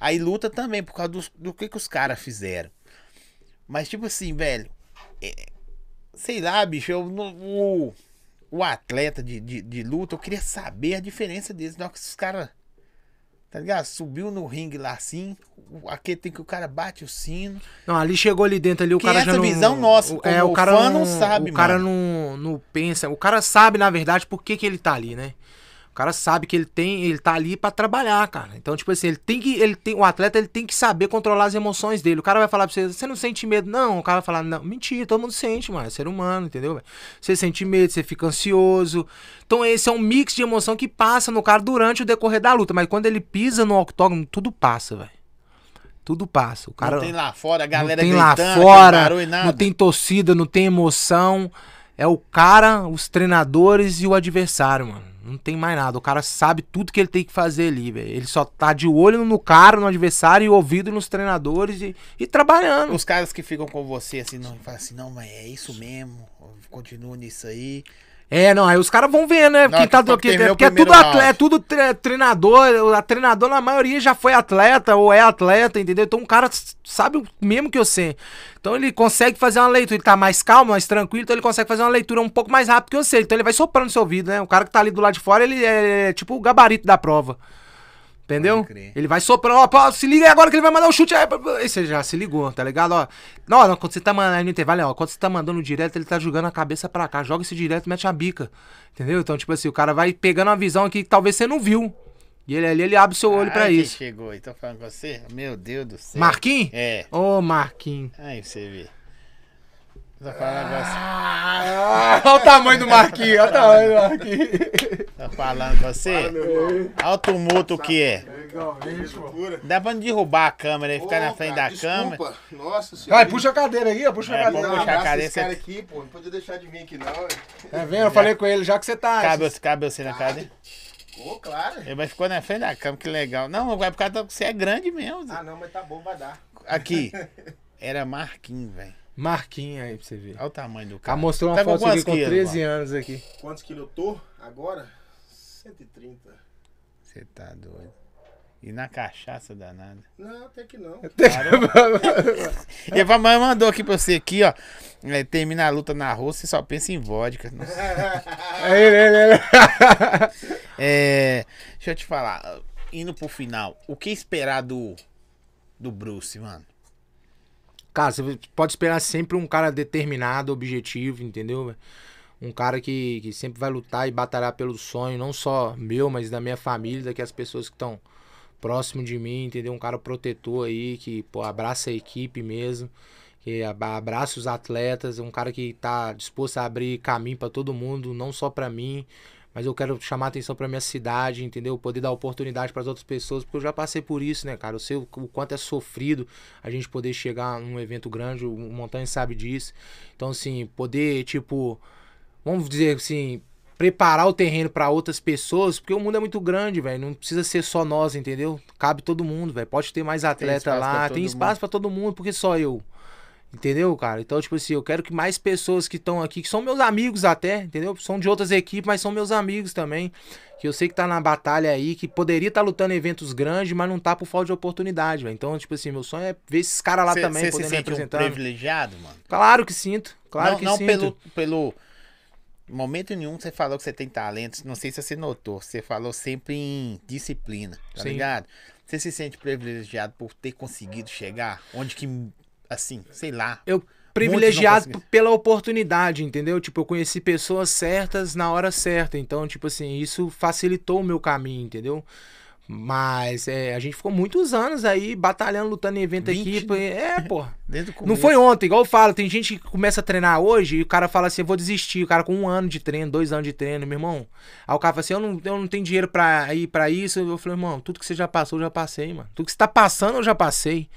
Aí luta também, por causa do, do que, que os caras fizeram. Mas, tipo assim, velho. É, sei lá, bicho, eu, no, o, o atleta de, de, de luta, eu queria saber a diferença deles. Na hora que os caras, tá ligado? Subiu no ringue lá assim. Aqui tem que o cara bate o sino. Não, ali chegou ali dentro ali, o Que cara essa já não... visão nossa, como é, o cara fã não, não sabe, O cara mano. não, não pensa. O cara sabe, na verdade, por que que ele tá ali, né? O cara sabe que ele tem, ele tá ali pra trabalhar, cara. Então, tipo assim, ele tem que, ele tem, o atleta ele tem que saber controlar as emoções dele. O cara vai falar pra você, você não sente medo? Não, o cara vai falar, não, mentira, todo mundo sente, mano, é ser humano, entendeu? Véio? Você sente medo, você fica ansioso. Então, esse é um mix de emoção que passa no cara durante o decorrer da luta. Mas quando ele pisa no octógono, tudo passa, velho. Tudo passa. O cara Não tem lá fora, a galera não tem lá gritando, fora, aquele barulho, nada. não tem torcida, não tem emoção. É o cara, os treinadores e o adversário, mano. Não tem mais nada. O cara sabe tudo que ele tem que fazer ali, velho. Ele só tá de olho no cara, no adversário e ouvido nos treinadores e, e trabalhando. Os caras que ficam com você assim, não, falam assim, não, mas é isso mesmo, continua nisso aí. É, não, aí os caras vão ver, né? Não, Quem tá, que- que, que porque é primeiro tudo atleta, round. é tudo tre- treinador. A treinador, na maioria, já foi atleta ou é atleta, entendeu? Então o cara s- sabe o mesmo que eu sei. Então ele consegue fazer uma leitura, ele tá mais calmo, mais tranquilo, então ele consegue fazer uma leitura um pouco mais rápido que eu sei. Então ele vai soprando no seu ouvido, né? O cara que tá ali do lado de fora, ele é tipo o gabarito da prova. Entendeu? Pode crer. Ele vai soprando, ó, pô, se liga aí agora que ele vai mandar um chute. Aí, aí você já se ligou, tá ligado? Ó, não, não, quando você tá mandando no intervalo, ó, quando você tá mandando direto, ele tá jogando a cabeça pra cá. Joga esse direto e mete a bica. Entendeu? Então, tipo assim, o cara vai pegando uma visão aqui que talvez você não viu. E ele ali, ele abre o seu olho pra Ai, quem isso. chegou aí, tô falando com você? Meu Deus do céu. Marquinhos? É. Ô, Marquinhos. Aí você vê. Tô falando com você. Ah, olha o tamanho do Marquinhos, olha o tamanho do Marquinhos. Tô falando com você. Olha o tumulto que é. Dá pra não derrubar a câmera e ficar na frente da câmera. Desculpa. Nossa senhora. Vai, puxa a cadeira aí, ó, puxa a É, cadeira. vamos puxar a cadeira. Esse cara aqui, pô, não podia deixar de vir aqui não. ué. Tá vendo? Eu falei com ele, já que você tá... Cabe, cabe você na cadeira. Pô, claro. Ele vai ficar na frente da câmera, que legal. Não, vai por causa que você é grande mesmo. Zé. Ah, não, mas tá bom, vai dar. Aqui. Era Marquinhos, velho. Marquinhos aí pra você ver. Olha o tamanho do Ela cara. mostrou uma Tá foto quantos aqui com quilos, treze mano? anos aqui. Quantos quilos eu tô agora? cento e trinta. Você tá doido. E na cachaça danada. Não, até que não. E a mamãe mandou aqui pra você aqui, ó. É, termina a luta na rua, você só pensa em vodka. Nossa. É ele, ele, ele. É, deixa eu te falar. Indo pro final, o que esperar do, do Bruce, mano? Cara, você pode esperar sempre um cara determinado, objetivo, entendeu? velho? Um cara que, que sempre vai lutar e batalhar pelo sonho, não só meu, mas da minha família, daquelas pessoas que estão próximo de mim, entendeu? Um cara protetor aí, que pô, abraça a equipe mesmo, que aba- abraça os atletas, um cara que tá disposto a abrir caminho pra todo mundo, não só pra mim, mas eu quero chamar atenção pra minha cidade, entendeu? Poder dar oportunidade pras outras pessoas, porque eu já passei por isso, né, cara? Eu sei o, o quanto é sofrido a gente poder chegar num evento grande, o Montanha sabe disso. Então, assim, poder, tipo, vamos dizer assim, preparar o terreno pra outras pessoas, porque o mundo é muito grande, velho. Não precisa ser só nós, entendeu? Cabe todo mundo, velho. Pode ter mais atleta espaço pra lá, todo tem espaço pra todo mundo, porque só eu. Entendeu, cara? Então, tipo assim, eu quero que mais pessoas que estão aqui, que são meus amigos até, entendeu? São de outras equipes, mas são meus amigos também. Que eu sei que tá na batalha aí, que poderia estar lutando em eventos grandes, mas não tá por falta de oportunidade, velho. Então, tipo assim, meu sonho é ver esses caras lá também, Você se podendo me sente um apresentar. privilegiado, mano? Claro que sinto, claro não que não sinto. pelo, pelo momento nenhum você falou que você tem talentos. Não sei se você notou. Você falou sempre em disciplina, tá Sim. ligado? Você se sente privilegiado por ter conseguido chegar onde que, assim, sei lá. Eu Muitos privilegiado não conseguem. pela oportunidade, entendeu? Tipo, eu conheci pessoas certas na hora certa. Então, tipo assim, isso facilitou o meu caminho, entendeu? Mas é, a gente ficou muitos anos aí batalhando, lutando em evento vinte, equipe. É, pô. Desde o Não começo. foi ontem, igual eu falo, tem gente que começa a treinar hoje e o cara fala assim, eu vou desistir. O cara com um ano de treino, dois anos de treino, meu irmão. Aí o cara fala assim, eu não, eu não tenho dinheiro pra ir pra isso. Eu falei, irmão, tudo que você já passou, eu já passei, mano. Tudo que você tá passando, eu já passei.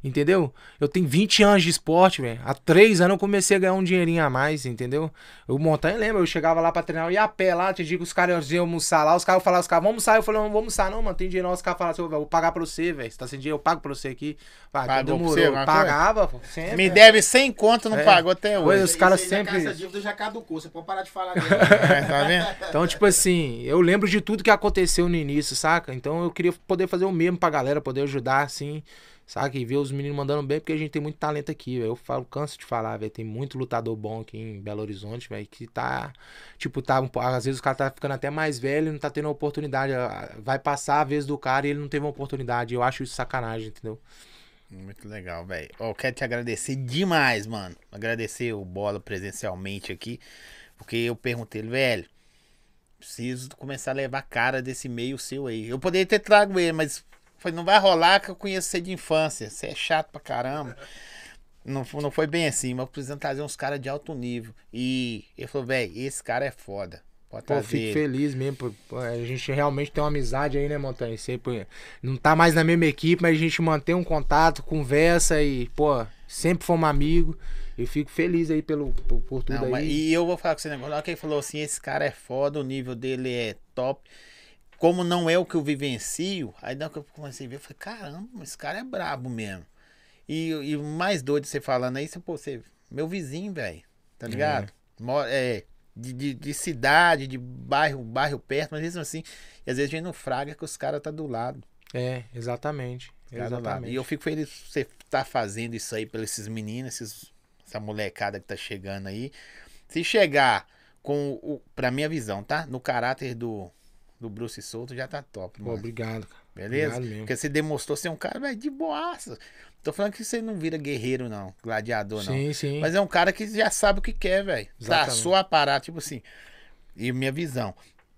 Entendeu? Eu tenho vinte anos de esporte, velho. Há três anos eu comecei a ganhar um dinheirinho a mais, entendeu? O Montanha lembra, eu chegava lá pra treinar, eu ia a pé lá, tinha dia que os caras iam almoçar lá, os caras falavam, os caras, vamos almoçar. Eu falei, não, vamos almoçar não, mano, tem dinheiro não. Os caras falavam assim, eu vou pagar pra você, velho. Você tá sem dinheiro, eu pago pra você aqui. Vai, Pagou então demorou. pra você alguma coisa? Pagava, pô, sempre. Me deve cem conto, não É. pagou até Pois, hoje. os caras Esse aí, sempre- Essa dívida já caducou, você pode parar de falar dele. É, tá vendo? Então, tipo assim, eu lembro de tudo que aconteceu no início, saca? Então eu queria poder fazer o mesmo pra galera, poder ajudar, assim, saca? E ver os meninos mandando bem, porque a gente tem muito talento aqui, velho. Eu falo, canso de falar, velho. Tem muito lutador bom aqui em Belo Horizonte, velho, que tá, tipo, tá, um po- às vezes o cara tá ficando até mais velho e não tá tendo a oportunidade. Ah, vai passar a vez do cara e ele não teve uma oportunidade. Eu acho isso sacanagem, entendeu? Muito legal, velho. Ó, quero te agradecer demais, mano. Agradecer o Bola presencialmente aqui. Porque eu perguntei ele, velho, preciso começar a levar a cara desse meio seu aí. Eu poderia ter trago ele, mas foi, não vai rolar que eu conheço você de infância. Você é chato pra caramba. Não, fo- não foi bem assim, mas eu preciso trazer uns caras de alto nível. E ele falou, velho, esse cara é foda. Pode Pô, eu trazer fico ele. feliz mesmo. Pô, pô, a gente realmente tem uma amizade aí, né, Montanha? Sempre, não tá mais na mesma equipe, mas a gente mantém um contato, conversa e, pô, sempre fomos amigos. Eu fico feliz aí pelo, por, por tudo Não, mas- aí. e eu vou falar com você negócio. Na hora que ele falou assim, esse cara é foda, o nível dele é top. Como não é o que eu vivencio, aí na hora que eu comecei a ver, eu falei, caramba, esse cara é brabo mesmo. E, e o mais doido de você falando aí, você, pô, você, meu vizinho, velho, tá ligado? Mo- É, de, de, de cidade, de bairro, bairro perto, mas mesmo assim, e às vezes a gente não fraga que os caras tá do lado. É, exatamente. Cara do lado. Exatamente. E eu fico feliz por você tá fazendo isso aí pelos esses meninos, esses, essa molecada que tá chegando aí. Se chegar com o, pra minha visão, tá? No caráter do, do Bruce Souto, já tá top, Pô, mano. obrigado, cara. Beleza? Obrigado mesmo. Porque você demonstrou ser um cara, velho, de boaça. Tô falando que você não vira guerreiro, não. Gladiador, não. Sim, sim. Mas é um cara que já sabe o que quer, velho. Exatamente. Traçou a parada, tipo assim. E minha visão.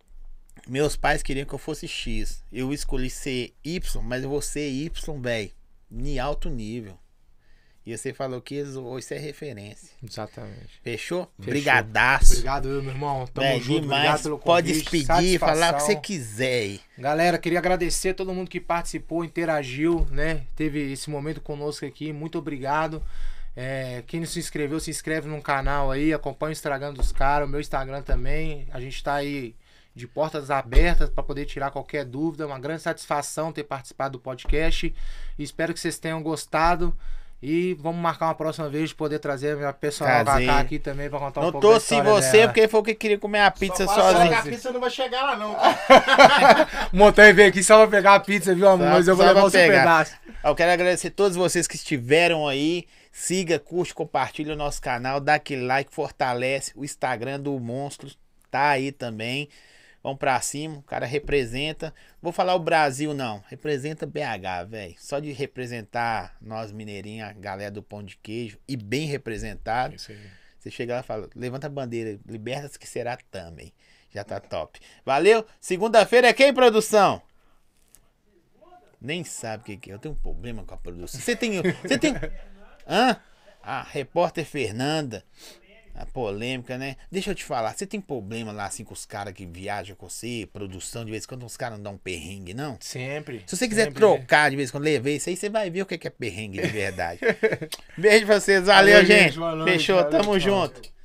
Meus pais queriam que eu fosse X. Eu escolhi ser Y, mas eu vou ser Y, velho. Em alto nível. E você falou que isso isso é referência. Exatamente. Fechou? Fechou. Brigadaço. Obrigado, meu irmão. Tamo Véi, junto. demais. Obrigado pelo Pode convite. despedir, falar o que você Satisfação. quiser aí. Galera, queria agradecer a todo mundo que participou, interagiu, né? Teve esse momento conosco aqui. Muito obrigado. É, quem não se inscreveu, se inscreve no canal aí, acompanha o Instagram dos caras, o meu Instagram também. A gente tá aí de portas abertas para poder tirar qualquer dúvida. Uma grande satisfação ter participado do podcast. E espero que vocês tenham gostado. E vamos marcar uma próxima vez de poder trazer a minha personal Trazer. Kaká aqui também para contar um Não pouco da torci história você, dela. porque ele falou que queria comer a pizza Só fala só que sozinho. a pizza não vai chegar lá, não. Tá? O Montanha veio aqui só pra pegar a pizza, viu, amor? Só- Mas eu vou só levar pra o seu pegar. pedaço. Eu quero agradecer a todos vocês que estiveram aí. Siga, curte, compartilha o nosso canal, dá aquele like, fortalece. O Instagram do Monstro tá aí também. Vamos pra cima, o cara representa. Vou falar o Brasil, não. Representa B H, velho. Só de representar nós mineirinhos, a galera do pão de queijo, e bem representado. Isso aí. Você chega lá e fala, levanta a bandeira, liberta-se que será também. Já tá top. Valeu? Segunda-feira é quem, produção? Nem sabe o que, que é. Eu tenho um problema com a produção. Você tem. Você tem. Hã? A repórter Fernanda. A polêmica, né? Deixa eu te falar. Você tem problema lá assim com os caras que viajam com você, produção, de vez em quando os caras não dão um perrengue, não? Sempre. Se você quiser sempre. trocar de vez em quando, levei isso aí, você vai ver o que que é perrengue de verdade. Beijo pra vocês. Valeu, Valeu, gente. gente. Boa noite. Fechou. Valeu, Tamo tchau. junto.